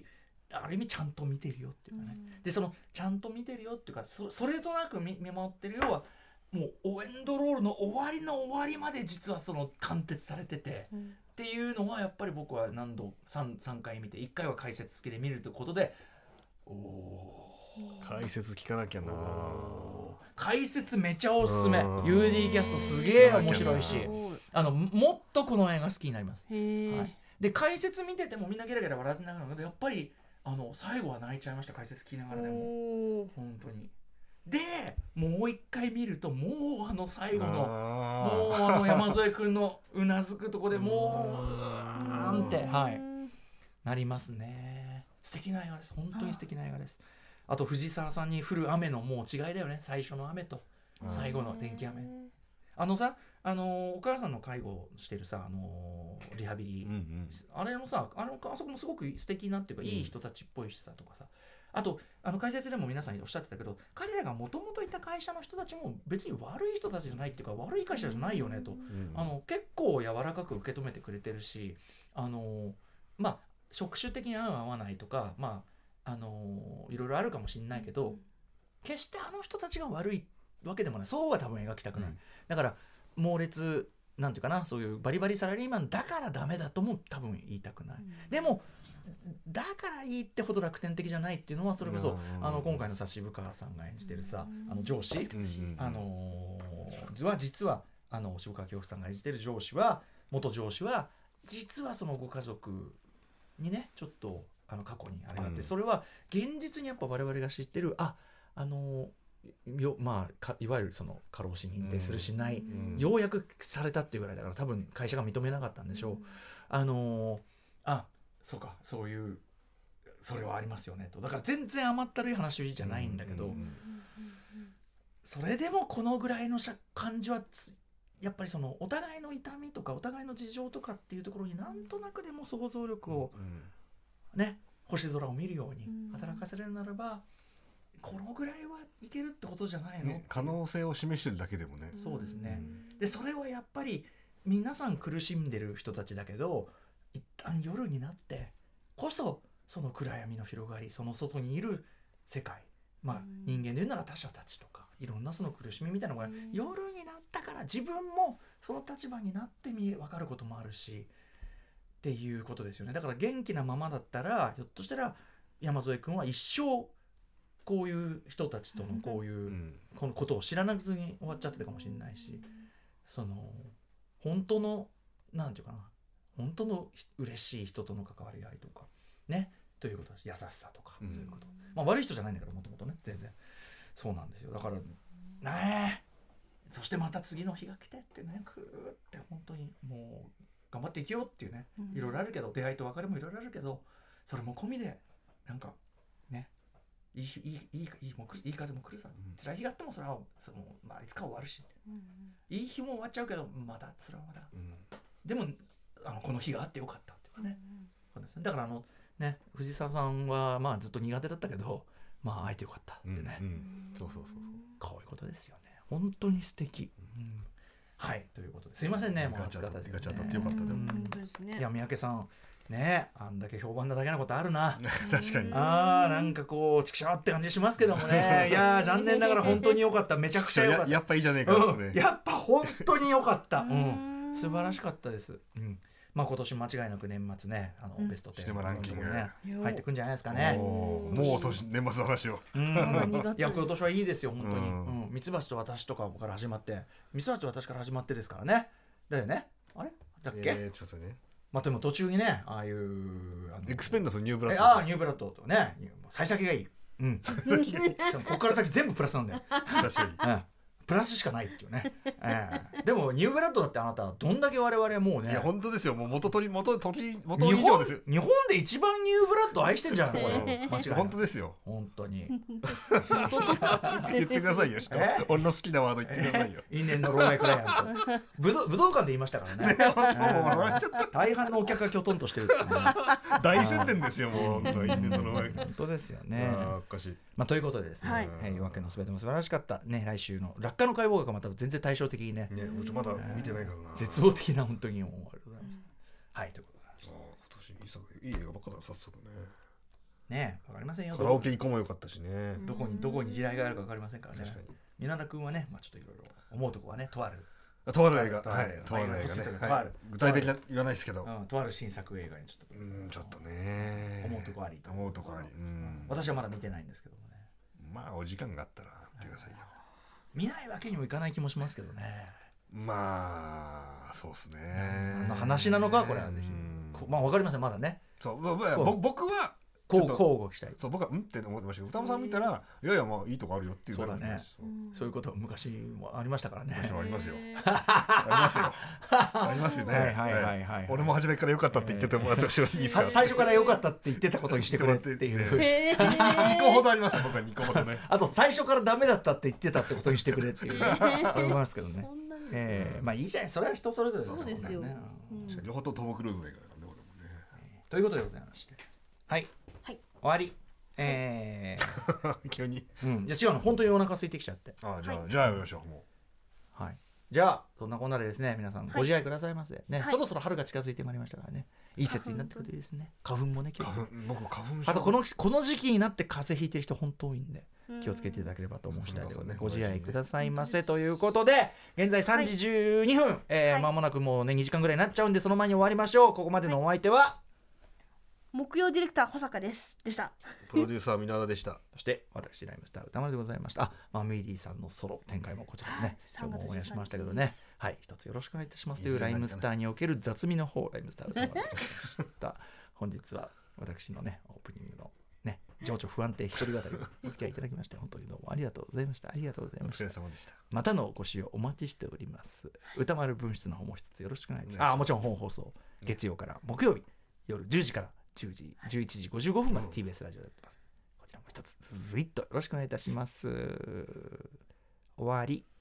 ある意味ちゃんと見てるよっていうかね、でそのちゃんと見てるよっていうか、それとなく見守ってるよはもうオエンドロールの終わりの終わりまで実はその貫徹されてて、っていうのはやっぱり僕は何度 3回見て、1回は解説付きで見るということで、 解説聞かなきゃな。 解説めちゃおすすめ。UD キャストすげえ面白いし、もっとこの映画好きになります。はい、で解説見ててもみんなゲラゲラ笑ってながら、やっぱり最後は泣いちゃいました、解説聞きながらでも本当に。でもう一回見ると、もう最後のもう山添君のうなずくとこでもうなんて、はい、なりますね。素敵な映画です。本当に素敵な映画です。あと藤沢さんに降る雨のもう違いだよね、最初の雨と最後の天気雨。さお母さんの介護をしてるさ、リハビリ、あれのさ、あそこもすごく素敵なっていうか、いい人たちっぽいしさとかさ、あと解説でも皆さんおっしゃってたけど、彼らがもともといた会社の人たちも別に悪い人たちじゃないっていうか、悪い会社じゃないよねと、結構柔らかく受け止めてくれてるし、まあ職種的に合う合わないとか、まあいろいろあるかもしれないけど、決してあの人たちが悪いわけでもない。そうは多分描きたくない。だから猛烈なんていうかな、そういうバリバリサラリーマンだからダメだとも多分言いたくない。でもだからいいってほど楽天的じゃないっていうのは、それこそ今回のさ渋川さんが演じてるさ上司は実は渋川京子さんが演じてる上司は、元上司は実はそのご家族にねちょっと過去にあれがあって、それは現実にやっぱ我々が知ってるまあ、いわゆるその過労死認定するしない、ようやくされたっていうぐらいだから、多分会社が認めなかったんでしょう。そうか、そういうそれはありますよねと。だから全然甘ったるい話じゃないんだけど、それでもこのぐらいの感じはやっぱりそのお互いの痛みとかお互いの事情とかっていうところになんとなくでも想像力をね、星空を見るように働かせれるならば、このぐらいはいけるってことじゃないの、ね、 可能性を示してるだけでもね。 そうですね。でそれはやっぱり皆さん苦しんでる人たちだけど、一旦夜になってこそその暗闇の広がり、その外にいる世界、まあ人間で言うなら他者たちとかいろんなその苦しみみたいなのが夜になったから自分もその立場になって分かることもあるしっていうことですよね。だから元気なままだったらひょっとしたら山添君は一生こういう人たちとのこういうこのことを知らなずに終わっちゃってたかもしれないし、その本当のなんていうかな、本当の嬉しい人との関わり合いとかね、ということです。優しさとか、そういうこと、まあ悪い人じゃないんだけどもともとね、全然そうなんですよ。だからね、そしてまた次の日が来てってね、くーって本当にもう頑張っていきようっていうね、いろいろあるけど、出会いと別れもいろいろあるけど、それも込みでなんかね、いい風も来るさ、辛い日があってもそれはまあ、いつか終わるし、いい日も終わっちゃうけどまたそれはまた、でもこの日があってよかったっていうかね、そうですね。だからね、藤沢さんはまあずっと苦手だったけど、まあ会えてよかったってね、 そうこういうことですよね。本当に素敵、はい、ということですいませんね、もう暑かったですね。 ガチャ当たってよかったでも、 いや三宅さんね、あんだけ評判なだけなことあるな確かに。 なんかこうチクシャーって感じしますけどもねいや残念ながら本当に良かった。めちゃくちゃ良かった。 やっぱいいじゃねえかですね、 やっぱ本当に良かった、素晴らしかったです、まあ今年間違いなく年末ね、ベスト10 シネマランキングね入ってくんじゃないですかね。 もう年末の話をいや今年はいいですよ本当に、ミツバチと私とかから始まって、ミツバチと私から始まってですからね。だよね、あれだっけ、 ちょっとね、 まあでも途中にね、ああいうエクスペンダーズニューブラッド、 ニューブラッドとね、幸先がいい、ここから先全部プラスなんだよ確かに、 プラスしかないっていうね、でもニューブラッドだってあなたどんだけ我々はもうね、 いや本当ですよ、もう元以上ですよ。 日本で一番ニューブラッド愛してんじゃんこれ間違いない。 本当ですよ、 本当に言ってくださいよ、俺の好きなワード言ってくださいよ。 因縁の老害クライアント武道館で言いましたからね大半のお客がきょとんとしてるってね大宣伝ですよ、もう因縁の老害。 本当ですよね。 おかしい。 まあ、ということでですね、夜明けのすべても素晴らしかったね。来週の落下の解剖学がまた全然対照的にね、 まだ見てないからな、 絶望的な本当に思われてございます。はい、ということで今年いい映画ばっかだ、早速ね。 ねわかりませんよ。 カラオケ行こうもよかったしね。 どこに地雷があるかわかりませんからね。 確かに。 稲田君はね、まあちょっといろいろ思うとこはね、とあるとある映画、 とあるはい、とある映画ね。 とある具体的な言わないですけど、 とある新作映画にちょっとちょっとね。 思うとこありと。 思うとこあり。 私はまだ見てないんですけどもね。 まあお時間があったら見てくださいよ。 見ないわけにもいかない気もしますけどね。 まあそうですね。 何の話なのかこれはぜひ。まあわかりませんまだね。 そう、僕は交互期待。 そう、僕はって思ってましたけど、歌間さん見たらいやいやまあいいとこあるよっていうそうだね。そういうこと昔もありましたからね。 ありますよ。ありますよ。ありますよね。はい。俺も初めから良かったって言ってても私はいいですか。 最初から良かったって言ってたことにしてくれっていう。 2個ほどありますよ。僕は2個ほどね。 あと最初からダメだったって言ってたってことにしてくれっていう思いますけどね。まあいいじゃない。それは人それぞれですからね。 そうですよ。 両方とトム・クルーズの映画だからね、俺もね。 ということでございまして、はい終わり。 急に。 いや違うの、本当にお腹空いてきちゃって。 じゃあやりましょう。もうはい。じゃあそんなこんなでですね、皆さんご自愛くださいませね。そろそろ春が近づいてまいりましたからね、いい節になってくるといいですね。花粉もね、 僕も花粉症。あとこの時期になって風邪ひいてる人本当多いんで気をつけていただければと思う次第でございます。ご自愛くださいませということで、現在3時12分、間もなくもうね2時間ぐらいになっちゃうんで、その前に終わりましょう。ここまでのお相手は木曜ディレクター保坂でした。 プロデューサー皆田でした。 そして私ライムスター歌丸でございました。メイリーさんのソロ展開もこちらでね、今日も応援しましたけどね、はい、一つよろしくお願いいたしますというライムスターにおける雑味の方、ライムスター歌丸でございました本日は私のねオープニングのね情緒不安定一人語りをお付き合いいただきまして本当にどうもありがとうございました。ありがとうございました。 お疲れ様でした。 またのご使用お待ちしております。歌丸分室の方も一つよろしくお願いします。もちろん本放送月曜から木曜日夜10時から10時11時55分まで TBS ラジオでやってます。こちらも一つずっとよろしくお願いいたします。終わり。